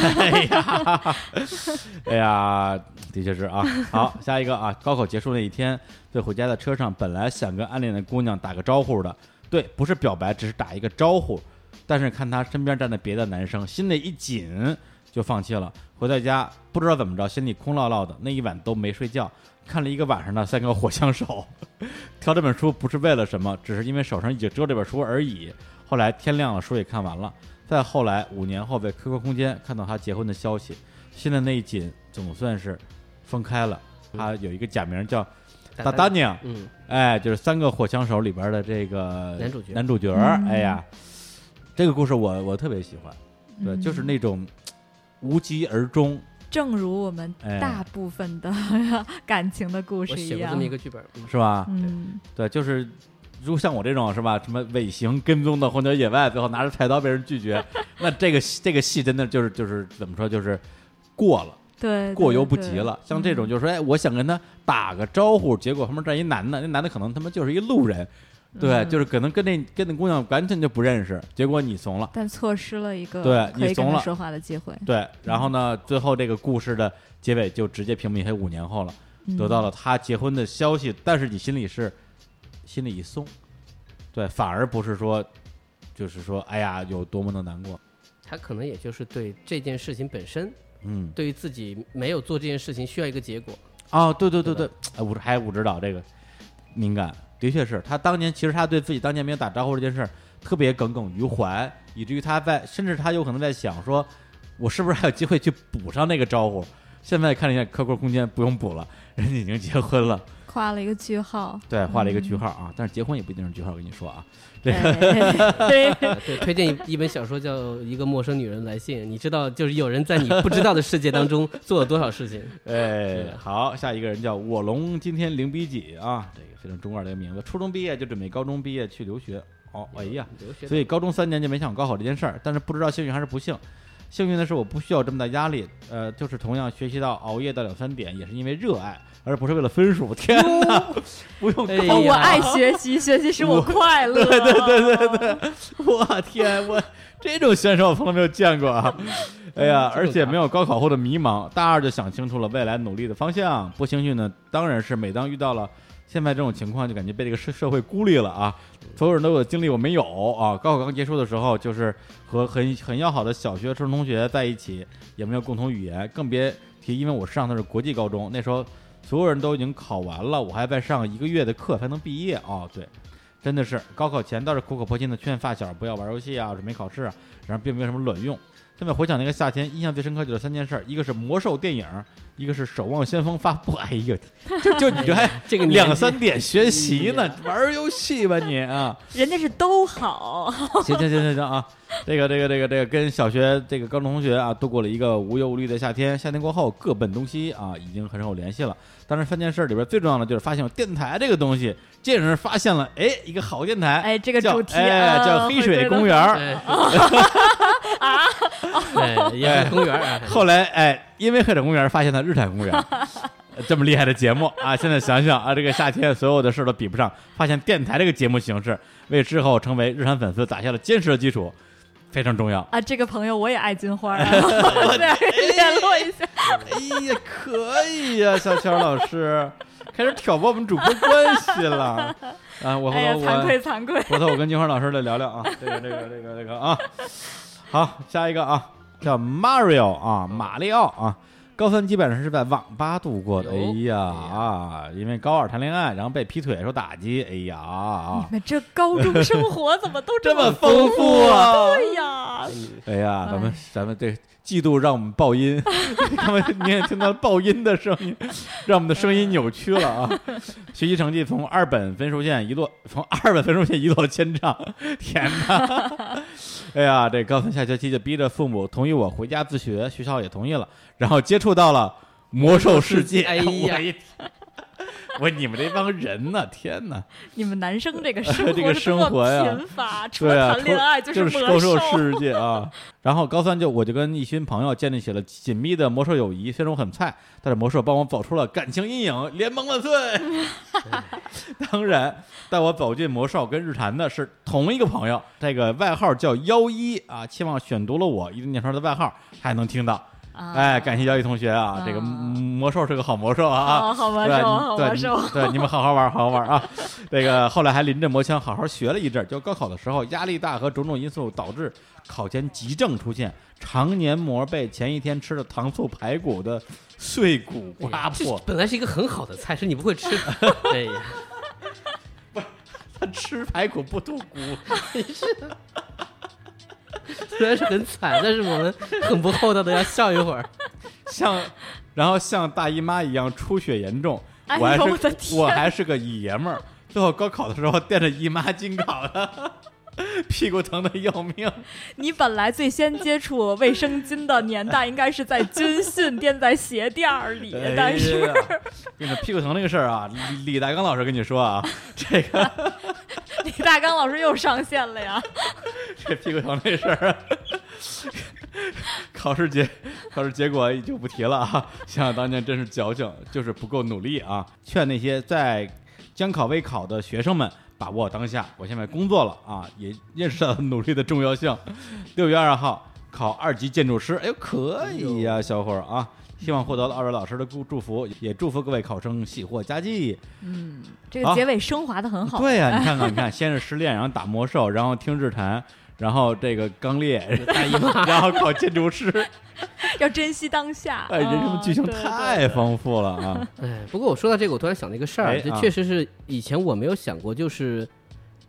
哎呀，的确是好，下一个高考结束那一天，在回家的车上，本来想跟暗恋的姑娘打个招呼的，对，不是表白，只是打一个招呼，但是看他身边站着别的男生，心里一紧，就放弃了。回到家不知道怎么着，心里空落落的，那一晚都没睡觉，看了一个晚上的3个火枪手。挑这本书不是为了什么，只是因为手上一直遮这本书而已。后来天亮了，书也看完了。再后来5年后，在 QQ 空间看到他结婚的消息，心的那一紧总算是分开了。他有一个假名叫达达宁，就是3个火枪手里边的这个男主角。哎呀，这个故事我特别喜欢，对，就是那种无疾而终。 正如我们大部分的感情的故事一样， 我写过这么一个剧本， 是吧？对，就是如果像我这种是吧，什么尾行跟踪的荒郊野外，最后拿着菜刀被人拒绝，那这个戏真的就是怎么说，就是过了， 对， 过犹不及了。像这种就是说，我想跟他打个招呼，结果旁边站一男的，那男的可能他妈就是一路人。对，就是可能跟那姑娘完全就不认识，结果你怂了， 但错失了一个可以跟他说话的机会。 对，然后呢，最后这个故事的结尾就直接屏蔽黑5年后了，得到了他结婚的消息，但是你心里一松，对，反而不是说，就是说，哎呀，有多么的难过。 他可能也就是对这件事情本身，对于自己没有做这件事情需要一个结果。 对，还武指导这个敏感。的确是他当年，其实他对自己当年没有打招呼这件事特别耿耿于怀，以至于甚至他有可能在想说，我是不是还有机会去补上那个招呼？现在看了一下QQ空间，不用补了，人家已经结婚了。 画了一个句号。 对，画了一个句号啊，但是结婚也不一定是句号，我跟你说啊。 对，推荐一本小说叫《一个陌生女人来信》，你知道，就是有人在你不知道的世界当中做了多少事情。 好，下一个人叫我龙，今天零比几啊？这个非常中二的一个名字。初中毕业就准备高中毕业去留学。哎呀，所以高中3年就没想高考这件事儿，但是不知道幸运还是不幸。幸运的是我不需要这么大压力，就是同样学习到熬夜到2-3点，也是因为热爱，而不是为了分数。天哪，不用我爱学习，学习使我快乐。 对，我天，我这种选手我从来没有见过啊！哎呀，而且没有高考后的迷茫，大2就想清楚了未来努力的方向。不幸运呢，当然是每当遇到了现在这种情况，就感觉被这个社会孤立了啊！所有人都有经历，我没有啊！高考刚结束的时候，就是和很要好的小学生同学在一起，也没有共同语言，更别提因为我上的是国际高中，那时候所有人都已经考完了，我还在上1个月的课才能毕业啊！对，真的是高考前倒是苦口婆心的劝发小不要玩游戏啊，准备考试啊，然后并没有什么卵用。现在回想那个夏天，印象最深刻就是3件事，一个是魔兽电影，一个是守望先锋发布。哎呀，就你这还这个 2-3点学习呢，玩游戏吧你啊！ 人家是都好。 行啊！这个跟小学这个高中同学啊，度过了一个无忧无虑的夏天。夏天过后各奔东西啊，已经很少有联系了。当然3件事里边最重要的就是发现电台这个东西，这人发现了一个好电台， 这个主题叫黑水公园也是公园。 后来因为黑水公园发现了日坛公园。这么厉害的节目啊！现在想想啊，这个夏天所有的事都比不上发现电台这个节目形式，为之后成为日坛粉丝打下了坚实的基础，非常重要啊！这个朋友我也爱金花我再联络一下。 哎呀，可以呀，小乔老师开始挑拨我们主播关系了啊！我惭愧， 回头我跟金花老师来聊聊啊，这个啊。好，下一个啊，叫 Mario 啊，马里奥啊。高3基本上是在网吧度过的。哎呀因为高2谈恋爱，然后被劈腿受打击。哎呀， 你们这高中生活怎么都这么丰富啊？ 对呀， 哎呀，咱们这嫉妒让我们爆音，你也听到了爆音的声音，让我们的声音扭曲了啊！学习成绩从2本分数线一落千丈，天哪！哎呀，这高3下学期就逼着父母同意我回家自学，学校也同意了，然后接触到了魔兽世界。哎呀！你们这帮人呢？天哪！ 你们男生这个生活呀， 贫乏，除了谈恋爱就是魔兽世界啊。然后高3我就跟一群朋友建立起了紧密的魔兽友谊。虽然我很菜，但是魔兽帮我走出了感情阴影。联盟万岁！当然，带我走进魔兽跟日坛的是同一个朋友，这个外号叫11啊。期望选读了我一定念出来的外号还能听到。感谢11同学啊！这个魔兽是个好魔兽啊！ 好魔兽， 对，你们好好玩啊！这个后来还临阵磨枪，好好学了一阵。就高考的时候，压力大和种种因素导致考前急症出现，常年膜被前一天吃的糖醋排骨的碎骨刮破。 本来是一个很好的菜，是你不会吃的。哎呀， 不是他吃排骨不吐骨。 虽然是很惨，但是我们很不厚道的要笑一会儿， 然后像大姨妈一样出血严重，我还是个爷们儿，最后高考的时候垫着姨妈巾考的，屁股疼的要命。 你本来最先接触卫生巾的年代应该是在军训垫在鞋垫里，但是跟着屁股疼那个事儿啊，李大刚老师跟你说啊，这个李大刚老师又上线了呀。 这屁股疼这事儿，考试结果就不提了啊！想想当年真是矫情，就是不够努力啊！劝那些在将考未考的学生们把握当下。我现在工作了啊，也认识到努力的重要性。6月2号考2级建筑师，哎呦可以呀，小伙儿啊！希望获得了2位老师的祝福，也祝福各位考生喜获佳绩。 这个结尾升华的很好。 对呀，你看，先是失恋，然后打魔兽，然后听日坛，然后这个刚烈，然后考建筑师， 要珍惜当下。 人生的剧情太丰富了啊！ 不过我说到这个，我突然想到一个事儿，就确实是以前我没有想过，就是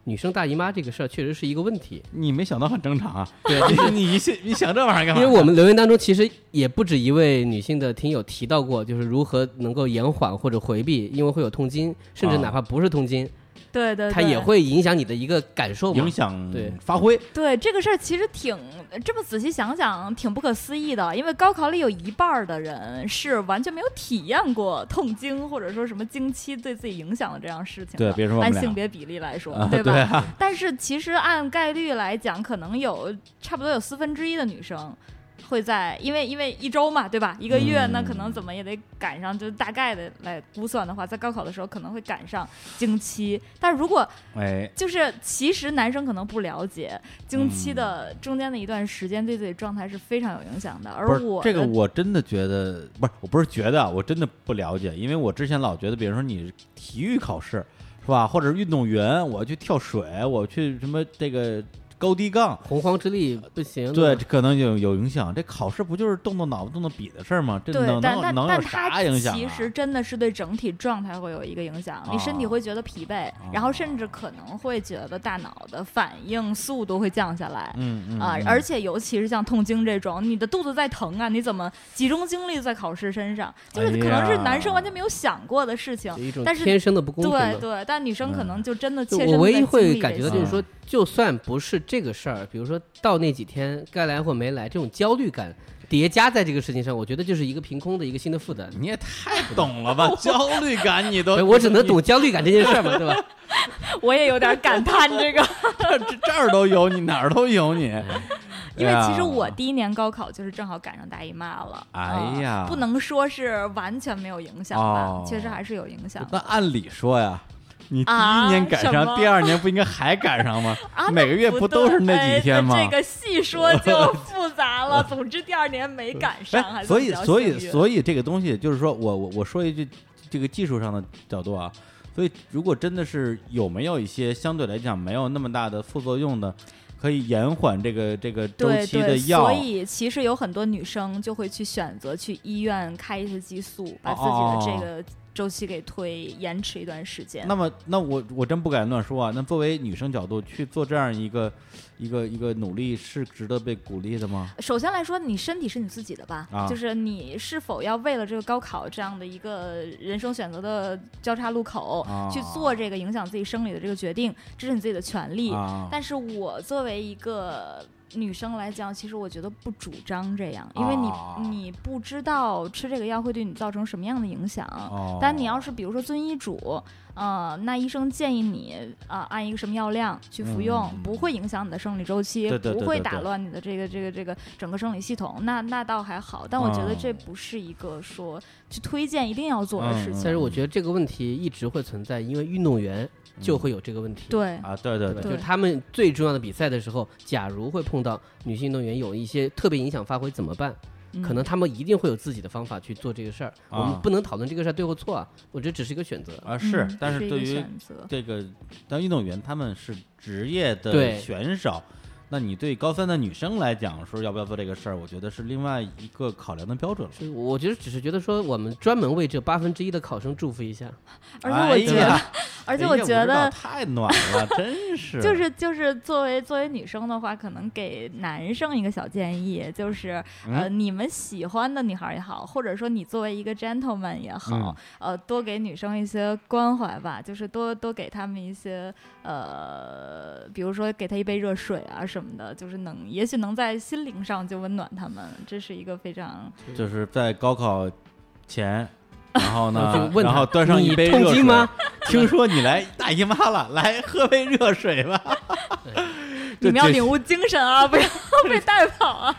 女生大姨妈这个事儿确实是一个问题。 你没想到很正常啊。 对， 就是你想这玩意儿干嘛？ 因为我们留言当中其实也不止一位女性的听友提到过，就是如何能够延缓或者回避，因为会有痛经，甚至哪怕不是痛经。 对， 它也会影响你的一个感受嘛， 影响发挥。 对这个事儿，其实这么仔细想想，挺不可思议的。因为高考里有一半的人是完全没有体验过痛经或者说什么经期对自己影响的这样事情的。 对，别说我们俩按性别比例来说，对吧？ 对啊。 但是其实按概率来讲，可能差不多有1/4的女生。会在因为1周嘛，对吧？1个月，那可能怎么也得赶上，就大概的来估算的话，在高考的时候可能会赶上经期。但如果就是其实男生可能不了解经期的中间的一段时间对自己状态是非常有影响的。而这个我真的觉得我不是觉得，我真的不了解，因为我之前老觉得，比如说你体育考试是吧，或者运动员，我去跳水，我去什么这个。高低杠洪荒之力不行， 对，可能有影响。这考试不就是动动脑子动动笔的事儿吗？这能有啥影响？ 其实真的是对整体状态会有一个影响，你身体会觉得疲惫，然后甚至可能会觉得大脑的反应速度会降下来。而且尤其是像痛经这种，你的肚子在疼啊，你怎么集中精力在考试身上？就是可能是男生完全没有想过的事情，但是天生的不公平。 对，但女生可能就真的切身的。 我唯一会感觉到就是说，就算不是这个事儿，比如说到那几天该来或没来，这种焦虑感叠加在这个事情上，我觉得就是一个凭空的一个新的负担。 你也太懂了吧？焦虑感你都我只能懂焦虑感这件事嘛，对吧？ 我也有点感叹这个这儿都有你，哪儿都有你。 因为其实我第一年高考就是正好赶上大姨妈了。 哎呀， 不能说是完全没有影响吧，确实还是有影响。 那按理说呀，你第一年赶上，第2年不应该还赶上吗？每个月不都是那几天吗？ 这个细说就复杂了。总之第2年没赶上，还是所以这个东西就是说我说一句这个技术上的角度啊，所以如果真的是有没有一些相对来讲没有那么大的副作用的，可以延缓这个周期的药。 所以其实有很多女生就会去选择去医院开一些激素，把自己的这个周期给延迟一段时间。 那我真不敢乱说啊。那作为女生角度去做这样一个努力，是值得被鼓励的吗？ 首先来说，你身体是你自己的吧，就是你是否要为了这个高考这样的一个人生选择的交叉路口，去做这个影响自己生理的这个决定，这是你自己的权利。但是我作为一个女生来讲，其实我觉得不主张这样，因为你不知道吃这个药会对你造成什么样的影响。但你要是比如说遵医嘱，那医生建议你按一个什么药量去服用，不会影响你的生理周期，不会打乱你的这个整个生理系统，那倒还好。但我觉得这不是一个说去推荐一定要做的事情。 但是我觉得这个问题一直会存在，因为运动员就会有这个问题。 对对， 就是他们最重要的比赛的时候，假如会碰到女性运动员有一些特别影响发挥怎么办？可能他们一定会有自己的方法去做这个事儿。我们不能讨论这个事儿对或错啊，我觉得只是一个选择是。但是对于这个当运动员，他们是职业的选手。那你对高3的女生来讲说要不要做这个事儿，我觉得是另外一个考量的标准。 我觉得只是觉得说我们专门为这1/8的考生祝福一下。 而且我觉得太暖了，真是。 就是作为女生的话，可能给男生一个小建议，就是你们喜欢的女孩也好，或者说你作为一个 gentleman 也好，多给女生一些关怀吧，就是多给他们一些比如说给她一杯热水啊什么的，就是也许能在心灵上就温暖他们，这是一个非常就是在高考前，然后呢，然后端上一杯热水。 痛经吗？ 听说你来大姨妈了，来喝杯热水吧。 你们要领悟精神啊，不要被带跑啊！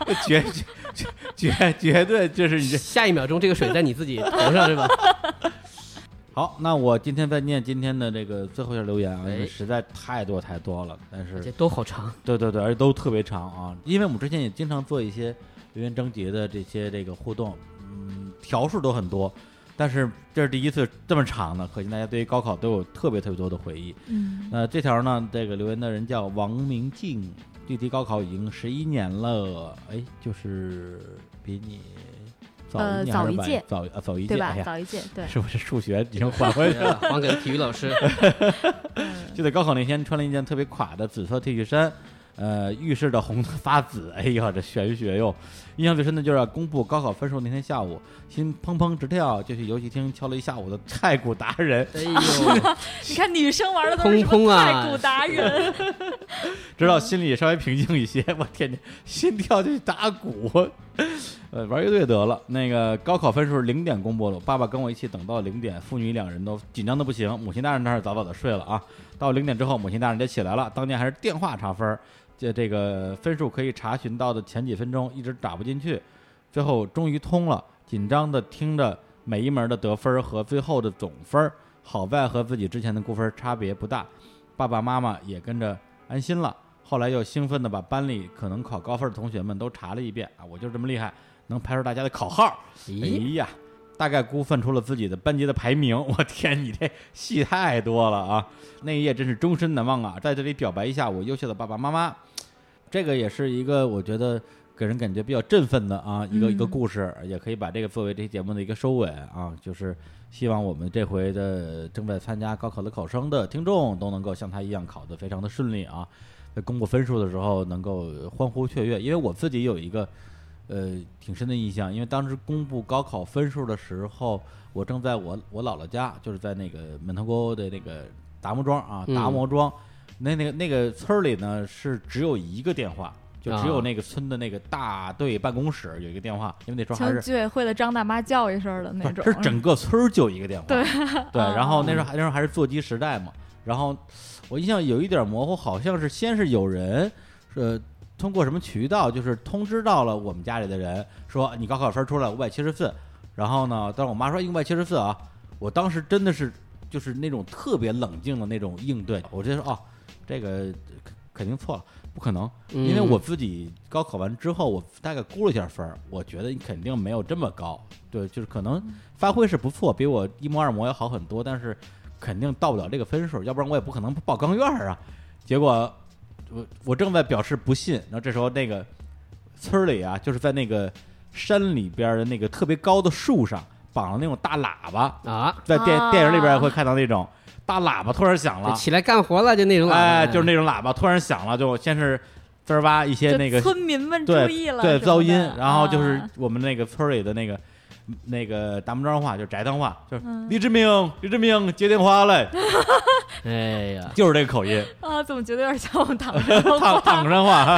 绝对就是你下一秒钟这个水在你自己头上是吧？ 好，那我今天再念今天的这个最后一条留言啊，因为实在太多了，但是都好长。 对，而且都特别长啊。因为我们之前也经常做一些留言征集的这个互动，条数都很多，但是这是第一次这么长的，可见大家对于高考都有特别多的回忆。这条呢，这个留言的人叫王明静，距离高考已经11年了，就是比你早一届， 早一届， 对吧？早一届，对， 是不是数学已经还回去了？ 还给了体育老师。 就在高考那天，穿了一件特别垮的紫色 T 恤衫，浴室的红的发紫，哎呀，这玄学哟！印象最深的就是公布高考分数那天下午，心砰砰直跳，就去游戏厅敲了一下午的太鼓达人。 哎呦， 你看女生玩的都是什么太鼓达人， 直到心里稍微平静一些，我天天心跳就去打鼓。玩乐队得了。那个高考分数0点公布了，爸爸跟我一起等到0点，父女2人都紧张的不行。母亲大人那儿早早的睡了啊。到0点之后，母亲大人就起来了，当年还是电话查分，这个分数可以查询到的前几分钟一直打不进去，最后终于通了，紧张的听着每一门的得分和最后的总分，好在和自己之前的估分差别不大，爸爸妈妈也跟着安心了。后来又兴奋的把班里可能考高分的同学们都查了一遍啊，我就这么厉害，能排出大家的考号。哎呀，大概估分出了自己的班级的排名。我天，你这戏太多了啊！那一夜真是终身难忘啊！在这里表白一下我优秀的爸爸妈妈，这个也是一个我觉得给人感觉比较振奋的啊一个故事，也可以把这个作为这期节目的一个收尾啊，就是希望我们这回的正在参加高考的考生的听众都能够像他一样考得非常的顺利啊，在公布分数的时候能够欢呼雀跃。因为我自己有一个挺深的印象，因为当时公布高考分数的时候，我正在我姥姥家，就是在那个门头沟的那个达摩庄啊，达摩庄，那个村里呢是只有一个电话，就只有那个村的那个大队办公室有一个电话，因为那时候还是居委会的张大妈叫一声的那种， 是整个村就一个电话，对，然后那时候还是座机时代嘛，然后我印象有一点模糊，好像是先是有人通过什么渠道，就是通知到了我们家里的人，说你高考分出来574，然后呢，当时我妈说574啊，我当时真的是就是那种特别冷静的那种应对，我直接说这个肯定错了，不可能，因为我自己高考完之后，我大概估了一下分，我觉得你肯定没有这么高，对，就是可能发挥是不错，比我1模2模要好很多，但是肯定到不了这个分数，要不然我也不可能报钢院啊。结果我正在表示不信，然后这时候那个村里啊，就是在那个山里边的那个特别高的树上绑了那种大喇叭啊，在电影里边会看到那种大喇叭突然响了， 起来干活了，就那种喇叭， 哎，就是那种喇叭突然响了，就先是滋儿吧一些那个村民们注意了， 对噪音，然后就是我们那个村里的那个达摩庄话，就是翟塘话，就是李志明接电话来， 哎呀， 就是这个口音啊，怎么觉得有点像我们唐山话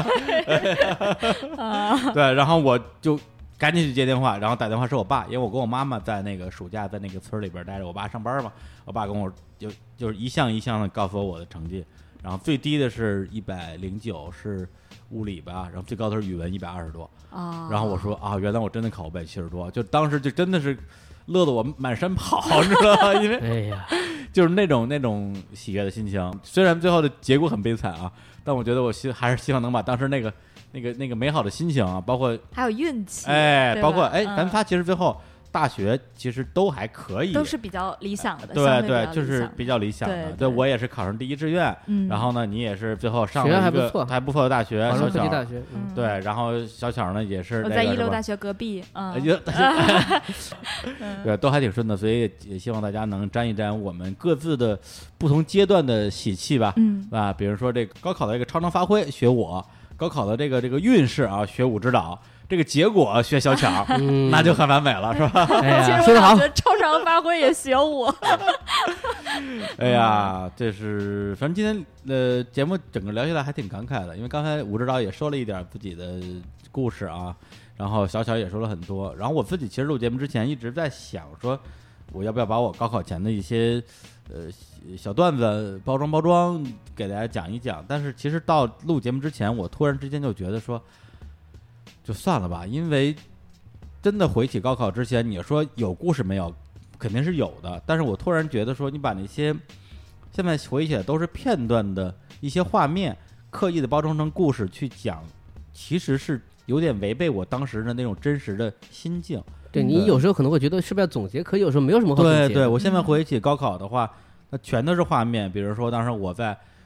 对，然后我就赶紧去接电话，然后打电话是我爸，因为我跟我妈妈在那个暑假在那个村里边待着，我爸上班嘛，我爸跟我就是一项一项的告诉我的成绩，然后最低的是109是物理吧，然后最高的是语文120多啊，然后我说原来我真的考570多，就当时就真的是乐得我满山跑，你知道吗？因为哎呀， 就是那种喜悦的心情，虽然最后的结果很悲惨啊，但我觉得我还是希望能把当时那个美好的心情啊，包括还有运气， 哎，包括咱仨其实最后大学其实都还可以， 都是比较理想的， 对，就是比较理想的。对，我也是考上第1志愿，然后呢，你也是最后上了一个还不错的大学，小巧大学， 对，然后小巧呢也是我在1流大学隔壁， 对，都还挺顺的，所以也希望大家能沾一沾我们各自的不同阶段的喜气吧，啊，比如说这个高考的这个超常发挥学我，高考的这个运势啊学武指导。这个结果学小巧，那就很完美了，是吧？ 哎呀， 说得好，超常发挥也学我。 哎呀，这是反正今天节目整个聊下来还挺感慨的，因为刚才武指导也说了一点自己的故事啊，然后小巧也说了很多，然后我自己其实录节目之前一直在想说，我要不要把我高考前的一些小段子包装给大家讲一讲，但是其实到录节目之前，我突然之间就觉得说。就算了吧，因为真的回起高考之前，你说有故事没有，肯定是有的。但是我突然觉得说，你把那些现在回忆起来都是片段的一些画面，刻意的包装成故事去讲，其实是有点违背我当时的那种真实的心境。 对，你有时候可能会觉得是不是要总结，可有时候没有什么好总结。 对，我现在回忆起高考的话，那全都是画面。比如说当时我在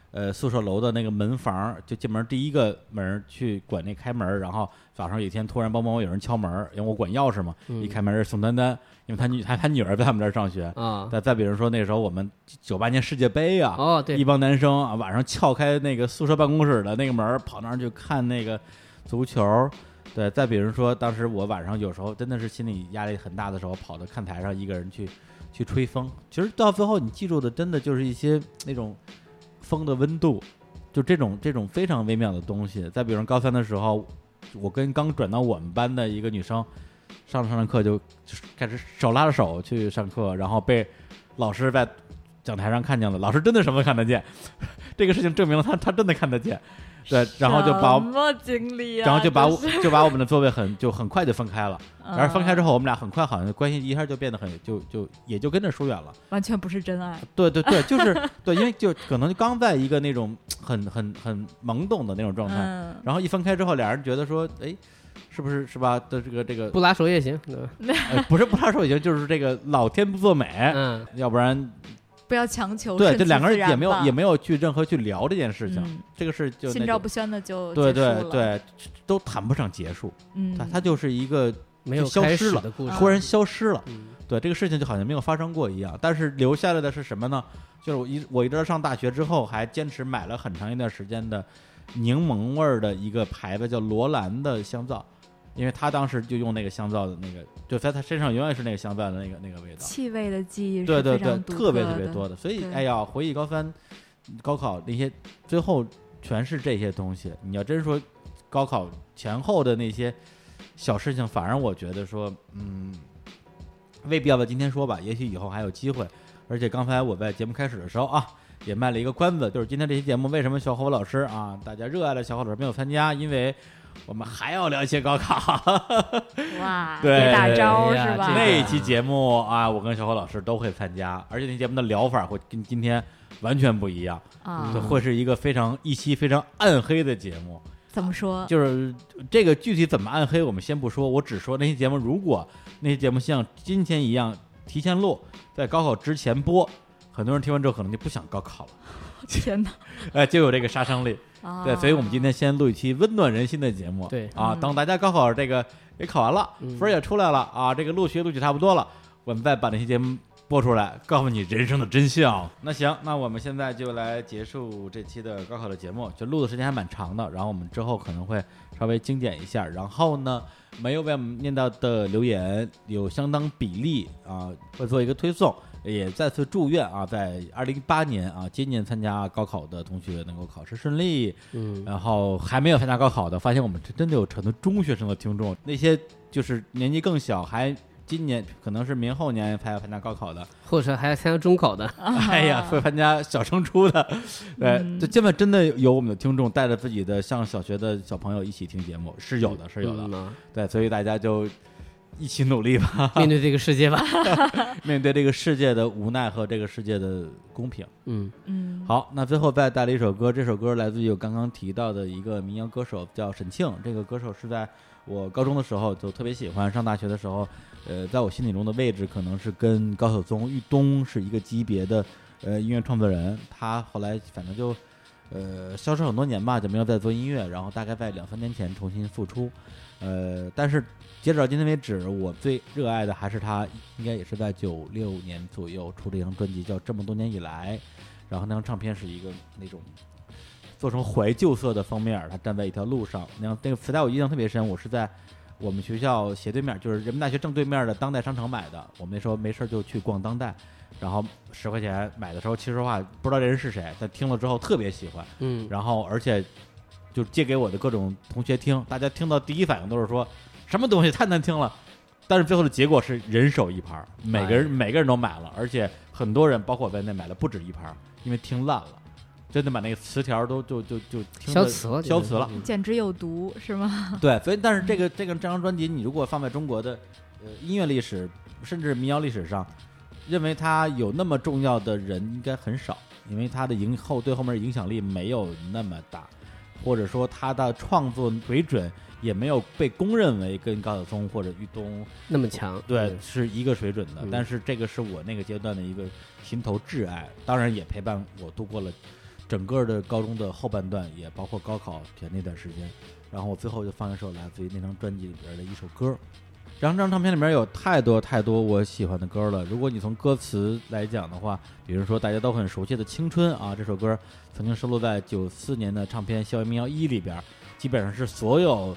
宿舍楼的那个门房，就进门第一个门去管那开门，然后早上有一天突然帮我有人敲门，因为我管钥匙嘛，一开门是宋丹丹，因为他女儿在他们这儿上学啊。再比如说那时候我们98年世界杯啊，对，一帮男生啊晚上撬开那个宿舍办公室的那个门，跑那儿去看那个足球。对，再比如说当时我晚上有时候真的是心理压力很大的时候，跑到看台上一个人去吹风。其实到最后你记住的真的就是一些那种风的温度，就这种非常微妙的东西。再比如高3的时候，我跟刚转到我们班的一个女生上课就开始手拉着手去上课，然后被老师在讲台上看见了，老师真的什么都看得见，这个事情证明了他真的看得见。对，然后就把什么经历啊？ 然后就把我们的座位很快就分开了。然后分开之后，我们俩很快好像关系一下就变得也就跟着疏远了。 完全不是真爱。 对，就是对，因为就可能刚在一个那种很懵懂的那种状态，然后一分开之后，俩人觉得说，哎，是吧？的这个不拉手也行， 不是不拉手也行，就是这个老天不作美，要不然。 不要强求， 对，就两个人也没有去任何去聊这件事情，这个事就心照不宣的就对，都谈不上结束，它就是一个没有消失了，突然消失了，对，这个事情就好像没有发生过一样。但是留下来的是什么呢？就是我一直到上大学之后，还坚持买了很长一段时间的柠檬味的一个牌子叫罗兰的香皂。因为他当时就用那个香皂的那个，就在他身上永远是那个香皂的那个味道， 气味的记忆， 对，特别多的。所以哎呀，回忆高3、高考那些，最后全是这些东西。你要真说高考前后的那些小事情，反而我觉得说，未必要在今天说吧，也许以后还有机会。而且刚才我在节目开始的时候啊，也卖了一个关子，就是今天这期节目为什么小伙老师啊，大家热爱的小伙老师没有参加，因为我们还要聊一些高考。 哇， 对， 大招是吧？ 那一期节目啊，我跟小伙老师都会参加，而且那节目的聊法会跟今天完全不一样啊，会是一个一期非常暗黑的节目。 怎么说？ 就是这个具体怎么暗黑，我们先不说，我只说那些节目，如果那些节目像今天一样提前录，在高考之前播，很多人听完之后可能就不想高考了。 天哪！ 就有这个杀伤力。对，所以我们今天先录一期温暖人心的节目。 对啊，等大家高考这个也考完了，分也出来了啊，这个录取差不多了，我们再把那些节目播出来，告诉你人生的真相。那行，那我们现在就来结束这期的高考的节目，就录的时间还蛮长的，然后我们之后可能会稍微精简一下，然后呢，没有被我们念到的留言有相当比例啊，会做一个推送。也再次祝愿啊，在2018年啊，今年参加高考的同学能够考试顺利。然后还没有参加高考的，发现我们真的有很多中学生的听众，那些就是年纪更小，还今年可能是明后年才要参加高考的， 或者还要参加中考的， 哎呀，会参加小升初的，对，就基本真的有我们的听众带着自己的上小学的小朋友一起听节目，是有的，对，所以大家就一起努力吧， 面对这个世界吧， 面对这个世界的无奈和这个世界的公平。好，那最后再带来一首歌，这首歌来自于我刚刚提到的一个民谣歌手，叫沈庆。这个歌手是在我高中的时候就特别喜欢，上大学的时候，在我心里中的位置可能是跟高晓松、玉东是一个级别的音乐创作人。他后来反正就消失很多年吧，就没有再做音乐，然后大概在2-3年前重新复出。但是截止到今天为止，我最热爱的还是他，应该也是在96年左右出了一张专辑叫《这么多年以来》，然后那张唱片是一个那种做成怀旧色的封面，他站在一条路上，那个磁带我印象特别深，我是在我们学校斜对面，就是人民大学正对面的当代商场买的。我们那时候没事就去逛当代，然后10块钱买的时候，其实话不知道这人是谁，但听了之后特别喜欢，然后而且就借给我的各种同学听，大家听到第一反应都是说什么东西太难听了，但是最后的结果是人手一盘，每个人都买了，而且很多人包括我在内买了不止一盘，因为听烂了，真的把那个词条都就听消磁了， 简直有毒是吗？ 对，所以但是这张专辑，你如果放在中国的音乐历史甚至民谣历史上，认为它有那么重要的人应该很少，因为它的对后面的影响力没有那么大，或者说他的创作水准也没有被公认为跟高晓松或者玉东那么强， 对，是一个水准的。但是这个是我那个阶段的一个心头挚爱，当然也陪伴我度过了整个的高中的后半段，也包括高考前那段时间。然后我最后就放一首来自于那张专辑里边的一首歌。然后这张唱片里面有太多太多我喜欢的歌了。如果你从歌词来讲的话，比如说大家都很熟悉的《青春》啊，这首歌曾经收录在94年的唱片《校园民谣1》里边，基本上是所有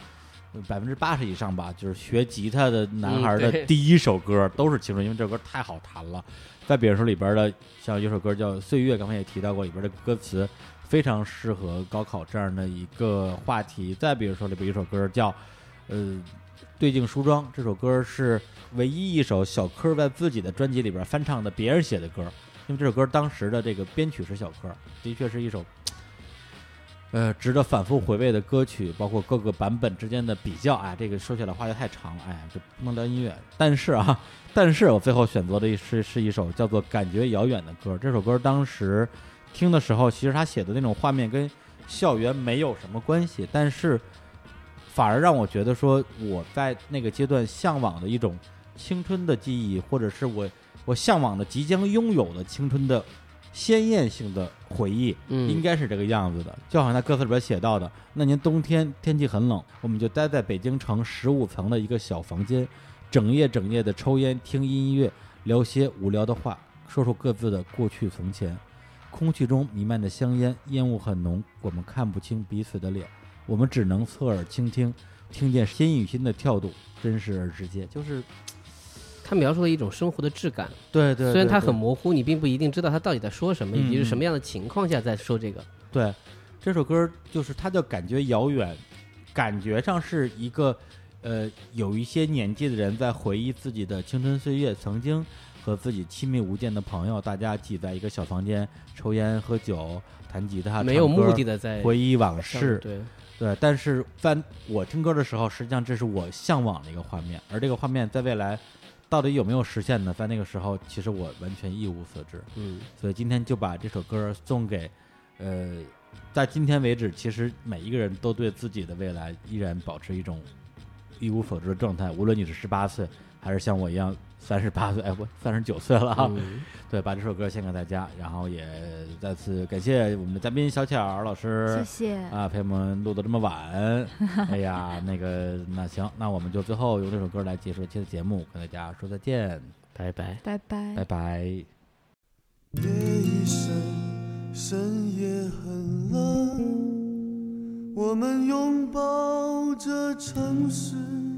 80%以上吧，就是学吉他的男孩的第一首歌都是《青春》，因为这首歌太好弹了。再比如说里边的像有首歌叫《岁月》，刚才也提到过，里边的歌词非常适合高考这样的一个话题。再比如说里边有一首歌叫对镜梳妆，这首歌是唯一一首小柯在自己的专辑里边翻唱的别人写的歌，因为这首歌当时的这个编曲是小柯，的确是一首值得反复回味的歌曲，包括各个版本之间的比较。哎，这个说起来话题太长了，哎，就不能聊音乐。但是我最后选择的是一首叫做《感觉遥远》的歌。这首歌当时听的时候，其实他写的那种画面跟校园没有什么关系，但是反而让我觉得说我在那个阶段向往的一种青春的记忆，或者是我向往的即将拥有的青春的鲜艳性的回忆，应该是这个样子的。就好像他歌词里边写到的，那年冬天天气很冷，我们就待在北京城15层的一个小房间，整夜的抽烟听音乐，聊些无聊的话，说说各自的过去从前。空气中弥漫的香烟，烟雾很浓，我们看不清彼此的脸，我们只能侧耳倾听，听见心与心的跳动，真实而直接。就是他描述了一种生活的质感。 对，虽然它很模糊，你并不一定知道他到底在说什么，以及是什么样的情况下在说这个。 对，这首歌就是它叫感觉遥远，感觉上是一个有一些年纪的人在回忆自己的青春岁月，曾经和自己亲密无间的朋友，大家挤在一个小房间抽烟喝酒弹吉他， 没有目的的在回忆往事。 对， 但是在我听歌的时候，实际上这是我向往的一个画面，而这个画面在未来到底有没有实现呢？在那个时候其实我完全一无所知。所以今天就把这首歌送给在今天为止，其实每一个人都对自己的未来依然保持一种一无所知的状态，无论你是18岁还是像我一样38岁，哎，我39岁了啊。对，把这首歌献给大家，然后也再次感谢我们的嘉宾小巧老师， 谢谢啊，陪我们录得这么晚。哎呀，那行，那我们就最后用这首歌来结束这期的节目，跟大家说再见， 拜拜， 拜拜， 拜拜。 夜已深，深夜很冷，我们拥抱着城市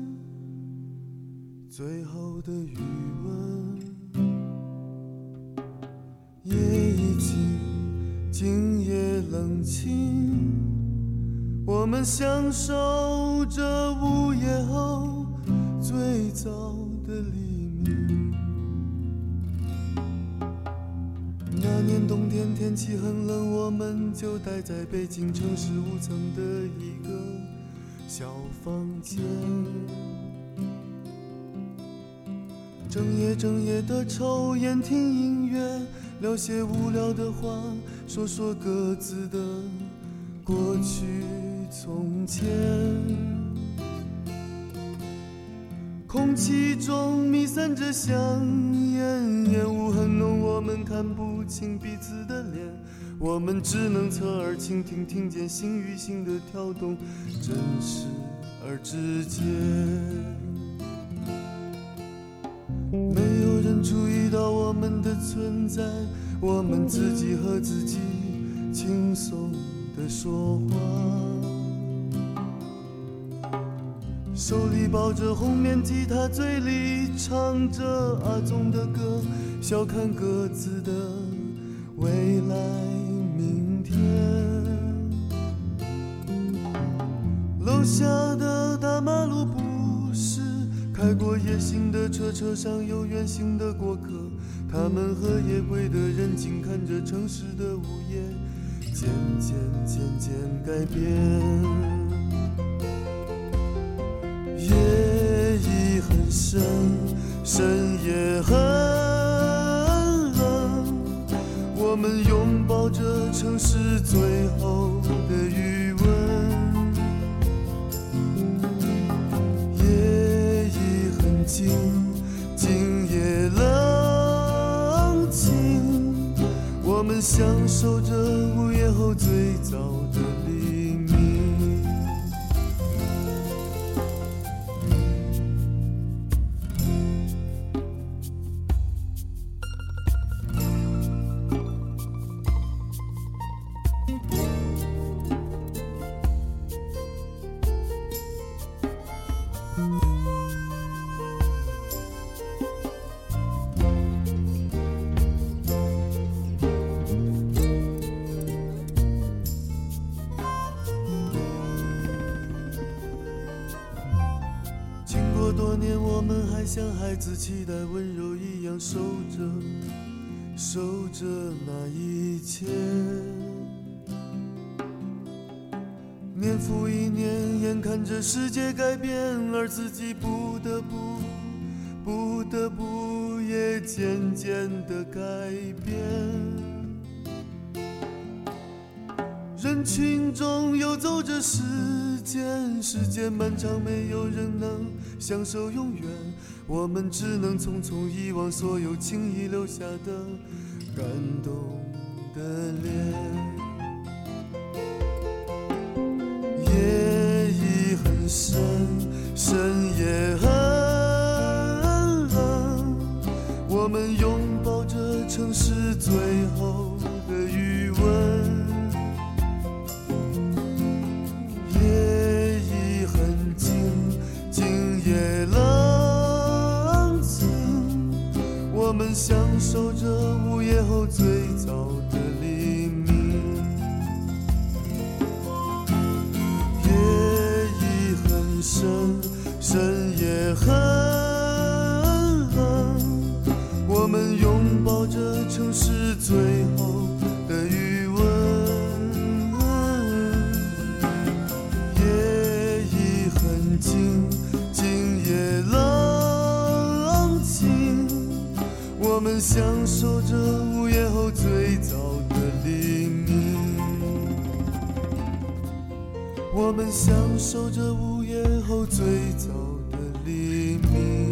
最后的余温，夜已静，今夜冷清，我们享受着午夜后最早的黎明。那年冬天天气很冷，我们就待在北京城15层的一个小房间，整夜的抽烟听音乐，聊些无聊的话，说说各自的过去从前。空气中弥散着香烟，烟雾很浓，我们看不清彼此的脸，我们只能侧耳倾听，听见心与心的跳动，真实而直接。没有人注意到我们的存在，我们自己和自己轻松地说话，手里抱着红面吉他，嘴里唱着阿宗的歌，笑看各自的未来明天。楼下的大马路不是开过夜行的车，车上有远行的过客，他们和夜归的人静看着城市的午夜渐渐改变。夜已很深，深夜很冷，我们拥抱着城市最后的余温。夜已很静，今夜冷清，我们们享受着午夜后最早的黎明。多年，我们还像孩子期待温柔一样守着那一切。年复一年，眼看着世界改变，而自己不得不也渐渐地改变。人群中游走着时间漫长，没有人能享受永远，我们只能匆匆遗忘所有轻易留下的感动的脸。夜已很深，深也很冷，我们拥抱着城市最后的余温。我们享受着午夜后最早的黎明。夜已很深，深也很冷，我们拥抱着城市最后的余温。夜已很静，静也冷清，我们享受着午夜后最早的黎明。我们享受着午夜后最早的黎明。